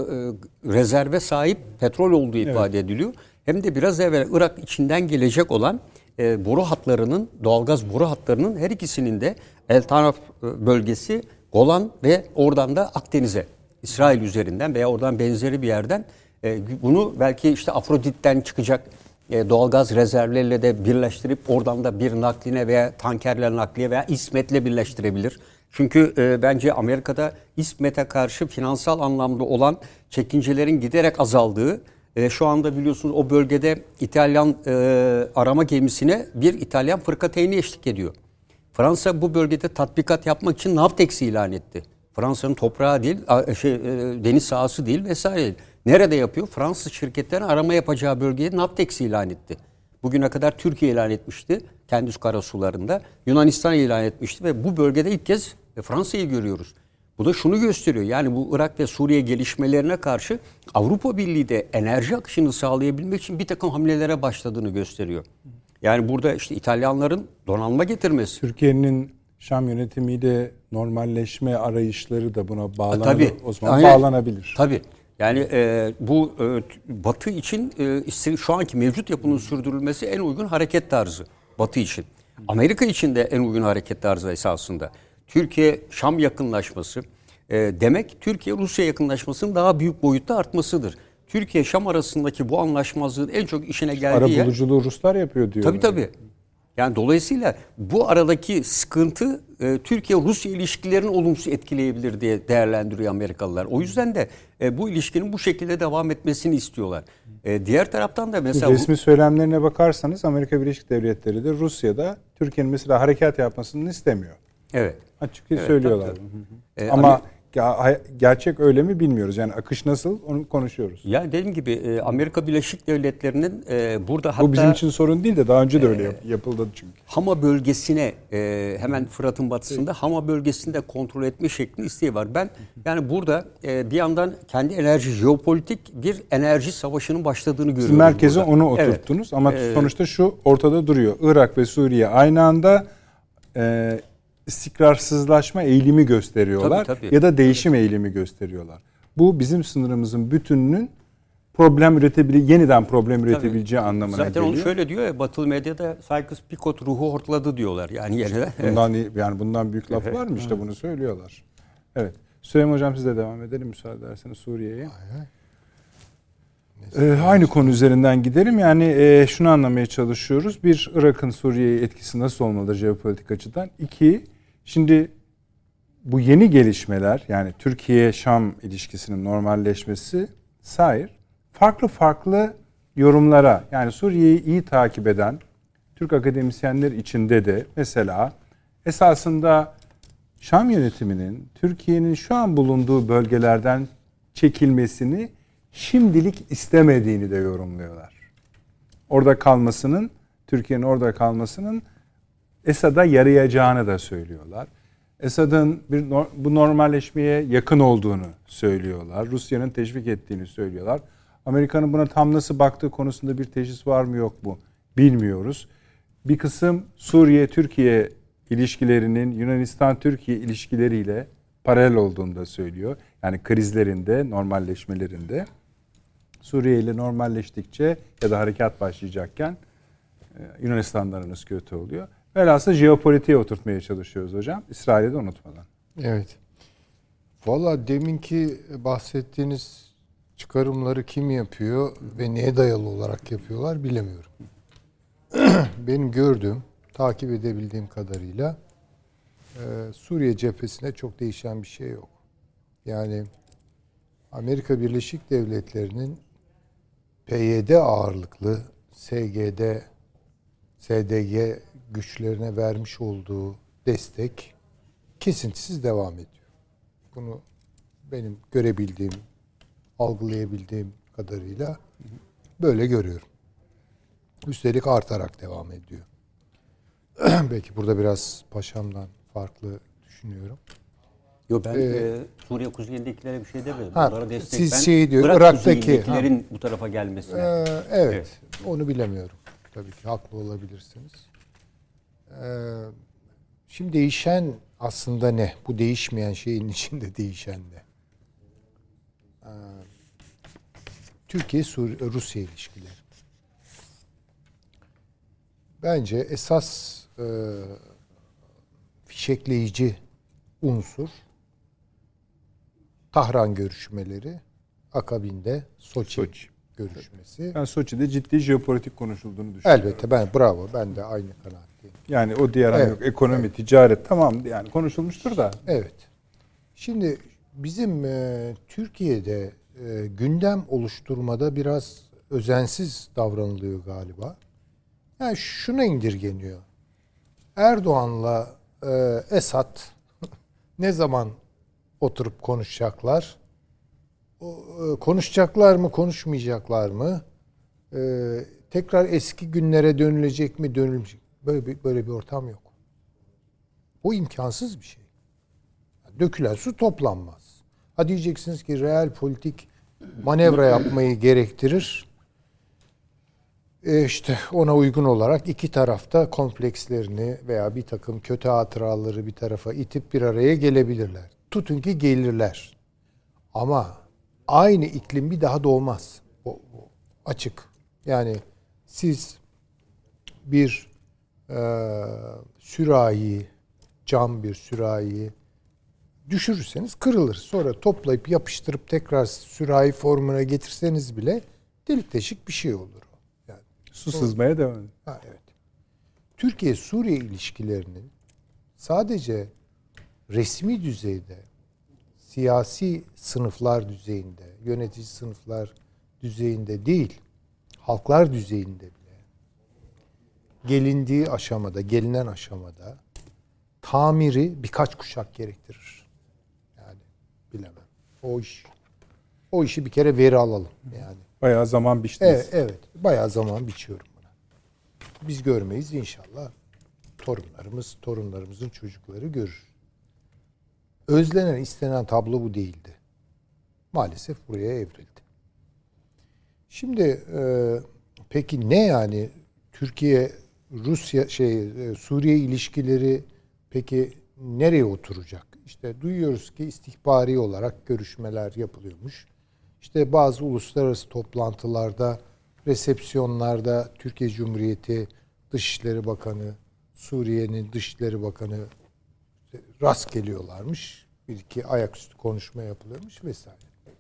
rezerve sahip petrol olduğu ifade ediliyor. Hem de biraz evvel Irak içinden gelecek olan boru hatlarının, doğalgaz boru hatlarının her ikisinin de El Tanaf bölgesi, Golan ve oradan da Akdeniz'e, İsrail üzerinden veya oradan benzeri bir yerden bunu belki işte Afrodit'ten çıkacak doğalgaz rezervleriyle de birleştirip oradan da bir nakline veya tankerle nakliye veya İsmet'le birleştirebilir. Çünkü bence Amerika'da İsmet'e karşı finansal anlamda olan çekincelerin giderek azaldığı, şu anda biliyorsunuz o bölgede İtalyan arama gemisine bir İtalyan fırkateyni eşlik ediyor. Fransa bu bölgede tatbikat yapmak için Navtex ilan etti. Fransa'nın toprağı değil, deniz sahası değil vesaire. Nerede yapıyor? Fransız şirketlerin arama yapacağı bölgeye Navtex ilan etti. Bugüne kadar Türkiye ilan etmişti kendi karasularında. Yunanistan ilan etmişti ve bu bölgede ilk kez Fransa'yı görüyoruz. Bu da şunu gösteriyor. Yani bu Irak ve Suriye gelişmelerine karşı Avrupa Birliği de enerji akışını sağlayabilmek için bir takım hamlelere başladığını gösteriyor. Yani burada işte İtalyanların donanma getirmesi. Türkiye'nin Şam yönetimiyle normalleşme arayışları da buna o zaman aynen, bağlanabilir. Tabii. Yani bu Batı için şu anki mevcut yapının sürdürülmesi en uygun hareket tarzı Batı için. Amerika için de en uygun hareket tarzı esasında. Türkiye-Şam yakınlaşması demek Türkiye-Rusya yakınlaşmasının daha büyük boyutta artmasıdır. Türkiye-Şam arasındaki bu anlaşmazlığın en çok işine geldiği yer... Arabuluculuğu Ruslar yapıyor diyor. Tabii. Yani dolayısıyla bu aradaki sıkıntı Türkiye-Rusya ilişkilerini olumsuz etkileyebilir diye değerlendiriyor Amerikalılar. O yüzden de bu ilişkinin bu şekilde devam etmesini istiyorlar. Diğer taraftan da mesela... Resmi söylemlerine bakarsanız Amerika Birleşik Devletleri de Rusya'da Türkiye'nin mesela harekat yapmasını istemiyor. Evet. Açıkça söylüyorlar. Tabii. Ama gerçek öyle mi bilmiyoruz. Yani akış nasıl onu konuşuyoruz. Ya dediğim gibi Amerika Birleşik Devletleri'nin burada hatta... Bu bizim için sorun değil de daha önce de öyle yapıldı çünkü. Hama bölgesine hemen Fırat'ın batısında Hama bölgesinde kontrol etme şeklinde isteği var. Ben yani burada bir yandan kendi jeopolitik bir enerji savaşının başladığını görüyorum. Siz merkeze burada. onu oturttunuz ama sonuçta şu ortada duruyor. Irak ve Suriye aynı anda istikrarsızlaşma eğilimi gösteriyorlar tabii. ya da değişim eğilimi gösteriyorlar. Bu bizim sınırımızın bütününün yeniden problem üretebileceği anlamına Zaten geliyor. onu şöyle diyor ya, Batılı medyada Sykes-Picot ruhu hortladı diyorlar yani yeniden. Bundan büyük laf var mı? İşte bunu söylüyorlar. Evet. Süleyman Hocam siz de devam edelim müsaade ederseniz Suriye'ye. Aynı konu üzerinden gidelim. Yani şunu anlamaya çalışıyoruz. Bir, Irak'ın Suriye'ye etkisi nasıl olmalı jeopolitik açıdan? İki, şimdi bu yeni gelişmeler yani Türkiye-Şam ilişkisinin normalleşmesi farklı yorumlara yani Suriye'yi iyi takip eden Türk akademisyenler içinde de mesela esasında Şam yönetiminin Türkiye'nin şu an bulunduğu bölgelerden çekilmesini şimdilik istemediğini de yorumluyorlar. Türkiye'nin orada kalmasının Esad'a yarayacağını da söylüyorlar. Esad'ın bu normalleşmeye yakın olduğunu söylüyorlar. Rusya'nın teşvik ettiğini söylüyorlar. Amerika'nın buna tam nasıl baktığı konusunda bir teşhis var mı yok mu bilmiyoruz. Bir kısım Suriye-Türkiye ilişkilerinin Yunanistan-Türkiye ilişkileriyle paralel olduğunu da söylüyor. Yani krizlerinde, normalleşmelerinde Suriye ile normalleştikçe ya da harekat başlayacakken Yunanistan'dan aranız kötü oluyor. Velhasıl jeopolitiğe oturtmaya çalışıyoruz hocam. İsrail'i de unutmadan. Evet. Valla deminki bahsettiğiniz çıkarımları kim yapıyor ve neye dayalı olarak yapıyorlar bilemiyorum. Benim gördüğüm, takip edebildiğim kadarıyla Suriye cephesinde çok değişen bir şey yok. Yani Amerika Birleşik Devletleri'nin PYD ağırlıklı SDG güçlerine vermiş olduğu destek kesintisiz devam ediyor. Bunu benim görebildiğim, algılayabildiğim kadarıyla böyle görüyorum. Üstelik artarak devam ediyor. Belki burada biraz paşamdan farklı düşünüyorum. Yok ben Suriye kuzeyindekilere bir şey demedim. Onlara destek. Siz ben diyor Irak Irak'taki kuzeyidekilerin bu tarafa gelmesine. evet. Onu bilemiyorum. Tabii ki haklı olabilirsiniz. Şimdi değişen aslında ne? Bu değişmeyen şeyin içinde değişen ne? Türkiye-Rusya ilişkileri. Bence esas fişekleyici unsur Tahran görüşmeleri, akabinde Soçi görüşmesi. Ben Soçi'de ciddi jeopolitik konuşulduğunu düşünüyorum. Elbette ben de aynı kanaatteyim. Yani o diğer yok ekonomi, ticaret tamam yani konuşulmuştur da. Evet. Şimdi bizim Türkiye'de gündem oluşturmada biraz özensiz davranılıyor galiba. Yani şuna indirgeniyor. Erdoğan'la Esad ne zaman oturup konuşacaklar? Konuşacaklar mı, konuşmayacaklar mı? Tekrar eski günlere dönülecek mi, dönülmeyecek? Böyle bir ortam yok. Bu imkansız bir şey. Dökülen su toplanmaz. Ha diyeceksiniz ki real politik manevra yapmayı gerektirir. İşte ona uygun olarak iki tarafta komplekslerini veya bir takım kötü hatıraları bir tarafa itip bir araya gelebilirler. Tutun ki gelirler. Ama aynı iklim bir daha doğmaz. O açık. Yani siz bir sürahi, cam bir sürahiyi düşürürseniz kırılır. Sonra toplayıp yapıştırıp tekrar sürahi formuna getirseniz bile delik deşik bir şey olur. Yani su sızmaya devam ediyor. Evet. Türkiye-Suriye ilişkilerinin sadece resmi düzeyde, siyasi sınıflar düzeyinde, yönetici sınıflar düzeyinde değil, halklar düzeyinde bile gelinen aşamada tamiri birkaç kuşak gerektirir. Yani bilemem. O işi bir kere veri alalım yani. Bayağı zaman biçtiniz. Evet. Bayağı zaman biçiyorum buna. Biz görmeyiz inşallah. Torunlarımızın çocukları görür. Özlenen, istenen tablo bu değildi. Maalesef buraya evrildi. Şimdi peki ne yani Türkiye Rusya Suriye ilişkileri peki nereye oturacak? İşte duyuyoruz ki istihbari olarak görüşmeler yapılıyormuş. İşte bazı uluslararası toplantılarda, resepsiyonlarda Türkiye Cumhuriyeti Dışişleri Bakanı, Suriye'nin Dışişleri Bakanı rast geliyorlarmış. Bir iki ayaküstü konuşma yapılıyormuş vesaire.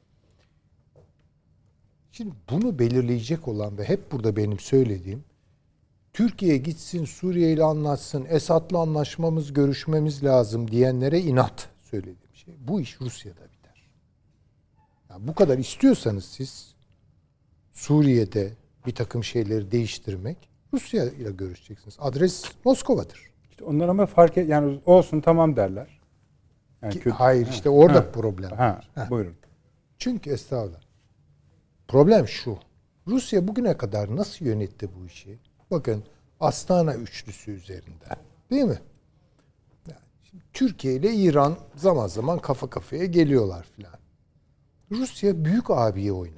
Şimdi bunu belirleyecek olan ve hep burada benim söylediğim, Türkiye gitsin Suriye ile anlaşsın, Esad'la anlaşmamız, görüşmemiz lazım diyenlere inat söylediğim şey. Bu iş Rusya'da biter. Yani bu kadar istiyorsanız siz Suriye'de bir takım şeyleri değiştirmek, Rusya ile görüşeceksiniz. Adres Moskova'dır. İşte onlar ama yani olsun tamam derler. Yani hayır işte orada problem var. Buyurun. Çünkü estağfurullah. Problem şu. Rusya bugüne kadar nasıl yönetti bu işi? Bakın Astana üçlüsü üzerinde. Değil mi? Yani şimdi Türkiye ile İran zaman zaman kafa kafaya geliyorlar filan. Rusya büyük abiye oynadı.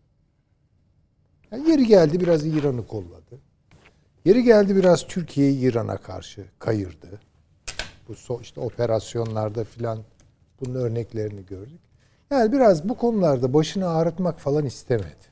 Yani yeri geldi biraz İran'ı kolladı. Yeri geldi biraz Türkiye'yi İran'a karşı kayırdı. Bu işte operasyonlarda filan bunun örneklerini gördük. Yani biraz bu konularda başını ağrıtmak falan istemedi.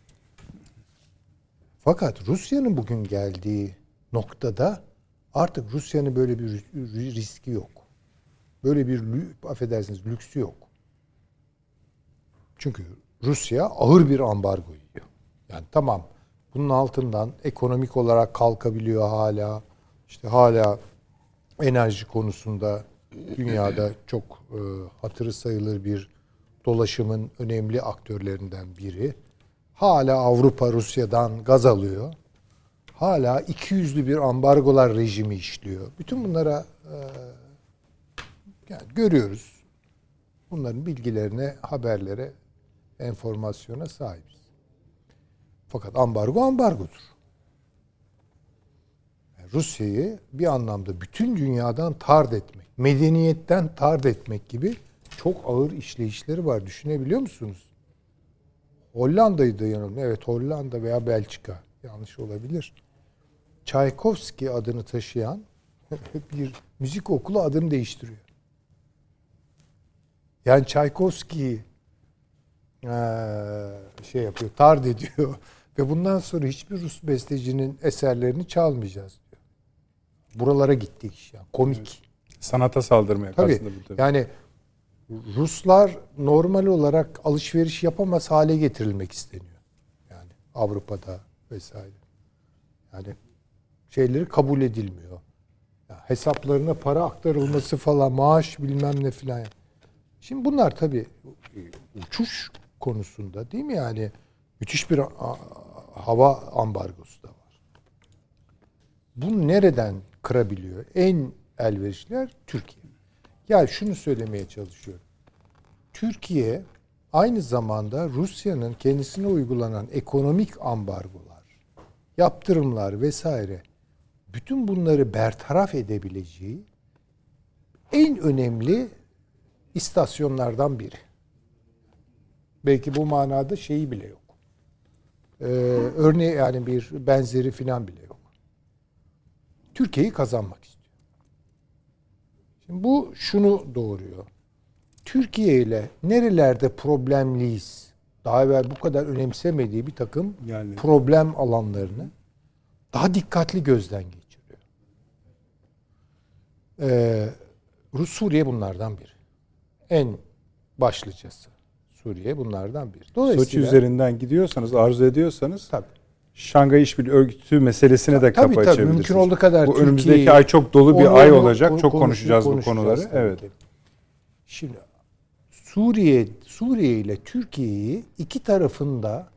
Fakat Rusya'nın bugün geldiği noktada artık Rusya'nın böyle bir riski yok. Böyle bir affedersiniz lüksü yok. Çünkü Rusya ağır bir ambargo yiyor. Yani tamam bunun altından ekonomik olarak kalkabiliyor hala. İşte hala enerji konusunda dünyada çok hatırı sayılır bir dolaşımın önemli aktörlerinden biri. Hala Avrupa Rusya'dan gaz alıyor. Hala ikiyüzlü bir ambargolar rejimi işliyor. Bütün bunlara yani görüyoruz. Bunların bilgilerine, haberlere, enformasyona sahibiz. Fakat ambargo ambargodur. Yani Rusya'yı bir anlamda bütün dünyadan tard etmek, medeniyetten tard etmek gibi çok ağır işleyişleri var. Düşünebiliyor musunuz? Hollanda'ydı yanılmıyor. Evet Hollanda veya Belçika. Yanlış olabilir. Tchaikovsky adını taşıyan bir müzik okulu adını değiştiriyor. Yani Tchaikovsky'yi yapıyor, tard ediyor. Ve bundan sonra hiçbir Rus bestecinin eserlerini çalmayacağız diyor. Buralara gittik iş ya. Komik. Evet. Sanata saldırmaya tabii. Yani Ruslar normal olarak alışveriş yapamaz hale getirilmek isteniyor. Yani Avrupa'da vesaire. Yani şeyleri kabul edilmiyor. Ya hesaplarına para aktarılması falan, maaş bilmem ne filan. Şimdi bunlar tabii uçuş konusunda değil mi yani müthiş bir hava ambargosu da var. Bunu nereden kırabiliyor? En elverişliler Türkiye. Ya şunu söylemeye çalışıyorum. Türkiye aynı zamanda Rusya'nın kendisine uygulanan ekonomik ambargolar, yaptırımlar vesaire bütün bunları bertaraf edebileceği en önemli istasyonlardan biri. Belki bu manada şeyi bile yok. Örneği yani bir benzeri filan bile yok. Türkiye'yi kazanmak istiyor. Şimdi bu şunu doğuruyor. Türkiye ile nerelerde problemliyiz? Daha evvel bu kadar önemsemediği bir takım problem alanlarını daha dikkatli gözden geçiriyor. Suriye bunlardan biri. En başlıcası. Suriye bunlardan biri. Dolayısıyla Soçi üzerinden gidiyorsanız, arzu ediyorsanız tabii. Şangay İşbirliği Örgütü meselesine de kapı açabilirsiniz. Mümkün olduğu kadar bu önümüzdeki ay çok dolu bir ay olacak. Çok konuşacağız bu konuları. Evet. Şimdi Suriye ile Türkiye'yi iki tarafında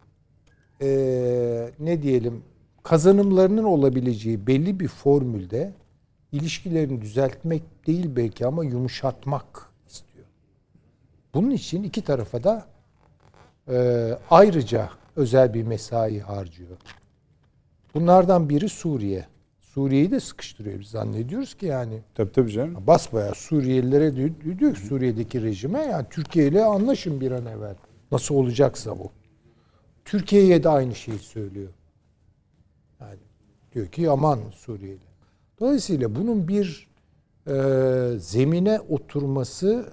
ne diyelim kazanımlarının olabileceği belli bir formülde ilişkilerini düzeltmek değil belki ama yumuşatmak istiyor. Bunun için iki tarafa da ayrıca özel bir mesai harcıyor. Bunlardan biri Suriye. Suriye'yi de sıkıştırıyor. Biz zannediyoruz ki yani Tabii canım. basbayağı Suriyelilere diyor ki Suriye'deki rejime yani Türkiye ile anlaşın bir an evvel. Nasıl olacaksa bu. Türkiye'ye de aynı şeyi söylüyor. Yani diyor ki aman Suriye'yle. Dolayısıyla bunun bir zemine oturması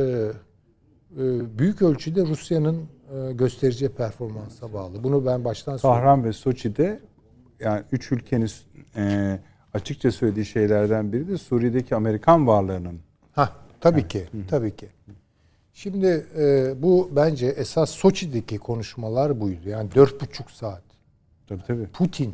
büyük ölçüde Rusya'nın göstereceği performansa bağlı. Bunu ben baştan söyleyeyim. Tahran ve Soçi'de yani üç ülkenin açıkça söylediği şeylerden biri de Suriye'deki Amerikan varlığının. Tabii ki. Tabii ki. Şimdi bu bence esas Soçi'deki konuşmalar buydu. Yani 4,5 saat. Tabii. Putin,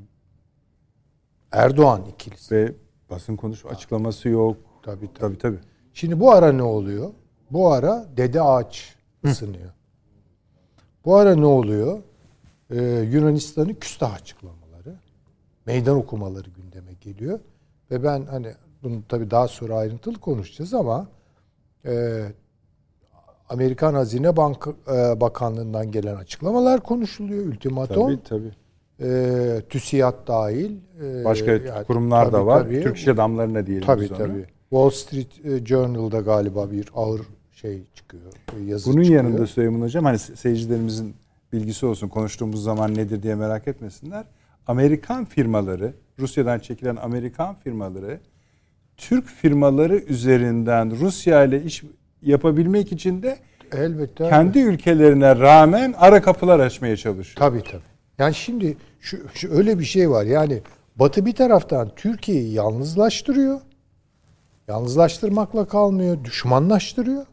Erdoğan ikilisi. Ve basın açıklaması yok. Tabii. Şimdi bu ara ne oluyor? Bu ara Dede Ağaç ısınıyor. Bu ara ne oluyor? Yunanistan'ın küstah açıklamaları, meydan okumaları gündeme geliyor. Ve ben hani bunu tabii daha sonra ayrıntılı konuşacağız ama Amerikan Hazine Bakanlığı'ndan gelen açıklamalar konuşuluyor. Ultimatom. Tabii. TÜSİAD dahil. Başka yani, kurumlar da var. Türk iş adamlarına diyelim. Tabii. Wall Street Journal'da galiba bir ağır şey çıkıyor. Yazı bunun çıkıyor. yanında Süleyman Hocam hani seyircilerimizin bilgisi olsun, konuştuğumuz zaman nedir diye merak etmesinler. Amerikan firmaları, Rusya'dan çekilen Amerikan firmaları Türk firmaları üzerinden Rusya ile iş yapabilmek için de elbette kendi ülkelerine rağmen ara kapılar açmaya çalışıyor. Tabii. Yani şimdi şu öyle bir şey var. Yani Batı bir taraftan Türkiye'yi yalnızlaştırıyor. Yalnızlaştırmakla kalmıyor, düşmanlaştırıyor.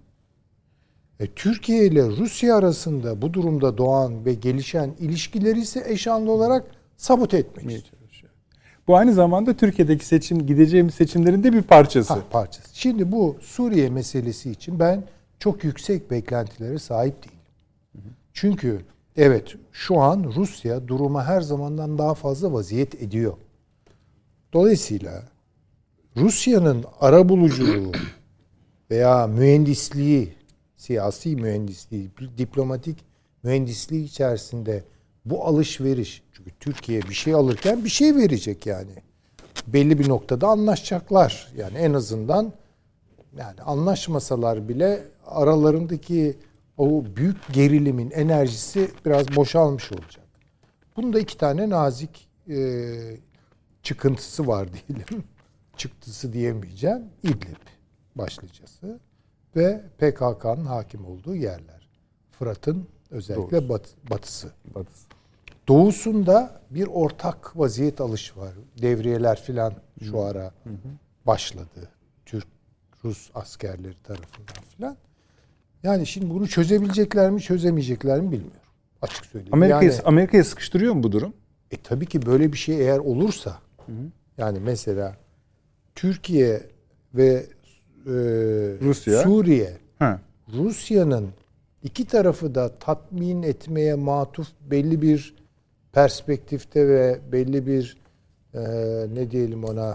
Türkiye ile Rusya arasında bu durumda doğan ve gelişen ilişkileri ise eşanlı olarak sabote etmek istiyor. Bu aynı zamanda Türkiye'deki gideceğimiz seçimlerin de bir parçası. Parçası. Şimdi bu Suriye meselesi için ben çok yüksek beklentilere sahip değilim. Çünkü evet şu an Rusya duruma her zamandan daha fazla vaziyet ediyor. Dolayısıyla Rusya'nın arabuluculuğu veya mühendisliği, siyasi mühendisliği, diplomatik mühendisliği içerisinde bu alışveriş, çünkü Türkiye bir şey alırken bir şey verecek yani. Belli bir noktada anlaşacaklar. Yani en azından yani anlaşmasalar bile aralarındaki o büyük gerilimin enerjisi biraz boşalmış olacak. Bunda iki tane nazik çıkıntısı var diyelim. Çıktısı diyemeyeceğim. İdlib başlıcası ve PKK'nın hakim olduğu yerler. Fırat'ın özellikle batısı. Doğusunda bir ortak vaziyet alış var. Devriyeler filan şu ara başladı. Türk-Rus askerleri tarafından filan. Yani şimdi bunu çözebilecekler mi, çözemeyecekler mi bilmiyorum. Açık söyleyeyim. Amerika'yı sıkıştırıyor mu bu durum? Tabii ki böyle bir şey eğer olursa, yani mesela Türkiye ve Rusya, Suriye, Rusya'nın iki tarafı da tatmin etmeye matuf belli bir perspektifte ve belli bir ne diyelim ona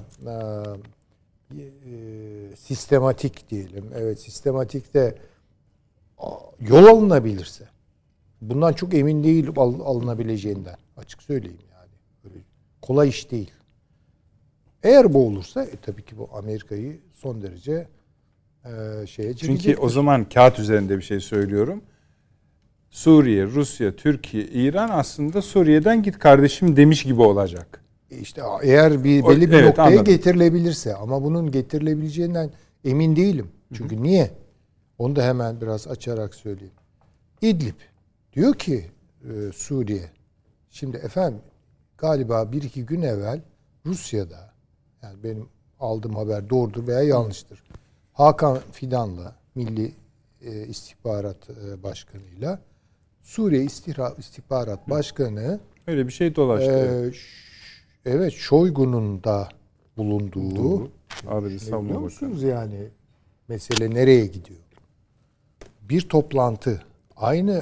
sistematik diyelim. Evet, sistematikte yol alınabilirse, bundan çok emin değil alınabileceğinden, açık söyleyeyim yani. Böyle kolay iş değil. Eğer bu olursa tabii ki bu Amerika'yı son derece şeye çekecektir. Çünkü o zaman kağıt üzerinde bir şey söylüyorum. Suriye, Rusya, Türkiye, İran aslında Suriye'den git kardeşim demiş gibi olacak. İşte eğer belli bir noktaya anladım. getirilebilirse, ama bunun getirilebileceğinden emin değilim. Çünkü niye? Onu da hemen biraz açarak söyleyeyim. İdlib diyor ki Suriye, şimdi efendim galiba 1-2 gün evvel Rusya'da, yani benim aldığım haber doğrudur veya yanlıştır, Hakan Fidan'la Milli İstihbarat Başkanı'yla Suriye İstihbarat Başkanı öyle bir şey dolaştı. Evet, Şoygu'nun da bulunduğu. Abi savunma musunuz yani mesele nereye gidiyor? Bir toplantı aynı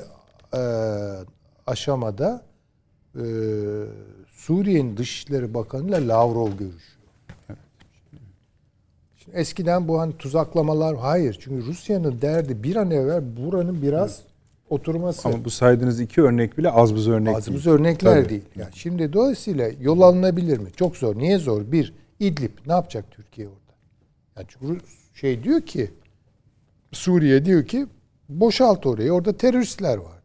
aşamada Suriye'nin Dışişleri Bakanı'yla Lavrov görüşüyor. Şimdi eskiden bu hani tuzaklamalar, hayır. Çünkü Rusya'nın derdi bir an evvel buranın biraz oturması. Ama bu saydığınız iki örnek bile az buz örnek Az değil. buz örnekler Tabii. değil. Yani şimdi dolayısıyla yol alınabilir mi? Çok zor. Niye zor? Bir, İdlib. Ne yapacak Türkiye orada? Yani çünkü diyor ki, Suriye diyor ki boşalt orayı. Orada teröristler var.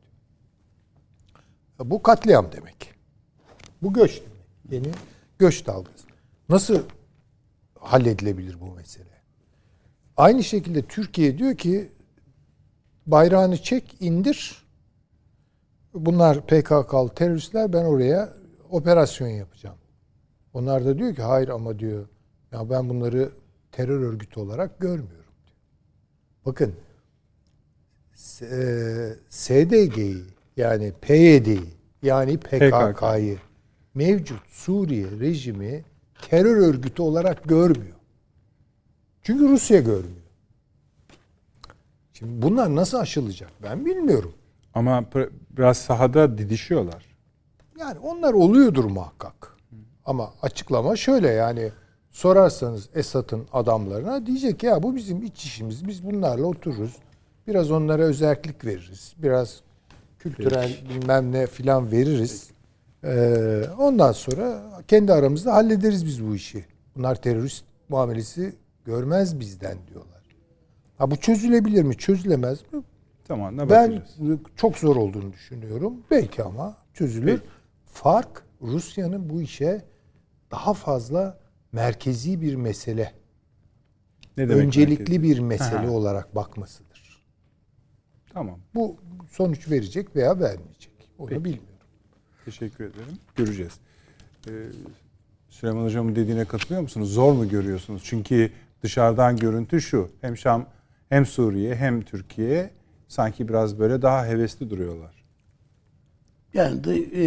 Bu katliam demek. Bu göç demek. Yeni göç dalgası. Nasıl halledilebilir bu mesele? Aynı şekilde Türkiye diyor ki bayrağını çek, indir. Bunlar PKK'lı teröristler, ben oraya operasyon yapacağım. Onlar da diyor ki hayır ama diyor ya ben bunları terör örgütü olarak görmüyorum diyor. Bakın SDG'yi yani PYD'yi yani PKK'yı mevcut Suriye rejimi terör örgütü olarak görmüyor. Çünkü Rusya görmüyor. Şimdi bunlar nasıl aşılacak ben bilmiyorum. Ama biraz sahada didişiyorlar. Yani onlar oluyordur muhakkak. Ama açıklama şöyle, yani sorarsanız Esad'ın adamlarına diyecek ya bu bizim iç işimiz. Biz bunlarla otururuz. Biraz onlara özellik veririz. Biraz kültürel bilmem ne filan veririz. Ondan sonra kendi aramızda hallederiz biz bu işi. Bunlar terörist muamelesi görmez bizden diyorlar. Ha bu çözülebilir mi? Çözülemez mi? Zamanla Ben bakacağız. çok zor olduğunu düşünüyorum. Belki ama çözülür. Peki. Fark Rusya'nın bu işe daha fazla merkezi bir mesele, Ne demek öncelikli merkezi? bir mesele Aha. olarak bakmasıdır. Tamam. Bu sonuç verecek veya vermeyecek. Onu Peki. bilmiyorum. Teşekkür ederim. Göreceğiz. Süleyman Hocam'ın dediğine katılıyor musunuz? Zor mu görüyorsunuz? Çünkü dışarıdan görüntü şu. Hem Şam, hem Suriye, hem Türkiye sanki biraz böyle daha hevesli duruyorlar. Yani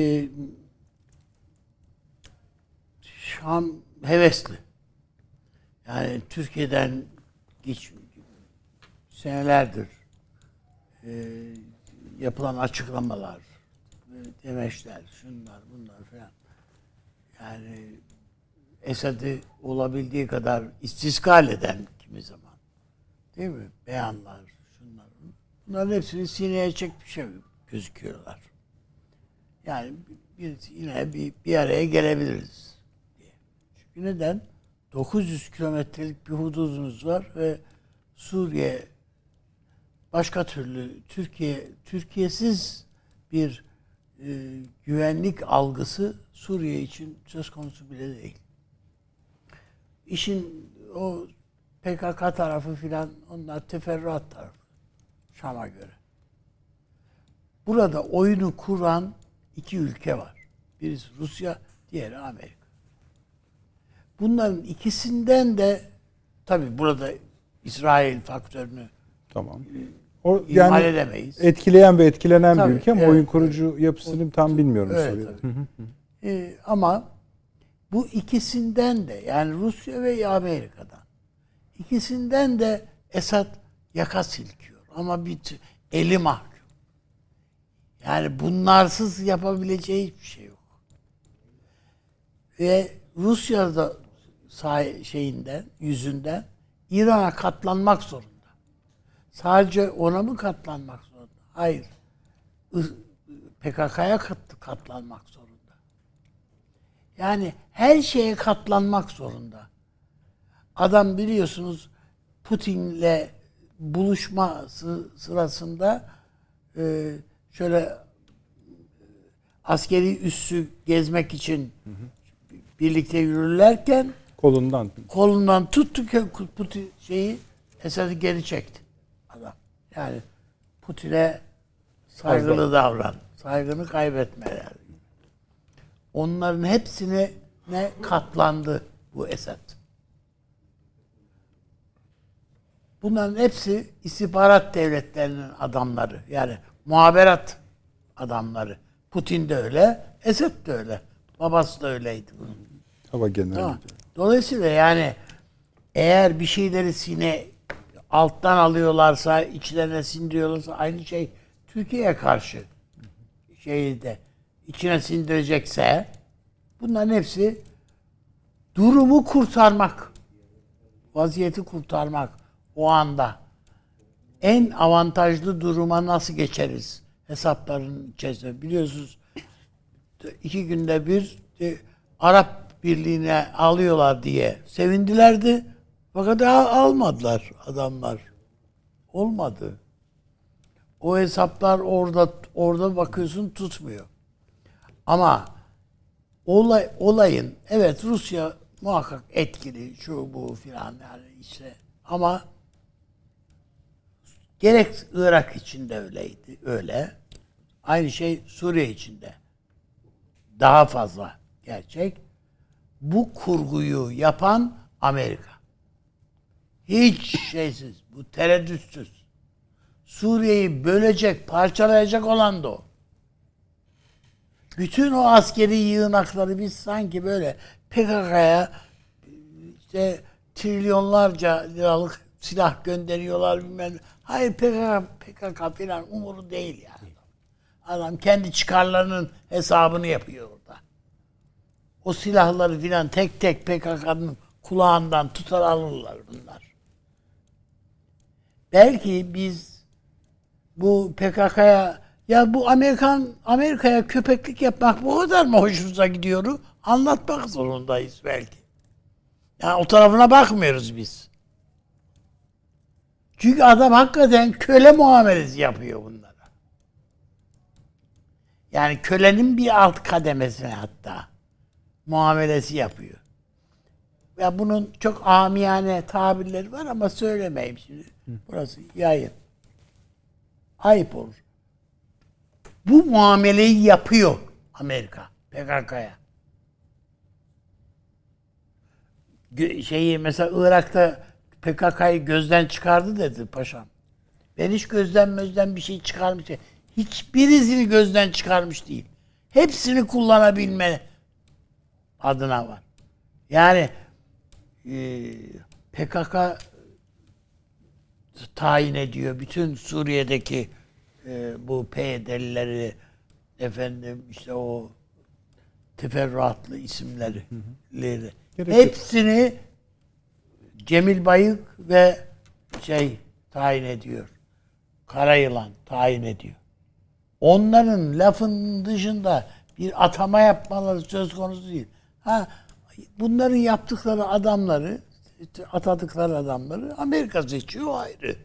Şam hevesli. Yani Türkiye'den senelerdir yapılan açıklamalar, demeçler, şunlar, bunlar falan. Yani Esad'ı olabildiği kadar istisgal eden kimi zaman, değil mi? Beyanlar, şunlar. Bunların hepsini sineye çekmiş gözüküyorlar. Yani yine bir araya gelebiliriz diye. Çünkü neden? 900 kilometrelik bir hududunuz var ve Suriye başka türlü Türkiye'siz bir güvenlik algısı Suriye için söz konusu bile değil. İşin o PKK tarafı filan onlar teferruat tarafı Şam'a göre. Burada oyunu kuran iki ülke var. Birisi Rusya, diğeri Amerika. Bunların ikisinden de tabii burada İsrail faktörünü Tamam. O ihmal yani edemeyiz. etkileyen ve etkilenen Tabii, bir ülke ama evet, oyun kurucu yapısını tam bilmiyorum. Evet, tabii. Ama bu ikisinden de yani Rusya ve Amerika'dan ikisinden de Esad yaka silkiyor. Ama bir eli mahkum. Yani bunlarsız yapabileceği hiçbir şey yok. Ve Rusya'da yüzünden İran'a katlanmak zorunda. Sadece ona mı katlanmak zorunda? Hayır. PKK'ya katlanmak zorunda. Yani her şeye katlanmak zorunda. Adam biliyorsunuz Putin'le buluşması sırasında şöyle askeri üssü gezmek için birlikte yürürlerken kolundan tuttu ki Putin Esad'ı geri çekti adam. Yani Putin'e saygılı davran. Saygını kaybetme yani. Onların hepsine katlandı bu Esad. Bunların hepsi istihbarat devletlerinin adamları. Yani muhaberat adamları. Putin de öyle, Esad de öyle. Babası da öyleydi bunun. Hava geneli. Tamam. Dolayısıyla yani eğer bir şeyleri alttan alıyorlarsa, içlerine sindiriyorlarsa aynı şey Türkiye'ye karşı içine sindirecekse bunların hepsi durumu kurtarmak vaziyeti kurtarmak o anda en avantajlı duruma nasıl geçeriz? Hesapların içerisinde. Biliyorsunuz 2 günde bir Arap Birliği'ne alıyorlar diye sevindilerdi. Fakat almadılar adamlar. Olmadı. O hesaplar orada bakıyorsun tutmuyor. Ama olayın evet Rusya muhakkak etkili şu bu filan yani işte ama gerek Irak için de öyleydi öyle. Aynı şey Suriye için de daha fazla gerçek. Bu kurguyu yapan Amerika. Hiç şeysiz, bu tereddütsüz. Suriye'yi bölecek, parçalayacak olan da o. Bütün o askeri yığınakları biz sanki böyle PKK'ya işte trilyonlarca liralık silah gönderiyorlar bilmem. Hayır PKK falan umuru değil yani. Adam kendi çıkarlarının hesabını yapıyor orada. O silahları filan tek tek PKK'nın kulağından tutar alırlar bunlar. Belki biz bu PKK'ya ya bu Amerika'ya köpeklik yapmak bu kadar mı hoşumuza gidiyor? Anlatmak zorundayız belki. Yani o tarafına bakmıyoruz biz. Çünkü adam hakikaten köle muamelesi yapıyor bunlara. Yani kölenin bir alt kademesine hatta muamelesi yapıyor. Ya bunun çok amiyane tabirleri var ama söylemeyeyim şimdi. Burası yayın. Ayıp olur. Bu muameleyi yapıyor Amerika PKK'ya. Mesela Irak'ta PKK'yı gözden çıkardı dedi paşam. Ben hiç gözden bir şey çıkarmış değil. Hiçbirisini gözden çıkarmış değil. Hepsini kullanabilme adına var. Yani PKK tayin ediyor bütün Suriye'deki bu PYD'lileri efendim işte o teferruatlı isimleri hepsini Cemil Bayık ve tayin ediyor. Karayılan tayin ediyor. Onların lafının dışında bir atama yapmaları söz konusu değil. Bunların yaptıkları adamları, atadıkları adamları Amerika seçiyor ayrı.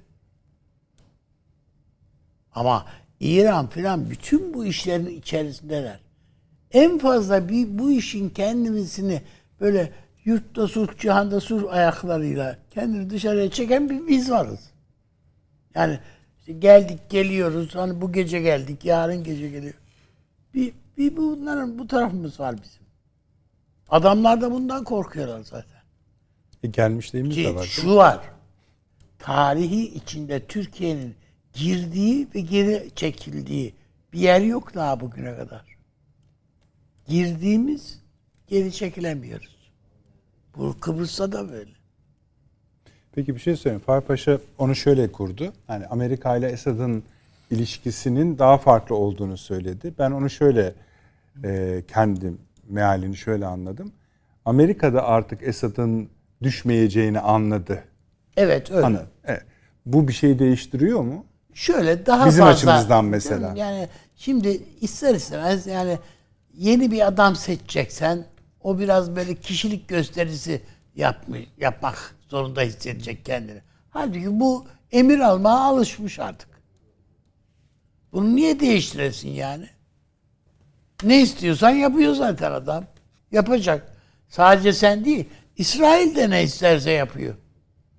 Ama İran filan bütün bu işlerin içerisindeler. En fazla bu işin kendisini böyle yurtta sulh, cihanda sulh ayaklarıyla kendini dışarıya çeken biz varız. Yani işte geliyoruz. Hani bu gece geldik, yarın gece geliyor. Bir bunların bu tarafımız var bizim. Adamlar da bundan korkuyorlar zaten. Gelmişliğimiz de var. Şu var. Tarihi içinde Türkiye'nin girdiği ve geri çekildiği bir yer yok daha bugüne kadar. Girdiğimiz, geri çekilemiyoruz. Bu Kıbrıs'ta da böyle. Peki bir şey söyleyeyim. Fahri Paşa onu şöyle kurdu. Yani Amerika ile Esad'ın ilişkisinin daha farklı olduğunu söyledi. Ben onu şöyle kendim mealini şöyle anladım. Amerika'da artık Esad'ın düşmeyeceğini anladı. Evet öyle. Evet. Bu bir şey değiştiriyor mu? Şöyle daha bizim fazla. Bizim açımızdan mesela. Yani şimdi ister istemez yani yeni bir adam seçeceksen o biraz böyle kişilik gösterisi yapmak zorunda hissedecek kendini. Halbuki bu emir almaya alışmış artık. Bunu niye değiştiresin yani? Ne istiyorsan yapıyor zaten adam. Yapacak. Sadece sen değil. İsrail de ne isterse yapıyor.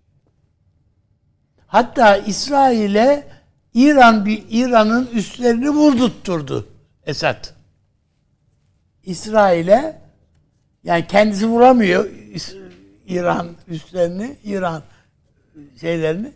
Hatta İsrail'e İran'ın üslerini vurdurtturdu Esad. İsrail'e yani kendisi vuramıyor İran üslerini, İran şeylerini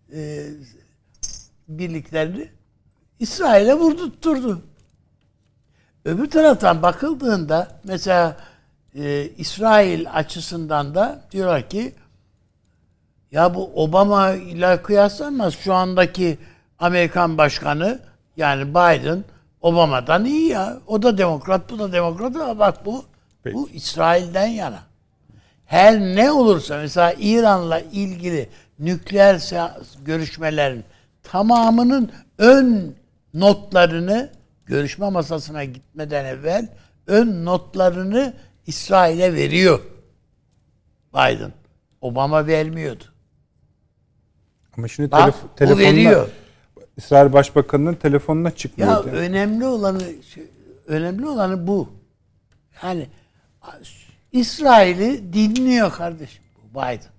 birliklerini İsrail'e vurdurtturdu. Öbür taraftan bakıldığında mesela İsrail açısından da diyorlar ki ya bu Obama ile kıyaslanmaz. Şu andaki Amerikan başkanı yani Biden Obama'dan iyi ya. O da demokrat, bu da demokrat ama bak bu İsrail'den yana. her ne olursa mesela İran'la ilgili nükleer görüşmelerin tamamının ön notlarını görüşme masasına gitmeden evvel ön notlarını İsrail'e veriyor Biden. Obama vermiyordu. Ama şimdi Bak, o telefonla veriyor. İsrail Başbakanı'nın telefonuna çıkmıyor. Ya önemli olanı bu. Yani İsrail'i dinliyor kardeşim bu Biden.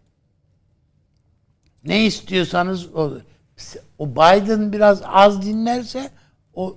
Ne istiyorsanız o Biden biraz az dinlerse o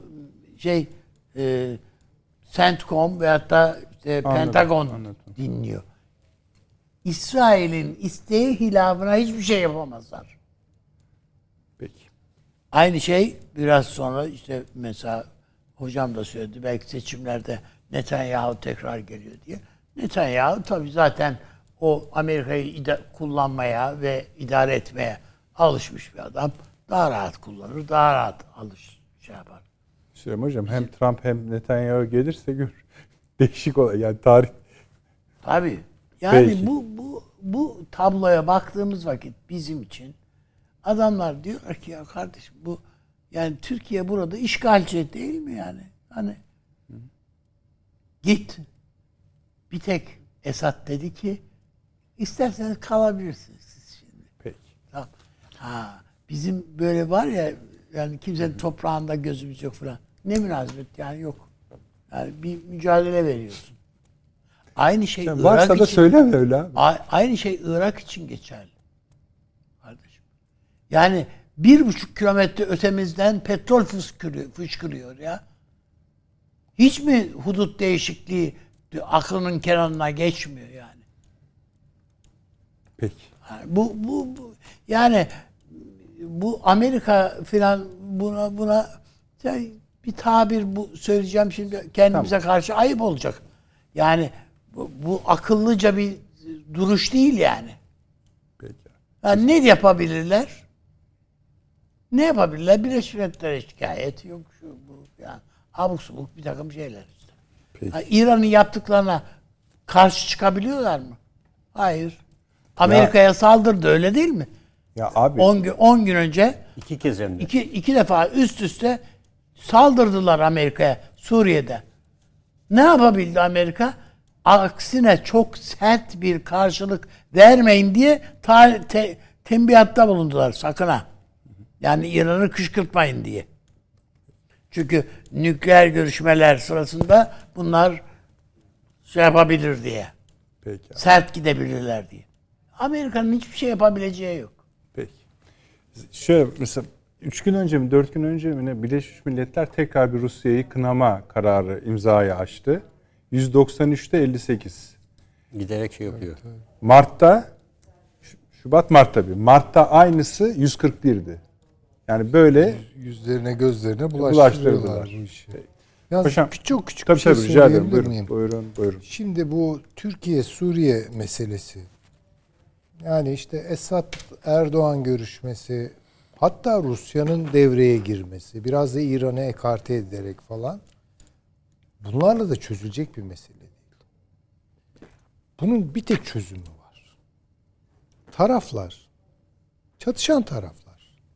CENTCOM veyahut da işte Pentagon anladım. dinliyor. İsrail'in isteği hilafına hiçbir şey yapamazlar. Peki. Aynı şey biraz sonra işte mesela hocam da söyledi. Belki seçimlerde Netanyahu tekrar geliyor diye. Netanyahu tabii zaten o Amerika'yı kullanmaya ve idare etmeye alışmış bir adam. Daha rahat kullanır, daha rahat şey yapar. Süleyman Hocam hem Trump hem Netanyahu gelirse gör. Değişik olay. Yani tarih. Tabii. Yani Peki. bu tabloya baktığımız vakit bizim için adamlar diyorlar ki ya kardeşim bu yani Türkiye burada işgalci değil mi yani? Hani git. Bir tek Esad dedi ki isterseniz kalabilirsiniz siz şimdi. Peki. Tamam. Bizim böyle var ya yani kimsenin toprağında gözümüz yok falan. Ne münasebet yani yok. Yani bir mücadele veriyorsun. Aynı şey Yani Irak varsa için. da söyleme öyle abi. Aynı şey Irak için geçerli. Kardeşim. Yani 1,5 kilometre ötemizden petrol fışkırıyor ya. Hiç mi hudut değişikliği aklının kenarına geçmiyor yani? Peki. Yani bu Amerika filan buna bir tabir bu söyleyeceğim şimdi kendimize karşı ayıp olacak. Yani bu akıllıca bir duruş değil yani. Peki. Yani ne yapabilirler? Ne yapabilirler? Birleşmiş Milletler'e şikayet yok şu bu yani abuk subuk bir takım şeyler işte. Peki. İran'ın yaptıklarına karşı çıkabiliyorlar mı? Hayır. Amerika'ya saldırdı öyle değil mi? Ya abi 10 gün önce 2 kez hem de. iki defa üst üste saldırdılar Amerika'ya Suriye'de. Ne yapabildi Amerika? Aksine çok sert bir karşılık vermeyin diye tembihatta bulundular sakın ha. Yani İran'ı kışkırtmayın diye. Çünkü nükleer görüşmeler sırasında bunlar şey yapabilir diye. peki. Sert gidebilirler diye. Amerika'nın hiçbir şey yapabileceği yok. Peki. Şöyle mesela 3 gün önce mi 4 gün önce mi ne Birleşmiş Milletler tekrar bir Rusya'yı kınama kararı imzaya açtı. 193'te 58. Giderek şey yapıyor. Mart'ta Şubat Mart tabii. Mart'ta aynısı 141'di. Yani böyle Yüzlerine gözlerine bulaştırdılar. bulaştırıyorlar bu işi. Yalnız Hocam, çok küçük tabii bir şey tabii rica ederim. söyleyebilir miyim? Buyurun. Şimdi bu Türkiye-Suriye meselesi, yani işte Esad-Erdoğan görüşmesi, hatta Rusya'nın devreye girmesi, biraz da İran'ı ekarte ederek falan, bunlarla da çözülecek bir mesele değil. Bunun bir tek çözümü var. Taraflar, çatışan taraflar.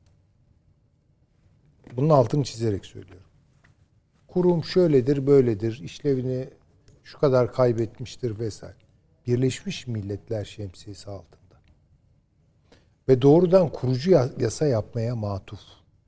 Bunun altını çizerek söylüyorum. Kurum şöyledir, böyledir, işlevini şu kadar kaybetmiştir vesaire. Birleşmiş Milletler şemsiyesi altında. Ve doğrudan kurucu yasa yapmaya matuf.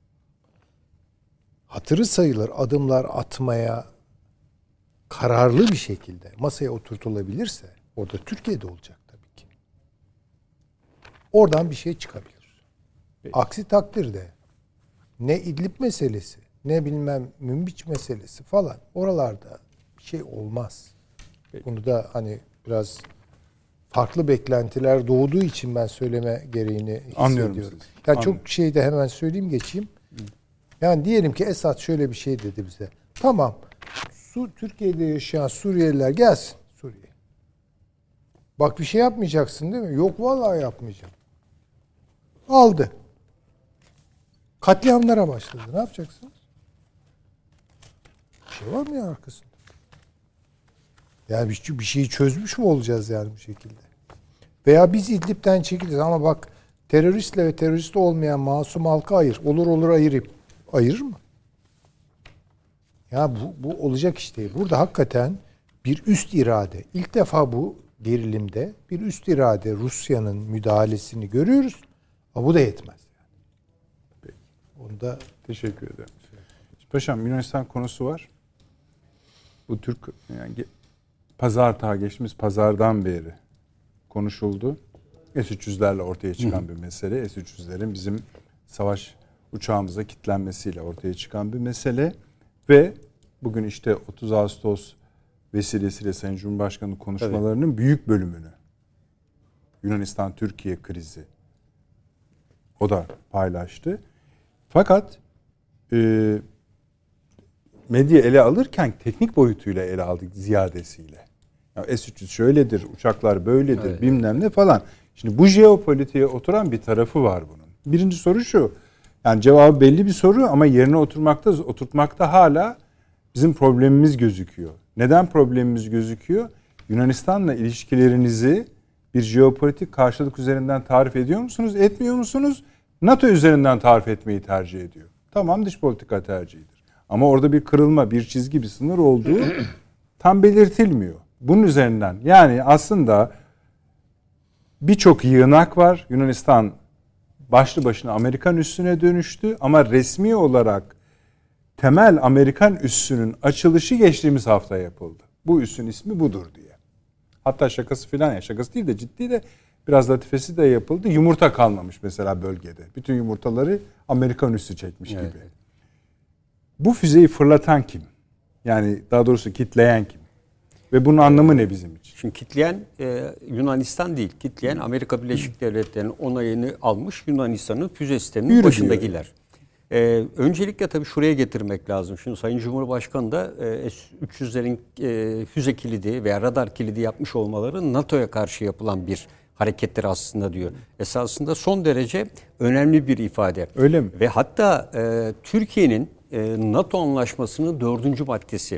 Hatırı sayılır adımlar atmaya kararlı bir şekilde masaya oturtulabilirse, orada Türkiye'de olacak tabii ki. Oradan bir şey çıkabilir. Aksi takdirde ne İdlib meselesi, ne bilmem Münbiç meselesi falan oralarda bir şey olmaz. Bunu da hani biraz farklı beklentiler doğduğu için ben söyleme gereğini Anlıyorum hissediyorum. sizi. Yani Anlıyorum. çok şey de hemen söyleyeyim geçeyim. Yani diyelim ki Esad şöyle bir şey dedi bize. Tamam. Türkiye'de yaşayan Suriyeliler gelsin Suriye'ye. Bak bir şey yapmayacaksın değil mi? Yok vallahi yapmayacağım. Aldı. Katliamlara başladı. Ne yapacaksınız? Bir şey var mı ya arkasında? Yani bir şeyi çözmüş mü olacağız yani bu şekilde? Veya biz İdlib'den çekiliriz ama bak teröristle ve terörist olmayan masum halka olur ayırır mı? Ya bu olacak iş değil. Burada hakikaten bir üst irade. İlk defa bu gerilimde bir üst irade Rusya'nın müdahalesini görüyoruz. Ama bu da yetmez. Peki. Onu da Teşekkür ederim. Paşam Yunanistan konusu var. Bu Türk yani geçtiğimiz pazardan beri konuşuldu. S-300'lerle ortaya çıkan bir mesele. S-300'lerin bizim savaş uçağımıza kilitlenmesiyle ortaya çıkan bir mesele. Ve bugün işte 30 Ağustos vesilesiyle Sayın Cumhurbaşkanı'nın konuşmalarının büyük bölümünü Yunanistan-Türkiye krizi o da paylaştı. Fakat medya ele alırken teknik boyutuyla ele aldık ziyadesiyle. Ya S-300 şöyledir, uçaklar böyledir, bilmem ne falan. Şimdi bu jeopolitiğe oturan bir tarafı var bunun. Birinci soru şu. Yani cevabı belli bir soru ama yerine oturtmakta hala bizim problemimiz gözüküyor. Neden problemimiz gözüküyor? Yunanistan'la ilişkilerinizi bir jeopolitik karşılık üzerinden tarif ediyor musunuz, etmiyor musunuz? NATO üzerinden tarif etmeyi tercih ediyor. Tamam, dış politika tercihidir. Ama orada bir kırılma, bir çizgi, bir sınır olduğu tam belirtilmiyor. Bunun üzerinden yani aslında birçok yığınak var. Yunanistan başlı başına Amerikan üssüne dönüştü ama resmi olarak temel Amerikan üssünün açılışı geçtiğimiz hafta yapıldı. Bu üssün ismi budur diye. Hatta şakası filan, ya şakası değil de ciddi de biraz latifesi de yapıldı. Yumurta kalmamış mesela bölgede. Bütün yumurtaları Amerikan üssü çekmiş gibi. Bu füzeyi fırlatan kim? Yani daha doğrusu kitleyen kim? Ve bunun anlamı ne bizim için? Şimdi kitleyen Yunanistan değil. Kitleyen Amerika Birleşik Devletleri'nin onayını almış Yunanistan'ın füze sisteminin başındakiler. Öncelikle tabii şuraya getirmek lazım. Şimdi Sayın Cumhurbaşkanı da S-300'lerin füze kilidi veya radar kilidi yapmış olmaları NATO'ya karşı yapılan bir harekettir aslında diyor. Esasında son derece önemli bir ifade. Öyle mi? Ve hatta Türkiye'nin NATO anlaşmasının 4. maddesi.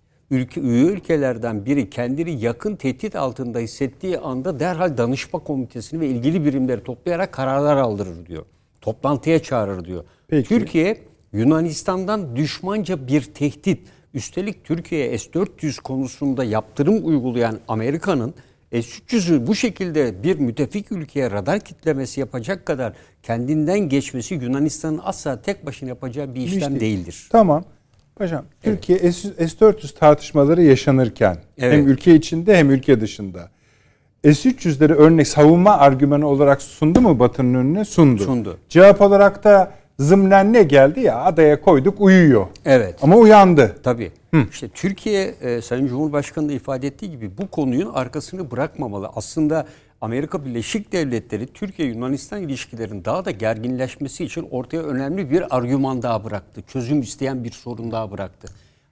Üye ülkelerden biri kendini yakın tehdit altında hissettiği anda derhal danışma komitesini ve ilgili birimleri toplayarak kararlar aldırır diyor. Toplantıya çağırır diyor. Peki. Türkiye Yunanistan'dan düşmanca bir tehdit, üstelik Türkiye'ye S-400 konusunda yaptırım uygulayan Amerika'nın S-300'ü bu şekilde bir müttefik ülkeye radar kitlemesi yapacak kadar kendinden geçmesi Yunanistan'ın asla tek başına yapacağı bir işlem değildir. Tamam. Paşam, Türkiye S-400 tartışmaları yaşanırken hem ülke içinde hem ülke dışında S-300'leri örnek savunma argümanı olarak sundu mu Batı'nın önüne? Sundu. Cevap olarak da zımnen ne geldi ya, adaya koyduk uyuyor. Evet. Ama uyandı. Tabii. İşte Türkiye Sayın Cumhurbaşkanı da ifade ettiği gibi bu konunun arkasını bırakmamalı. Aslında Amerika Birleşik Devletleri Türkiye-Yunanistan ilişkilerinin daha da gerginleşmesi için ortaya önemli bir argüman daha bıraktı. Çözüm isteyen bir sorun daha bıraktı.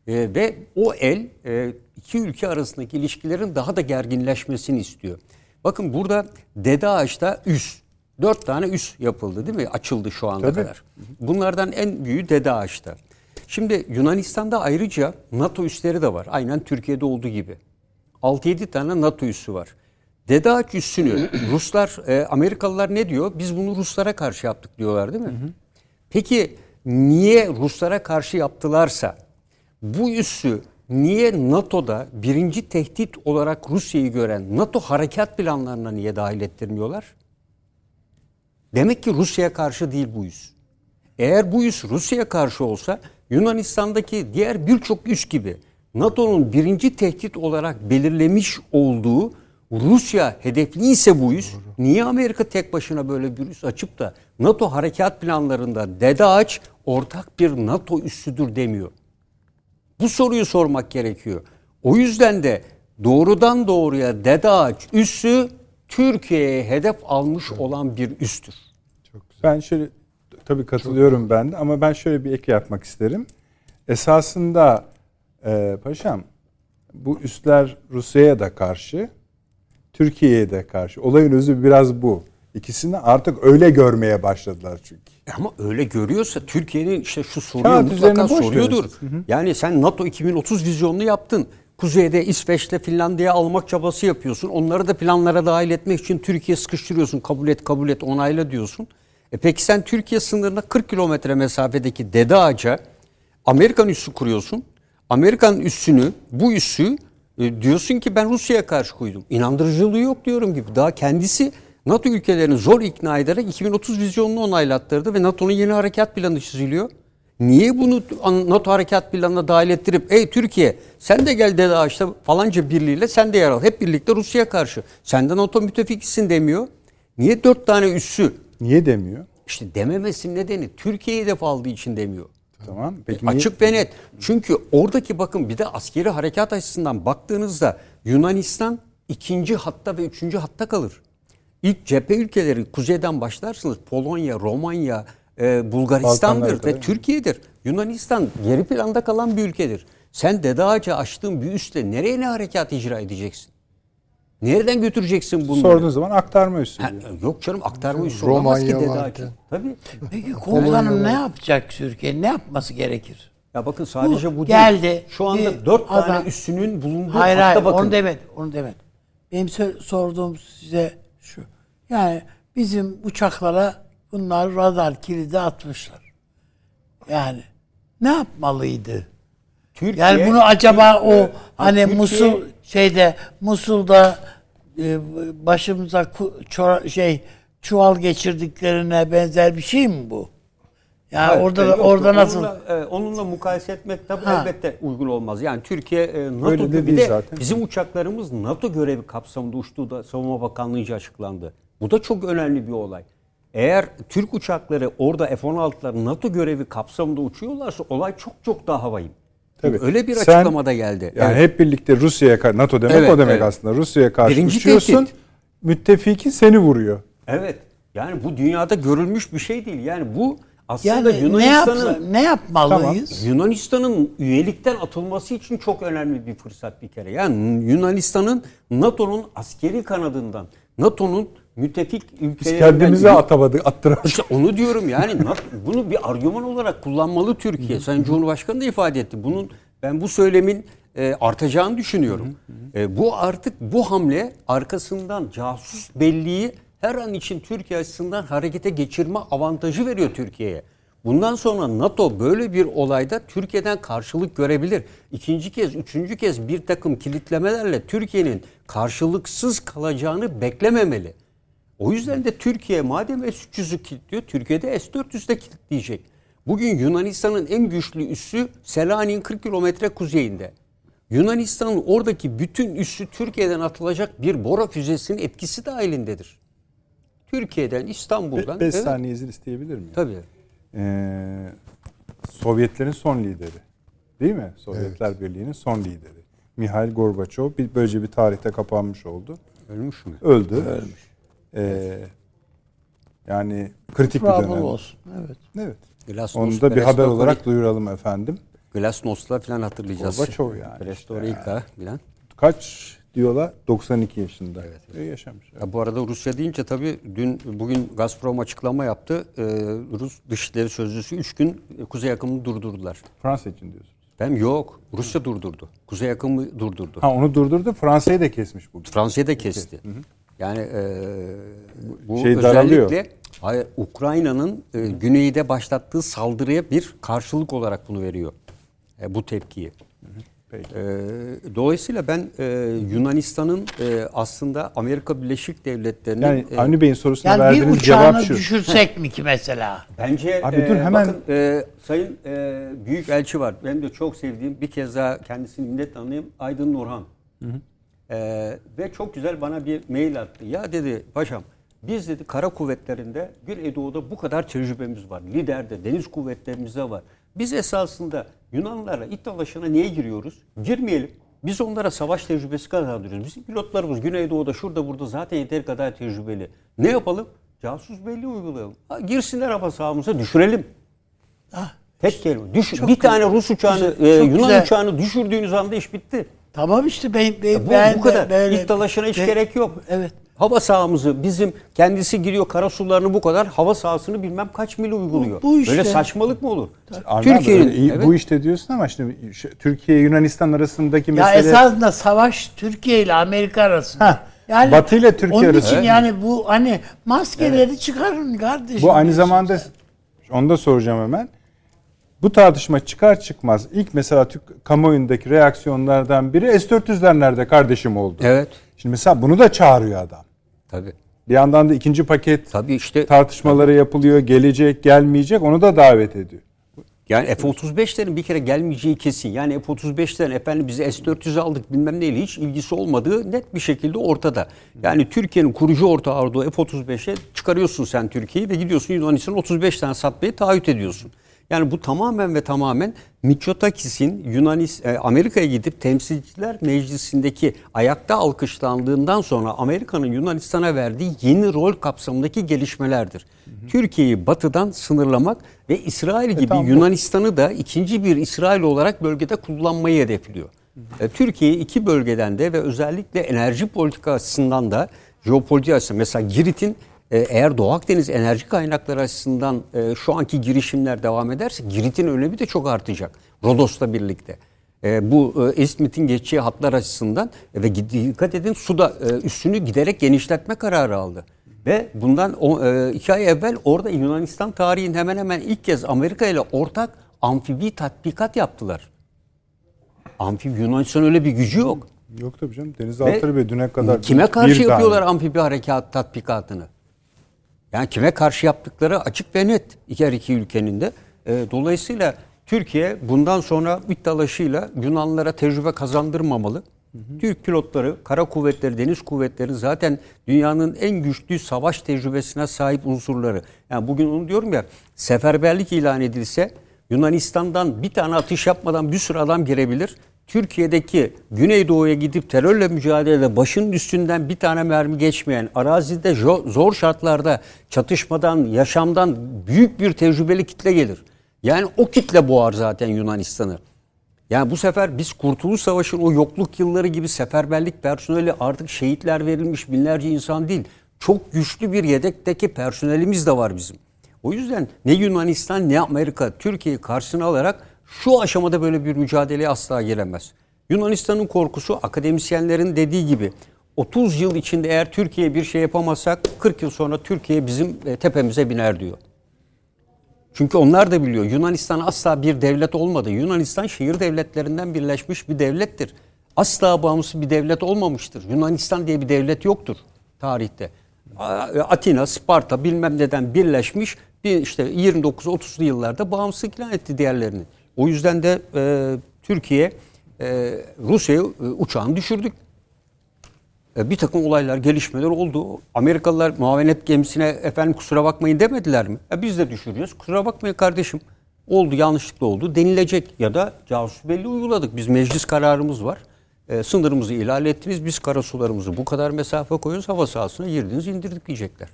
Ve o iki ülke arasındaki ilişkilerin daha da gerginleşmesini istiyor. Bakın burada Dede Ağaç'ta üs. 4 tane üs yapıldı değil mi? Açıldı şu ana kadar. Bunlardan en büyüğü Dede Ağaç'ta. Şimdi Yunanistan'da ayrıca NATO üsleri de var. Aynen Türkiye'de olduğu gibi. 6-7 tane NATO üssü var. Dede Ağaç üssünü Ruslar, Amerikalılar ne diyor? Biz bunu Ruslara karşı yaptık diyorlar değil mi? Peki niye Ruslara karşı yaptılarsa bu üssü niye NATO'da birinci tehdit olarak Rusya'yı gören NATO harekat planlarına niye dahil ettirmiyorlar? Demek ki Rusya'ya karşı değil bu üs. Eğer bu üs Rusya'ya karşı olsa Yunanistan'daki diğer birçok üs gibi NATO'nun birinci tehdit olarak belirlemiş olduğu Rusya hedefliyse bu üs, niye Amerika tek başına böyle bir üs açıp da NATO harekat planlarında Dede Ağaç ortak bir NATO üssüdür demiyor? Bu soruyu sormak gerekiyor. O yüzden de doğrudan doğruya Dede Ağaç üssü Türkiye'ye hedef almış olan bir üstür. Çok güzel. Ben şöyle tabii katılıyorum ben de ama ben şöyle bir ek yapmak isterim. Esasında paşam bu üsler Rusya'ya da karşı, Türkiye'ye de karşı. Olayın özü biraz bu. İkisini artık öyle görmeye başladılar çünkü. Ama öyle görüyorsa Türkiye'nin işte şu soruyu mutlaka soruyordur. Yani sen NATO 2030 vizyonunu yaptın. Kuzeyde İsveç'le Finlandiya'yı almak çabası yapıyorsun. Onları da planlara dahil etmek için Türkiye sıkıştırıyorsun. Kabul et, onayla diyorsun. Peki sen Türkiye sınırına 40 kilometre mesafedeki Dede Ağaç'a Amerikan üssü kuruyorsun. Amerikan üssünü, bu üssü diyorsun ki ben Rusya'ya karşı koydum. İnandırıcılığı yok diyorum gibi. Daha kendisi NATO ülkelerini zor ikna ederek 2030 vizyonunu onaylattırdı ve NATO'nun yeni harekat planı çiziliyor. Niye bunu NATO harekat planına dahil ettirip ey Türkiye sen de gel Dede Ağaç'ta falanca birliğiyle sen de yer al. Hep birlikte Rusya'ya karşı. Sen de NATO müttefikisin demiyor. Niye 4 tane üssü? Niye demiyor? İşte dememesinin nedeni Türkiye'yi hedef aldığı için demiyor. Tamam. Peki Açık ve net. Çünkü oradaki bakın bir de askeri harekat açısından baktığınızda Yunanistan 2. hatta ve 3. hatta kalır. İlk cephe ülkeleri kuzeyden başlarsınız. Polonya, Romanya, Bulgaristan'dır ve Türkiye'dir. Yunanistan geri planda kalan bir ülkedir. Sen Dede Ağaç'a açtığın bir üsle nereye ne harekat icra edeceksin? Nereden götüreceksin bunları? Sorduğun zaman aktarma üssü. Yok canım aktarma üssü olamaz ki Dede Ağaç'a. Tabii. Peki komutanım ne yapacak Türkiye? Ne yapması gerekir? Ya bakın sadece bu geldi. Değil. Şu anda 4 tane üssünün bulunduğu hayır, bakın. Onu demedim. Benim sorduğum size şu. Yani bizim uçaklara bunlar radar kilidi atmışlar. Yani ne yapmalıydı? Türkiye, yani bunu acaba o hani Türkiye, Musul'da başımıza çuval geçirdiklerine benzer bir şey mi bu? Yani hayır, orada nasıl? Onunla mukayese etmek tabii elbette uygun olmaz. Yani Türkiye NATO öyle de bir de zaten. Bizim uçaklarımız NATO görevi kapsamında uçtuğu da Savunma Bakanlığı'nca açıklandı. Bu da çok önemli bir olay. Eğer Türk uçakları orada F-16'lar NATO görevi kapsamında uçuyorlarsa olay çok çok daha vahim. Tabii. Öyle bir açıklamada geldi. Yani hep birlikte Rusya'ya NATO demek o demek aslında. Rusya'ya karşı Birinci uçuyorsun. tehdit. Müttefiki seni vuruyor. Evet. Yani bu dünyada görülmüş bir şey değil. Yani bu aslında yani Yunanistan'ın ne yapmalıyız? Tamam. Yunanistan'ın üyelikten atılması için çok önemli bir fırsat bir kere. Yani Yunanistan'ın NATO'nun askeri kanadından, NATO'nun müttefik ülkelerinden... Biz kendimize attıramadık. İşte onu diyorum yani bunu bir argüman olarak kullanmalı Türkiye. Sayın Cumhurbaşkanı da ifade etti. Ben bu söylemin artacağını düşünüyorum. Bu hamle arkasından casus belliği her an için Türkiye açısından harekete geçirme avantajı veriyor Türkiye'ye. Bundan sonra NATO böyle bir olayda Türkiye'den karşılık görebilir. İkinci kez, üçüncü kez bir takım kilitlemelerle Türkiye'nin karşılıksız kalacağını beklememeli. O yüzden de Türkiye madem S-300'ü kilitliyor, Türkiye'de S-400'ü de kilitleyecek. Bugün Yunanistan'ın en güçlü üssü Selanik'in 40 kilometre kuzeyinde. Yunanistan'ın oradaki bütün üssü Türkiye'den atılacak bir Bora füzesinin etkisi dahilindedir. Türkiye'den, İstanbul'dan... 5 saniye izin isteyebilir miyim? Tabii. Sovyetlerin son lideri. Değil mi? Sovyetler Birliği'nin son lideri. Mihail Gorbaçov böylece bir tarihte kapanmış oldu. Ölmüş mü? Öldü. Ölmüş. Yani kritik bir dönem. Olsun. Evet. Glasnost, onu da bir haber olarak duyuralım efendim. Glasnost'la falan hatırlayacağız. Gorbaçov yani. Perestroika falan. Kaç diyorlar? 92 yaşında. Evet. Yaşamış. Evet. Ya bu arada Rusya deyince tabii bugün Gazprom açıklama yaptı. Rus Dışişleri Sözcüsü 3 gün Kuzey Akımı'nı durdurdular. Fransa için diyorsunuz. Yok. Rusya durdurdu. Kuzey Akım'ı durdurdu. Onu durdurdu. Fransa'yı da kesmiş bugün. Fransa'yı da kesti. Yani bu daralıyor. özellikle Ukrayna'nın güneyde başlattığı saldırıya bir karşılık olarak bunu veriyor. Bu tepkiyi. Peki. Dolayısıyla ben Yunanistan'ın aslında Amerika Birleşik Devletleri'nin... Yani Avni Bey'in sorusuna yani verdiğiniz cevap şu. Bir düşürsek mi ki mesela? Bence abi dur hemen bakın, Sayın Büyükelçi var. Benim de çok sevdiğim, bir kez daha kendisini minnetle anlayayım, Aydın Nurhan. Ve çok güzel bana bir mail attı. Ya dedi paşam, biz dedi kara kuvvetlerinde Güneydoğu'da bu kadar tecrübemiz var. Lider'de, deniz kuvvetlerimizde var. Biz esasında Yunanlılarla it dalaşına niye giriyoruz? Girmeyelim. Biz onlara savaş tecrübesi kazandırıyoruz. Bizim pilotlarımız Güneydoğu'da şurada burada zaten yeteri kadar tecrübeli. Ne yapalım? Casus belli uygulayalım. Girsinler hava sahamıza, düşürelim. Tek kelime. Bir tane Rus uçağını, Yunan uçağını düşürdüğünüz anda iş bitti. Tamam işte bu kadar. İt dalaşına hiç gerek yok. Evet. Hava sahamızı bizim kendisi giriyor karasularını bu kadar hava sahasını bilmem kaç mil uyguluyor. Bu işte. Böyle saçmalık mı olur? Türkiye'nin evet. bu işte diyorsun ama işte Türkiye Yunanistan arasındaki Ya mesele esasında savaş Türkiye ile Amerika arasında. Heh, Yani Batı ile Türkiye onun arasında. için yani bu hani maskeleri çıkarın kardeşim. bu aynı zamanda onu da soracağım hemen. Bu tartışma çıkar çıkmaz ilk mesela Türk kamuoyundaki reaksiyonlardan biri S-400'ler nerede kardeşim oldu. Evet. Şimdi mesela bunu da çağırıyor adam. Tabii. Bir yandan da ikinci paket Tabii işte tartışmaları yapılıyor. Gelecek, gelmeyecek onu da davet ediyor. yani F-35'lerin bir kere gelmeyeceği kesin. Yani F-35'lerin efendim biz S-400 aldık bilmem neyle hiç ilgisi olmadığı net bir şekilde ortada. Yani Türkiye'nin kurucu ortağı olduğu F-35'e çıkarıyorsun sen Türkiye'yi ve gidiyorsun Yunanistan'a 35 tane satmayı taahhüt ediyorsun. Yani bu tamamen ve tamamen Mitsotakis'in Amerika'ya gidip Temsilciler Meclisi'ndeki ayakta alkışlandığından sonra Amerika'nın Yunanistan'a verdiği yeni rol kapsamındaki gelişmelerdir. Türkiye'yi batıdan sınırlamak ve İsrail gibi Yunanistan'ı da ikinci bir İsrail olarak bölgede kullanmayı hedefliyor. Türkiye iki bölgeden de ve özellikle enerji politikasından da jeopolitik açısından mesela Girit'in eğer Doğu Akdeniz enerji kaynakları açısından şu anki girişimler devam ederse Girit'in önemi de çok artacak. Rodos'la birlikte. Bu İzmit'in geçeceği hatlar açısından ve dikkat edin suda üssünü giderek genişletme kararı aldı. Ve bundan 2 ay evvel orada Yunanistan tarihin hemen hemen ilk kez Amerika ile ortak amfibi tatbikat yaptılar. Yunanistan öyle bir gücü yok. Yok tabii canım. Denizaltıları ve düne kadar kime karşı bir yapıyorlar tane. amfibi harekat tatbikatını? Yani kime karşı yaptıkları açık ve net her iki ülkenin de. Dolayısıyla Türkiye bundan sonra iddialaşıyla Yunanlılara tecrübe kazandırmamalı. Türk pilotları, kara kuvvetleri, deniz kuvvetleri zaten dünyanın en güçlü savaş tecrübesine sahip unsurları. Yani bugün onu diyorum ya, seferberlik ilan edilse Yunanistan'dan bir tane atış yapmadan bir sürü adam girebilir. Türkiye'deki Güneydoğu'ya gidip terörle mücadelede başının üstünden bir tane mermi geçmeyen, arazide zor şartlarda çatışmadan, yaşamdan büyük bir tecrübeli kitle gelir. Yani o kitle boğar zaten Yunanistan'ı. Yani bu sefer biz Kurtuluş Savaşı'nın o yokluk yılları gibi seferberlik personeli artık şehitler verilmiş binlerce insan değil. Çok güçlü bir yedekteki personelimiz de var bizim. O yüzden ne Yunanistan ne Amerika Türkiye'yi karşısına alarak şu aşamada böyle bir mücadeleye asla giremez. Yunanistan'ın korkusu akademisyenlerin dediği gibi 30 yıl içinde eğer Türkiye'ye bir şey yapamazsak 40 yıl sonra Türkiye bizim tepemize biner diyor. Çünkü onlar da biliyor Yunanistan asla bir devlet olmadı. Yunanistan şehir devletlerinden birleşmiş bir devlettir. Asla bağımsız bir devlet olmamıştır. Yunanistan diye bir devlet yoktur tarihte. Atina, Sparta bilmem neden birleşmiş işte 29-30'lu yıllarda bağımsızlık ilan etti diğerlerini. O yüzden de Türkiye Rusya'ya uçağını düşürdük. Bir takım olaylar, gelişmeler oldu. Amerikalılar muavenet gemisine efendim kusura bakmayın demediler mi? Biz de düşüreceğiz. Kusura bakmayın kardeşim. Oldu, yanlışlıkla oldu denilecek. Ya da casus belli uyguladık. Biz meclis kararımız var. Sınırımızı ihlal ettiniz. Biz karasularımızı bu kadar mesafe koyuyoruz. Hava sahasına girdiniz, indirdik diyecekler.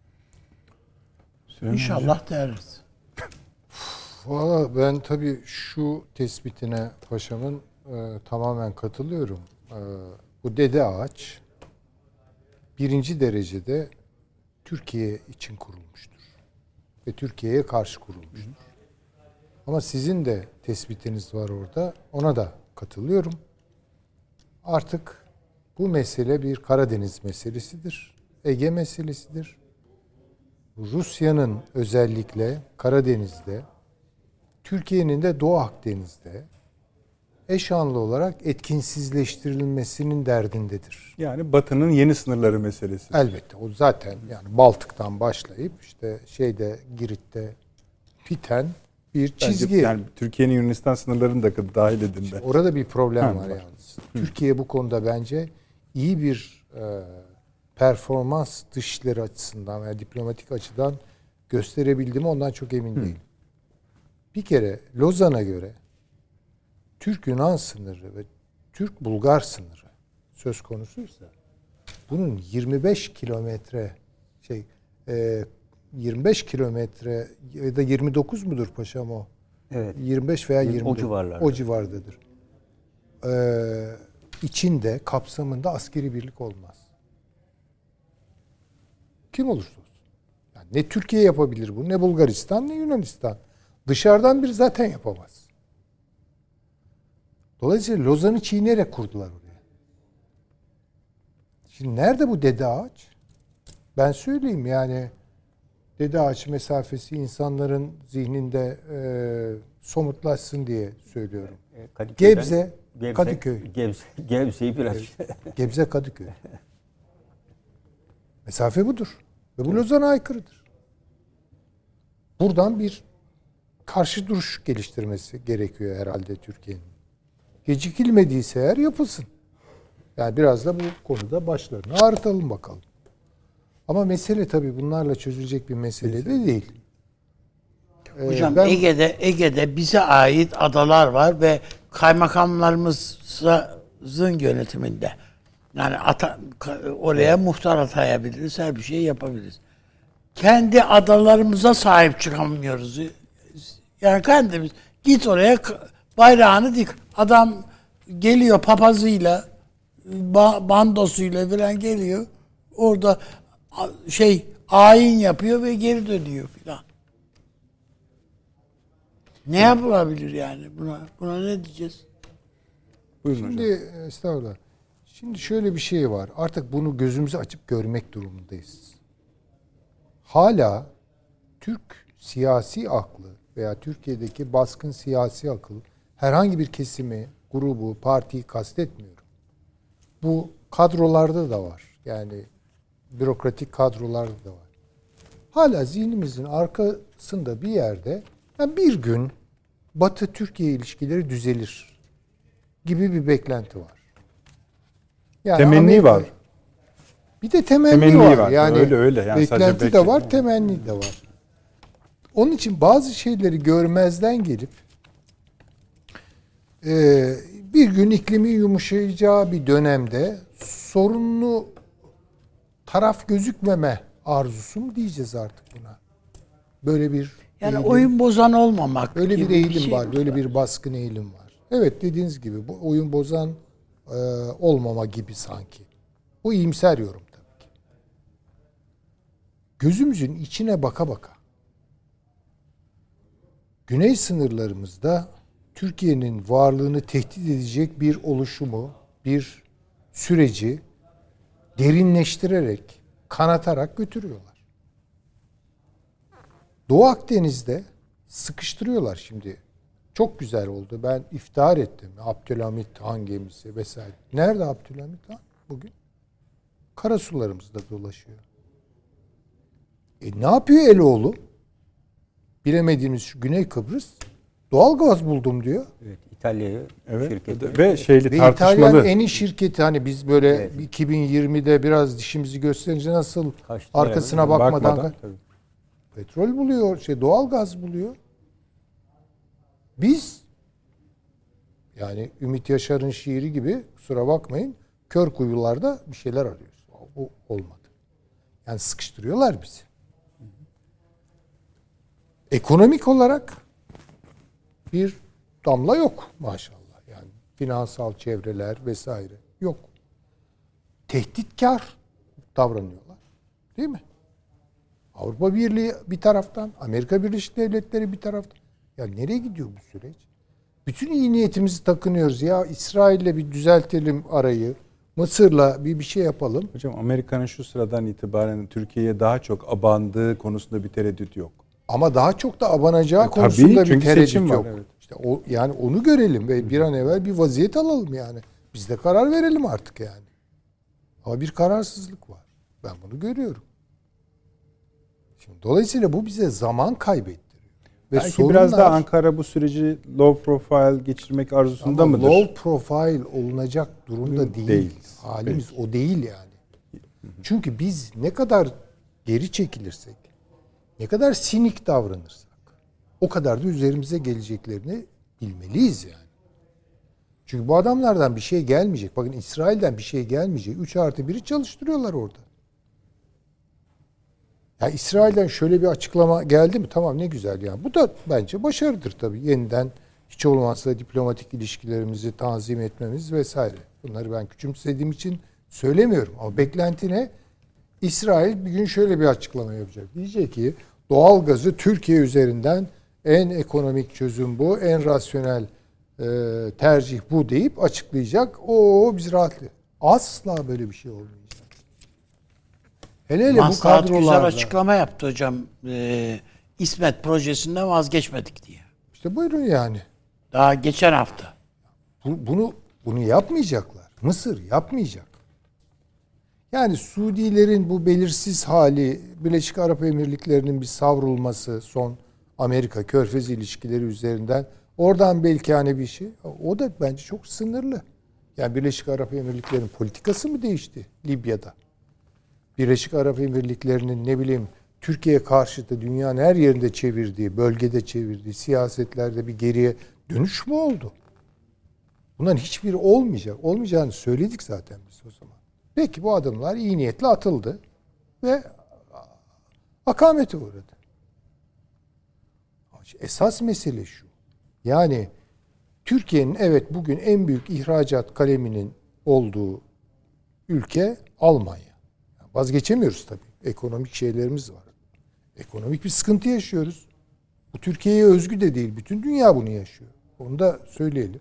İnşallah deriz. Valla ben tabii şu tespitine paşamın tamamen katılıyorum. Bu dede ağaç birinci derecede Türkiye için kurulmuştur. Ve Türkiye'ye karşı kurulmuştur. Ama sizin de tespitiniz var orada. Ona da katılıyorum. Artık bu mesele bir Karadeniz meselesidir. Ege meselesidir. Rusya'nın özellikle Karadeniz'de, Türkiye'nin de Doğu Akdeniz'de eşanlı olarak etkinsizleştirilmesinin derdindedir. Yani Batı'nın yeni sınırları meselesi. Elbette o zaten yani Baltık'tan başlayıp işte Girit'te biten bir çizgi. Bence yani Türkiye'nin Yunanistan sınırlarını da dahil edin de. Orada bir problem var yalnız. Türkiye bu konuda bence iyi bir performans dışişleri açısından veya diplomatik açıdan gösterebildi mi ondan çok emin değilim. Bir kere Lozan'a göre Türk-Yunan sınırı ve Türk-Bulgar sınırı söz konusuysa bunun 25 kilometre 25 kilometre ya da 29 mudur paşam o? Evet. 25 veya 29. O civarlarda. O civardadır. İçinde, kapsamında askeri birlik olmaz. Kim olursa olsun. Yani ne Türkiye yapabilir bunu, ne Bulgaristan, ne Yunanistan. Dışarıdan biri zaten yapamaz. Dolayısıyla Lozan'ı çiğnerek kurdular oraya. Şimdi nerede bu dede ağaç? Ben söyleyeyim yani dede ağaç mesafesi insanların zihninde somutlaşsın diye söylüyorum. Gebze, Kadıköy. Gebze'yi biraz. Gebze, Kadıköy. Mesafe budur. Ve bu Lozan'a aykırıdır. Buradan bir karşı duruş geliştirmesi gerekiyor herhalde Türkiye'nin. Gecikilmediyse eğer yapılsın. Yani biraz da bu konuda başlarını ağrıtalım bakalım. Ama mesele tabii bunlarla çözülecek bir mesele de değil. Hocam Ege'de bize ait adalar var ve kaymakamlarımızın yönetiminde. Yani oraya muhtar atayabiliriz, her bir şey yapabiliriz. Kendi adalarımıza sahip çıkamıyoruz. Yani kendimiz git oraya bayrağını dik. Adam geliyor papazıyla, bandosuyla falan geliyor. Orada ayin yapıyor ve geri dönüyor filan. Ne yapılabilir yani buna ne diyeceğiz? Buyurun Şimdi hocam. estağfurullah. Şimdi şöyle bir şey var. Artık bunu gözümüzü açıp görmek durumundayız. Hala Türk siyasi aklı veya Türkiye'deki baskın siyasi akıl herhangi bir kesimi, grubu, partiyi kastetmiyorum. Bu kadrolarda da var. Yani bürokratik kadrolarda da var. Hala zihnimizin arkasında bir yerde yani bir gün Batı-Türkiye ilişkileri düzelir gibi bir beklenti var. Yani Temenni var. Bir de temenni var. Yani öyle. Yani beklenti de var, temenni de var. Onun için bazı şeyleri görmezden gelip bir gün iklimin yumuşayacağı bir dönemde sorunlu taraf gözükmeme arzusu mu diyeceğiz artık buna? Böyle bir yani eğilim, oyun bozan olmamak böyle gibi bir eğilim şey var, böyle bir baskın eğilim var. Evet dediğiniz gibi bu oyun bozan olmama gibi sanki. Bu iyimser yorum tabii ki. Gözümüzün içine baka baka güney sınırlarımızda Türkiye'nin varlığını tehdit edecek bir oluşumu, bir süreci derinleştirerek, kanatarak götürüyorlar. Doğu Akdeniz'de sıkıştırıyorlar şimdi. Çok güzel oldu. Ben iftihar ettim. Abdülhamit Han gemisi vesaire. Nerede Abdülhamit Han bugün? Karasularımızda dolaşıyor. Ne yapıyor Eloğlu? Bilemediğimiz şu Güney Kıbrıs doğal gaz buldum diyor. Evet, İtalya'yı şirketi. Ve Ve tartışmalı. İtalyan en iyi şirketi hani biz böyle 2020'de biraz dişimizi gösterince nasıl arkasına bakmadan petrol buluyor, doğal gaz buluyor. Biz yani Ümit Yaşar'ın şiiri gibi kusura bakmayın kör kuyularda bir şeyler arıyoruz. Bu olmadı. Yani sıkıştırıyorlar bizi. Ekonomik olarak bir damla yok maşallah. Yani finansal çevreler vesaire yok. Tehditkar davranıyorlar. Değil mi? Avrupa Birliği bir taraftan, Amerika Birleşik Devletleri bir taraftan. Ya nereye gidiyor bu süreç? Bütün iyi niyetimizi takınıyoruz. Ya İsrail'le bir düzeltelim arayı. Mısır'la bir şey yapalım. Hocam Amerika'nın şu sıradan itibaren Türkiye'ye daha çok abandığı konusunda bir tereddüt yok. Ama daha çok da abanacağı konusunda bir tereddüt yok. Evet. İşte yani onu görelim ve bir an evvel bir vaziyet alalım yani. Biz de karar verelim artık yani. Ama bir kararsızlık var. Ben bunu görüyorum. Şimdi dolayısıyla bu bize zaman kaybettiriyor. Ve belki sorunlar, biraz da Ankara bu süreci low profile geçirmek arzusunda mıdır? Low profile olunacak durumda değil. Halimiz peki. O değil yani. Çünkü biz ne kadar geri çekilirsek, ne kadar sinik davranırsak o kadar da üzerimize geleceklerini bilmeliyiz yani. Çünkü bu adamlardan bir şey gelmeyecek. Bakın İsrail'den bir şey gelmeyecek. 3+1'i çalıştırıyorlar orada. Ya İsrail'den şöyle bir açıklama geldi mi? Tamam ne güzel yani. Bu da bence başarıdır tabii. Yeniden hiç olmazsa diplomatik ilişkilerimizi tanzim etmemiz vesaire. Bunları ben küçümsediğim için söylemiyorum. Ama beklenti ne? İsrail bir gün şöyle bir açıklama yapacak. Diyecek ki doğal gazı Türkiye üzerinden en ekonomik çözüm bu, en rasyonel tercih bu deyip açıklayacak. Biz rahatlıyor. Asla böyle bir şey olmayacak. Hele bu Maslahat güzel kadrolarla. açıklama yaptı hocam. İsmet projesinden vazgeçmedik diye. İşte buyurun yani. Daha geçen hafta. Bunu yapmayacaklar. Mısır yapmayacak. Yani Suudilerin bu belirsiz hali, Birleşik Arap Emirlikleri'nin bir savrulması, son Amerika Körfez ilişkileri üzerinden oradan belki hani bir şey. O da bence çok sınırlı. Yani Birleşik Arap Emirlikleri'nin politikası mı değişti Libya'da? Birleşik Arap Emirlikleri'nin ne bileyim Türkiye'ye karşı da dünyanın her yerinde çevirdiği, bölgede çevirdiği siyasetlerde bir geriye dönüş mü oldu? Bunların hiçbiri olmayacak. Olmayacağını söyledik zaten biz o zaman. Peki bu adımlar iyi niyetle atıldı ve akamete uğradı. Esas mesele şu. Yani Türkiye'nin evet bugün en büyük ihracat kaleminin olduğu ülke Almanya. Vazgeçemiyoruz tabii. Ekonomik şeylerimiz var. Ekonomik bir sıkıntı yaşıyoruz. Bu Türkiye'ye özgü de değil. Bütün dünya bunu yaşıyor. Onu da söyleyelim.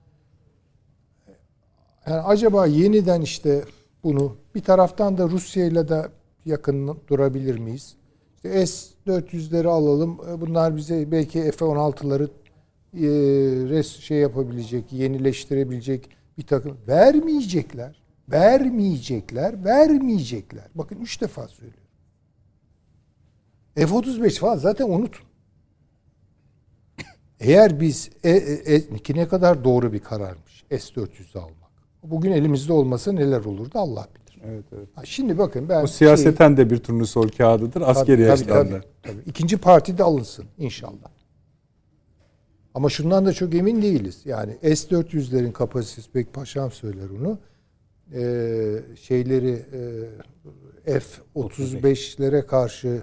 Yani acaba yeniden işte bunu bir taraftan da Rusya'yla da yakın durabilir miyiz? İşte S-400'leri alalım. Bunlar bize belki F-16'ları yapabilecek, yenileştirebilecek bir takım. Vermeyecekler. Bakın 3 defa söylüyorum. F-35 falan zaten unutun. Eğer biz ki ne kadar doğru bir kararmış S-400'ü almak. Bugün elimizde olmasa neler olurdu Allah bilir. Evet. Şimdi bakın ben... O siyaseten de bir turnusol kağıdıdır. Askeri açıdan da. Tabii. İkinci partide alınsın inşallah. Ama şundan da çok emin değiliz. Yani S-400'lerin kapasitesi, pek paşam söyler onu. F-35'lere karşı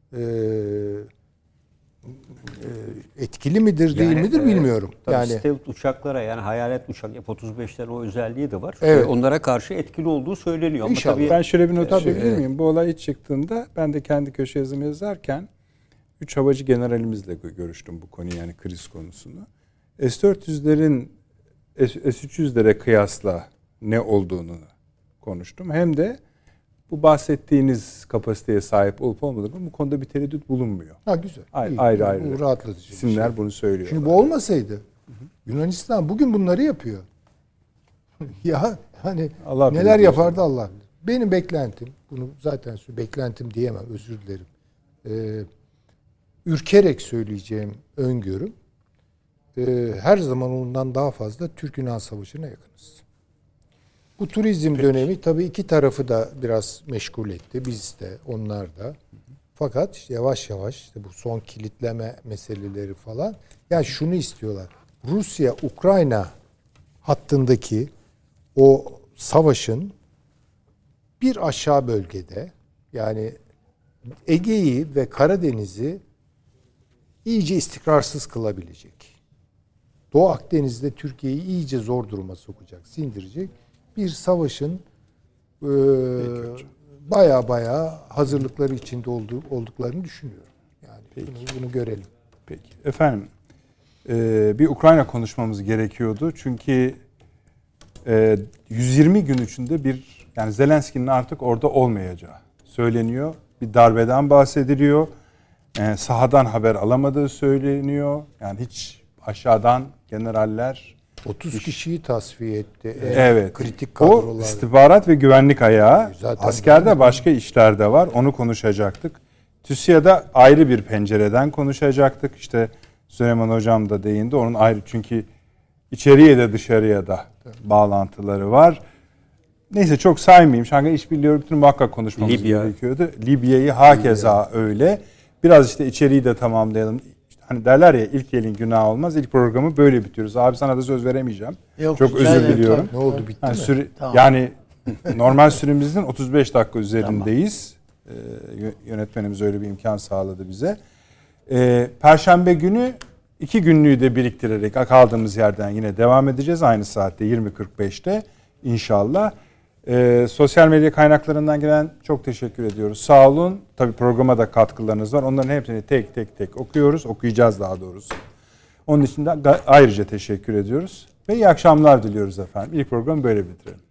etkili midir değil midir bilmiyorum. Yani stealth uçaklara yani hayalet uçak F-35'lerin o özelliği de var. Evet. Onlara karşı etkili olduğu söyleniyor. İnşallah. Ama tabii, Ben şöyle bir not düşebilir miyim? Bu olay ilk çıktığında ben de kendi köşe yazımı yazarken 3 havacı generalimizle görüştüm bu konuyu, yani kriz konusunu. S-400'lerin S-300'lere kıyasla ne olduğunu konuştum. Hem de bu bahsettiğiniz kapasiteye sahip olup olmadığını, bu konuda bir tereddüt bulunmuyor. Güzel. Ayrı Bu rahatlatıcı. isimler bunu söylüyor. Şimdi bu olmasaydı Yunanistan bugün bunları yapıyor. Ya hani Allah neler bilir yapardı Allah bilir. Benim beklentim, bunu zaten beklentim diyemem, özür dilerim. Ürkerek söyleyeceğim öngörüm, her zaman ondan daha fazla Türk-Yunan Savaşı'na yakınız. Bu turizm dönemi tabii iki tarafı da biraz meşgul etti. Biz de, onlar da. Fakat işte yavaş yavaş işte bu son kilitleme meseleleri falan. Ya şunu istiyorlar. Rusya-Ukrayna hattındaki o savaşın bir aşağı bölgede, yani Ege'yi ve Karadeniz'i iyice istikrarsız kılabilecek. Doğu Akdeniz'de Türkiye'yi iyice zor duruma sokacak, sindirecek bir savaşın baya hazırlıkları içinde olduklarını düşünüyorum. Yani bunu görelim. Peki. Efendim, bir Ukrayna konuşmamız gerekiyordu. Çünkü 120 gün içinde yani Zelenski'nin artık orada olmayacağı söyleniyor. Bir darbeden bahsediliyor. Sahadan haber alamadığı söyleniyor. Yani hiç aşağıdan generaller 30 kişiyi tasfiye etti. Evet. Kritik kadrolar. O istihbarat ve güvenlik ayağı. Zaten askerde başka işler de var. Onu konuşacaktık. TÜSİAD'a ayrı bir pencereden konuşacaktık. İşte Süleyman Hocam da değindi. Onun ayrı, çünkü içeriye de dışarıya da bağlantıları var. Neyse çok saymayayım. Şanghay İşbirliği Örgütü'nü muhakkak konuşmamız gerekiyordu. Libya'yı hakeza öyle. Biraz işte içeriği de tamamlayalım. Hani derler ya, ilk elin günahı olmaz. İlk programı böyle bitiriyoruz. Abi sana da söz veremeyeceğim. Yok, çok özür diliyorum. Ne oldu, bitti mi? Tamam. Yani normal süremizin 35 dakika üzerindeyiz. Yönetmenimiz öyle bir imkan sağladı bize. Perşembe günü 2 günlüğü de biriktirerek kaldığımız yerden yine devam edeceğiz. Aynı saatte 20.45'te inşallah. Sosyal medya kaynaklarından gelen çok teşekkür ediyoruz. Sağ olun. Tabii programa da katkılarınız var. Onların hepsini tek tek okuyoruz. Okuyacağız daha doğrusu. Onun için de ayrıca teşekkür ediyoruz. Ve iyi akşamlar diliyoruz efendim. İlk programı böyle bitirelim.